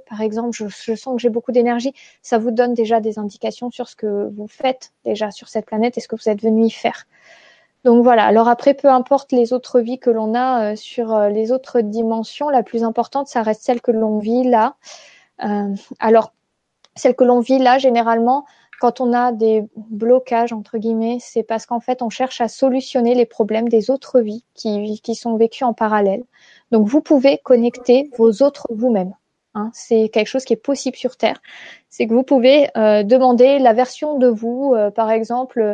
Par exemple, je, je sens que j'ai beaucoup d'énergie. Ça vous donne déjà des indications sur ce que vous faites déjà sur cette planète et ce que vous êtes venu y faire. Donc voilà, alors après, peu importe les autres vies que l'on a euh, sur euh, les autres dimensions, la plus importante, ça reste celle que l'on vit là. Euh, alors, celle que l'on vit là, généralement, quand on a des blocages, entre guillemets, c'est parce qu'en fait, on cherche à solutionner les problèmes des autres vies qui, qui sont vécues en parallèle. Donc, vous pouvez connecter vos autres vous-même. Hein, c'est quelque chose qui est possible sur Terre. C'est que vous pouvez euh, demander la version de vous, euh, par exemple,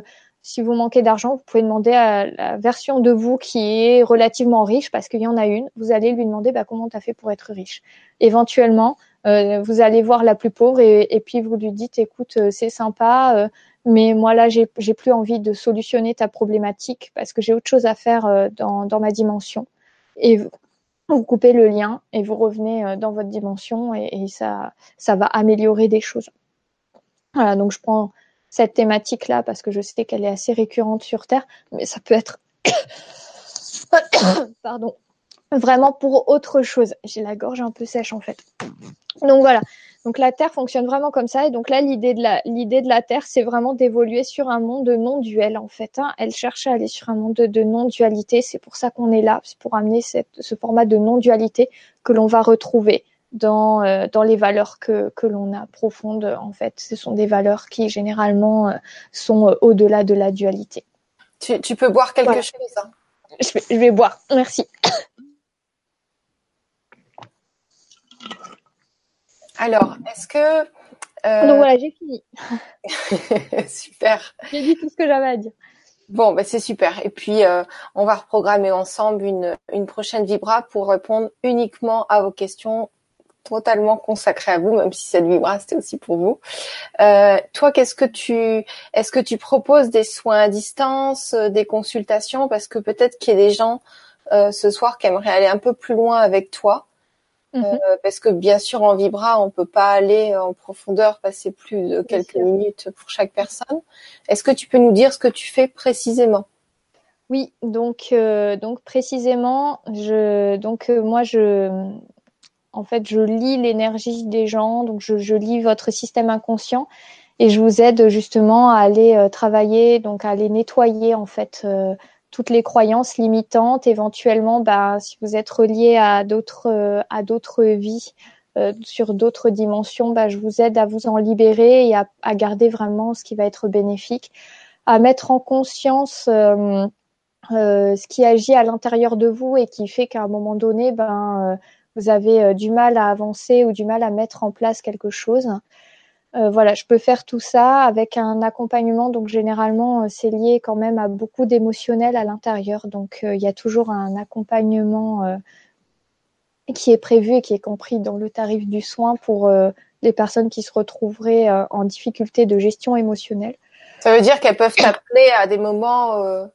si vous manquez d'argent, vous pouvez demander à la version de vous qui est relativement riche, parce qu'il y en a une. Vous allez lui demander bah, comment tu as fait pour être riche. Éventuellement, euh, vous allez voir la plus pauvre et, et puis vous lui dites, écoute, euh, c'est sympa, euh, mais moi là, j'ai, j'ai plus envie de solutionner ta problématique parce que j'ai autre chose à faire euh, dans, dans ma dimension. Et vous, vous coupez le lien et vous revenez euh, dans votre dimension et, et ça, ça va améliorer des choses. Voilà, donc je prends cette thématique-là parce que je sais qu'elle est assez récurrente sur Terre, mais ça peut être pardon, vraiment pour autre chose. J'ai la gorge un peu sèche en fait. Donc voilà. Donc la Terre fonctionne vraiment comme ça. Et donc là, l'idée de la, l'idée de la Terre, c'est vraiment d'évoluer sur un monde de non-duel en fait. Hein. Elle cherche à aller sur un monde de, de non-dualité. C'est pour ça qu'on est là. C'est pour amener cette, ce format de non-dualité que l'on va retrouver dans euh, dans les valeurs que que l'on a profondes en fait. Ce sont des valeurs qui généralement euh, sont euh, au-delà de la dualité. Tu, tu peux boire quelque voilà. chose hein. je, vais, je vais boire. Merci. Alors, est-ce que euh... donc voilà, j'ai fini. Super. J'ai dit tout ce que j'avais à dire. Bon, bah c'est super. Et puis, euh, on va reprogrammer ensemble une, une prochaine Vibra pour répondre uniquement à vos questions totalement consacrées à vous, même si cette Vibra, c'était aussi pour vous. Euh, toi, qu'est-ce que tu, est-ce que tu proposes des soins à distance, euh, des consultations? Parce que peut-être qu'il y a des gens euh, ce soir qui aimeraient aller un peu plus loin avec toi. Mm-hmm. Euh, parce que bien sûr en Vibra on peut pas aller en profondeur, passer plus de quelques minutes pour chaque personne. Est-ce que tu peux nous dire ce que tu fais précisément? Oui, donc euh, donc précisément, je donc euh, moi je en fait je lis l'énergie des gens, donc je, je lis votre système inconscient et je vous aide justement à aller euh, travailler, donc à aller nettoyer en fait euh, toutes les croyances limitantes, éventuellement bah si vous êtes relié à d'autres euh, à d'autres vies euh, sur d'autres dimensions, bah je vous aide à vous en libérer et à, à garder vraiment ce qui va être bénéfique, à mettre en conscience euh, euh, ce qui agit à l'intérieur de vous et qui fait qu'à un moment donné, ben, euh, vous avez euh, du mal à avancer ou du mal à mettre en place quelque chose. Euh, voilà, je peux faire tout ça avec un accompagnement. Donc généralement, euh, c'est lié quand même à beaucoup d'émotionnel à l'intérieur. Donc euh, il y a toujours un accompagnement euh, qui est prévu et qui est compris dans le tarif du soin pour euh, les personnes qui se retrouveraient euh, en difficulté de gestion émotionnelle. Ça veut dire qu'elles peuvent t'appeler à des moments. Euh...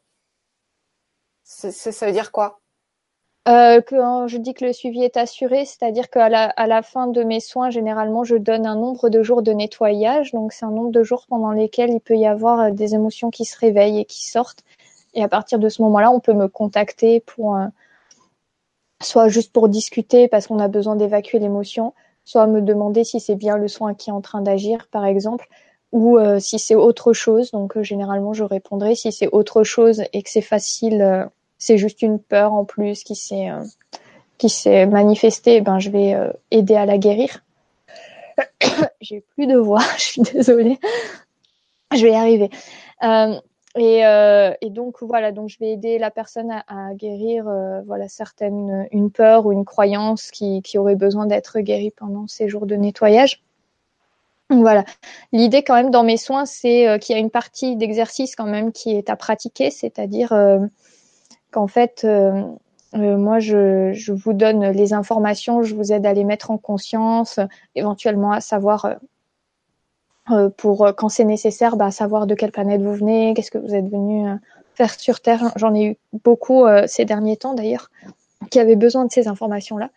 C'est, c'est, ça veut dire quoi? Euh, quand je dis que le suivi est assuré, c'est-à-dire qu'à la, à la fin de mes soins, généralement, je donne un nombre de jours de nettoyage. Donc, c'est un nombre de jours pendant lesquels il peut y avoir des émotions qui se réveillent et qui sortent. Et à partir de ce moment-là, on peut me contacter pour, euh, soit juste pour discuter parce qu'on a besoin d'évacuer l'émotion, soit me demander si c'est bien le soin qui est en train d'agir, par exemple, ou euh, si c'est autre chose. Donc, euh, généralement, je répondrai si c'est autre chose et que c'est facile. Euh, c'est juste une peur en plus qui s'est euh, qui s'est manifestée, ben je vais euh, aider à la guérir. J'ai plus de voix, je suis désolée. Je vais y arriver. Euh, et, euh, et donc voilà, donc je vais aider la personne à, à guérir euh, voilà certaines une peur ou une croyance qui qui aurait besoin d'être guérie pendant ces jours de nettoyage. Donc voilà, l'idée quand même dans mes soins, c'est euh, qu'il y a une partie d'exercice quand même qui est à pratiquer, c'est-à-dire euh, qu'en fait, euh, euh, moi, je, je vous donne les informations, je vous aide à les mettre en conscience, euh, éventuellement à savoir, euh, euh, pour euh, quand c'est nécessaire, bah, savoir de quelle planète vous venez, qu'est-ce que vous êtes venu euh, faire sur Terre. J'en ai eu beaucoup euh, ces derniers temps d'ailleurs, qui avaient besoin de ces informations-là.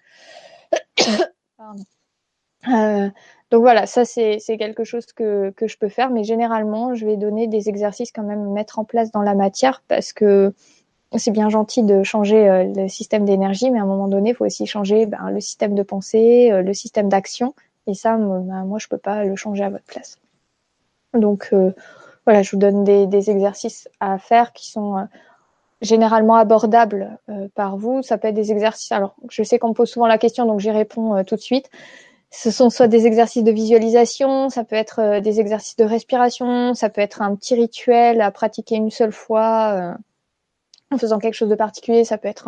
Pardon. Euh, donc voilà, ça c'est, c'est quelque chose que, que je peux faire, mais généralement, je vais donner des exercices quand même, mettre en place dans la matière parce que c'est bien gentil de changer euh, le système d'énergie, mais à un moment donné, il faut aussi changer ben, le système de pensée, euh, le système d'action. Et ça, ben, moi, je peux pas le changer à votre place. Donc, euh, voilà, je vous donne des, des exercices à faire qui sont euh, généralement abordables euh, par vous. Ça peut être des exercices. Alors, je sais qu'on me pose souvent la question, donc j'y réponds euh, tout de suite. Ce sont soit des exercices de visualisation, ça peut être euh, des exercices de respiration, ça peut être un petit rituel à pratiquer une seule fois. Euh, en faisant quelque chose de particulier, ça peut être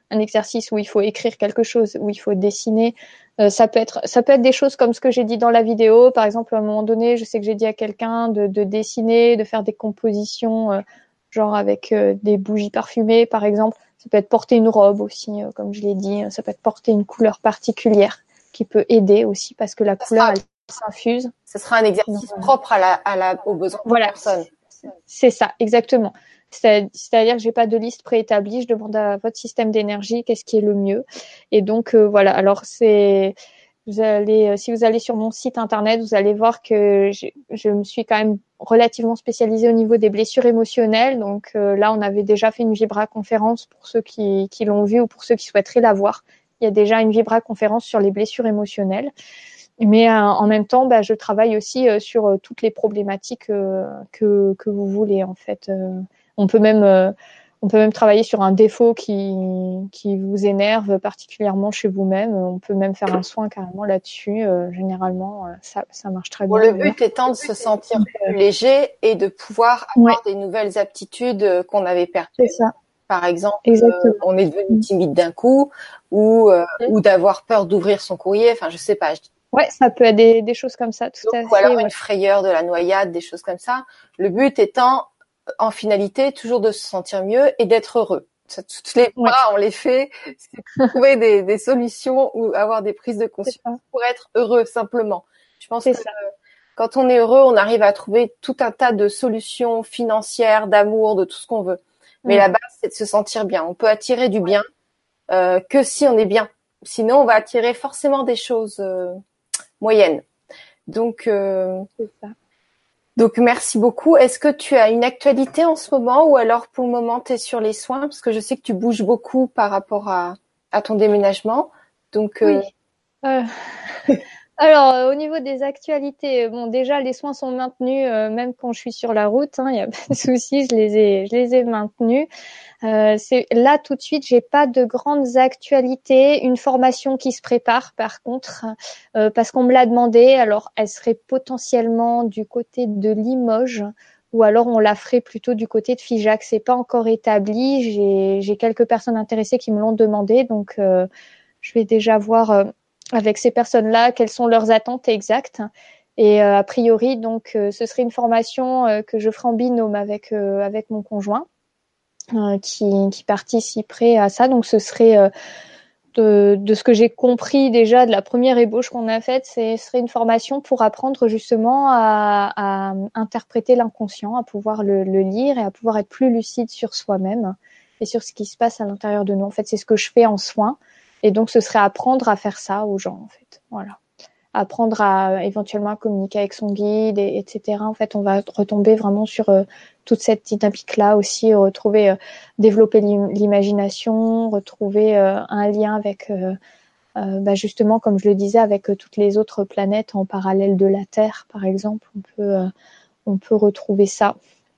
un exercice où il faut écrire quelque chose, où il faut dessiner. Euh, ça peut être, ça peut être des choses comme ce que j'ai dit dans la vidéo. Par exemple, à un moment donné, je sais que j'ai dit à quelqu'un de, de dessiner, de faire des compositions, euh, genre avec euh, des bougies parfumées, par exemple. Ça peut être porter une robe aussi, euh, comme je l'ai dit. Ça peut être porter une couleur particulière qui peut aider aussi parce que la Ça couleur, sera, elle s'infuse. ce sera un exercice Dans- propre à la, à la, aux besoins de la Voilà, personne. c'est ça, exactement. C'est- C'est-à-dire que j'ai pas de liste préétablie. Je demande à votre système d'énergie qu'est-ce qui est le mieux. Et donc euh, voilà. Alors c'est, vous allez, euh, si vous allez sur mon site internet, vous allez voir que je, je me suis quand même relativement spécialisée au niveau des blessures émotionnelles. Donc euh, là, on avait déjà fait une Vibra conférence pour ceux qui, qui l'ont vue ou pour ceux qui souhaiteraient la voir. Il y a déjà une Vibra conférence sur les blessures émotionnelles. Mais euh, en même temps, bah, je travaille aussi euh, sur euh, toutes les problématiques euh, que que vous voulez en fait. Euh, on peut même euh, on peut même travailler sur un défaut qui qui vous énerve particulièrement chez vous-même. On peut même faire un soin carrément là-dessus. Euh, généralement, euh, ça ça marche très Bon, bien le d'ailleurs. but étant de se sentir Donc, euh, plus léger et de pouvoir ouais, avoir des nouvelles aptitudes euh, qu'on avait c'est perdues. ça, Par exemple, euh, exactement. on est devenu Mm. timide d'un coup, ou euh, ou d'avoir peur d'ouvrir son courrier. Enfin, je sais pas. Ouais, ça peut être des des choses comme ça, tout Donc, à ou alors fait. une Ouais, frayeur de la noyade, des choses comme ça. Le but étant, en finalité, toujours de se sentir mieux et d'être heureux. Ça, toutes les ouais, fois, on les fait, c'est trouver des, des solutions ou avoir des prises de c'est conscience ça, pour être heureux simplement. Je pense c'est que ça. quand on est heureux, on arrive à trouver tout un tas de solutions financières, d'amour, de tout ce qu'on veut. Mais Mm. la base, c'est de se sentir bien. On peut attirer du bien euh, que si on est bien. Sinon, on va attirer forcément des choses euh, moyennes. Donc, euh, C'est ça. donc merci beaucoup. Est-ce que tu as une actualité en ce moment ou alors pour le moment tu es sur les soins parce que je sais que tu bouges beaucoup par rapport à, à ton déménagement. Donc euh, Oui. Euh, Alors, euh, au niveau des actualités, euh, bon, déjà, les soins sont maintenus, euh, même quand je suis sur la route, hein, il y a pas de souci, je les ai, je les ai maintenus. Euh, c'est là tout de suite, j'ai pas de grandes actualités. Une formation qui se prépare, par contre, euh, parce qu'on me l'a demandé. Alors, elle serait potentiellement du côté de Limoges, ou alors on la ferait plutôt du côté de Figeac. C'est pas encore établi. J'ai, j'ai quelques personnes intéressées qui me l'ont demandé, donc euh, je vais déjà voir. Euh, avec ces personnes-là, quelles sont leurs attentes exactes. Et euh, a priori, donc, euh, ce serait une formation euh, que je ferai en binôme avec euh, avec mon conjoint euh, qui, qui participerait à ça. Donc, ce serait euh, de, de ce que j'ai compris déjà de la première ébauche qu'on a faite, ce serait une formation pour apprendre justement à, à interpréter l'inconscient, à pouvoir le, le lire et à pouvoir être plus lucide sur soi-même et sur ce qui se passe à l'intérieur de nous. En fait, c'est ce que je fais en soins. Et donc, ce serait apprendre à faire ça aux gens, en fait. Voilà. Apprendre à éventuellement communiquer avec son guide, et, etc. En fait, on va retomber vraiment sur euh, toute cette dynamique-là aussi, retrouver, euh, développer l'imagination, retrouver euh, un lien avec, euh, euh, bah justement, comme je le disais, avec euh, toutes les autres planètes en parallèle de la Terre, par exemple. On peut, euh, on peut retrouver ça.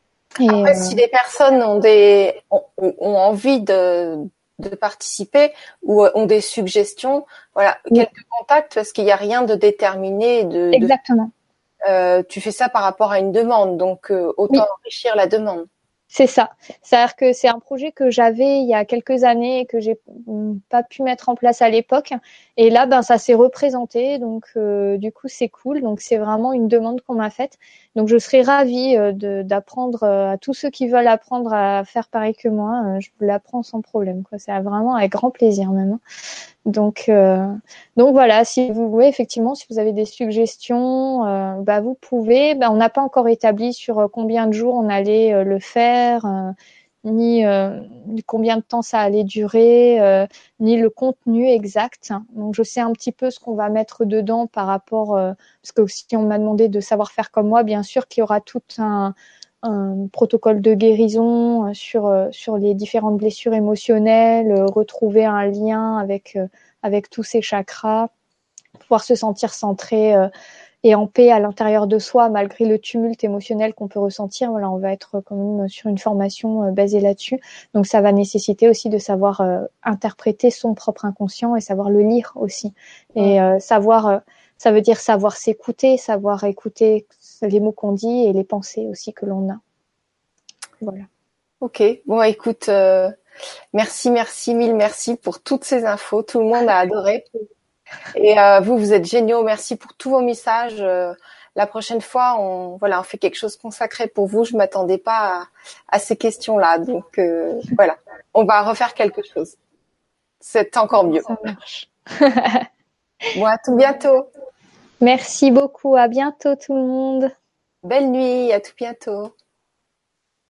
Et après, euh, si les personnes ont des ont, ont envie de de participer ou ont des suggestions, voilà, oui, quelques contacts parce qu'il n'y a rien de déterminé. De, de exactement. euh, tu fais ça par rapport à une demande, donc euh, autant Oui. enrichir la demande. C'est ça. C'est-à-dire que c'est un projet que j'avais il y a quelques années et que j'ai pas pu mettre en place à l'époque. Et là, ben, ça s'est représenté. Donc, euh, du coup, c'est cool. Donc, c'est vraiment une demande qu'on m'a faite. Donc, je serais ravie euh, de, d'apprendre euh, à tous ceux qui veulent apprendre à faire pareil que moi. Euh, je l'apprends sans problème, quoi. C'est vraiment avec grand plaisir, même. Donc, euh, donc voilà, si vous voulez, effectivement, si vous avez des suggestions, euh, bah vous pouvez. Bah, on n'a pas encore établi sur euh, combien de jours on allait euh, le faire, euh, ni euh, combien de temps ça allait durer, euh, ni le contenu exact. Donc, je sais un petit peu ce qu'on va mettre dedans par rapport, euh, parce que si on m'a demandé de savoir faire comme moi, bien sûr qu'il y aura tout un un protocole de guérison sur sur les différentes blessures émotionnelles, retrouver un lien avec avec tous ces chakras, pouvoir se sentir centré euh, et en paix à l'intérieur de soi malgré le tumulte émotionnel qu'on peut ressentir. Voilà, on va être quand même sur une formation euh, basée là-dessus. Donc ça va nécessiter aussi de savoir euh, interpréter son propre inconscient et savoir le lire aussi. Et euh, savoir, euh, ça veut dire savoir s'écouter, savoir écouter les mots qu'on dit et les pensées aussi que l'on a. Voilà. Ok, bon écoute, euh, Merci, merci, mille merci pour toutes ces infos. Tout le monde a adoré. Et euh, vous, vous êtes géniaux. Merci pour tous vos messages. Euh, la prochaine fois, on voilà, on fait quelque chose consacré pour vous. Je m'attendais pas à, à ces questions-là, donc euh, voilà, on va refaire quelque chose. C'est encore mieux. Ça marche. Bon, à tout bientôt. Merci beaucoup. À bientôt tout le monde. Belle nuit. À tout bientôt.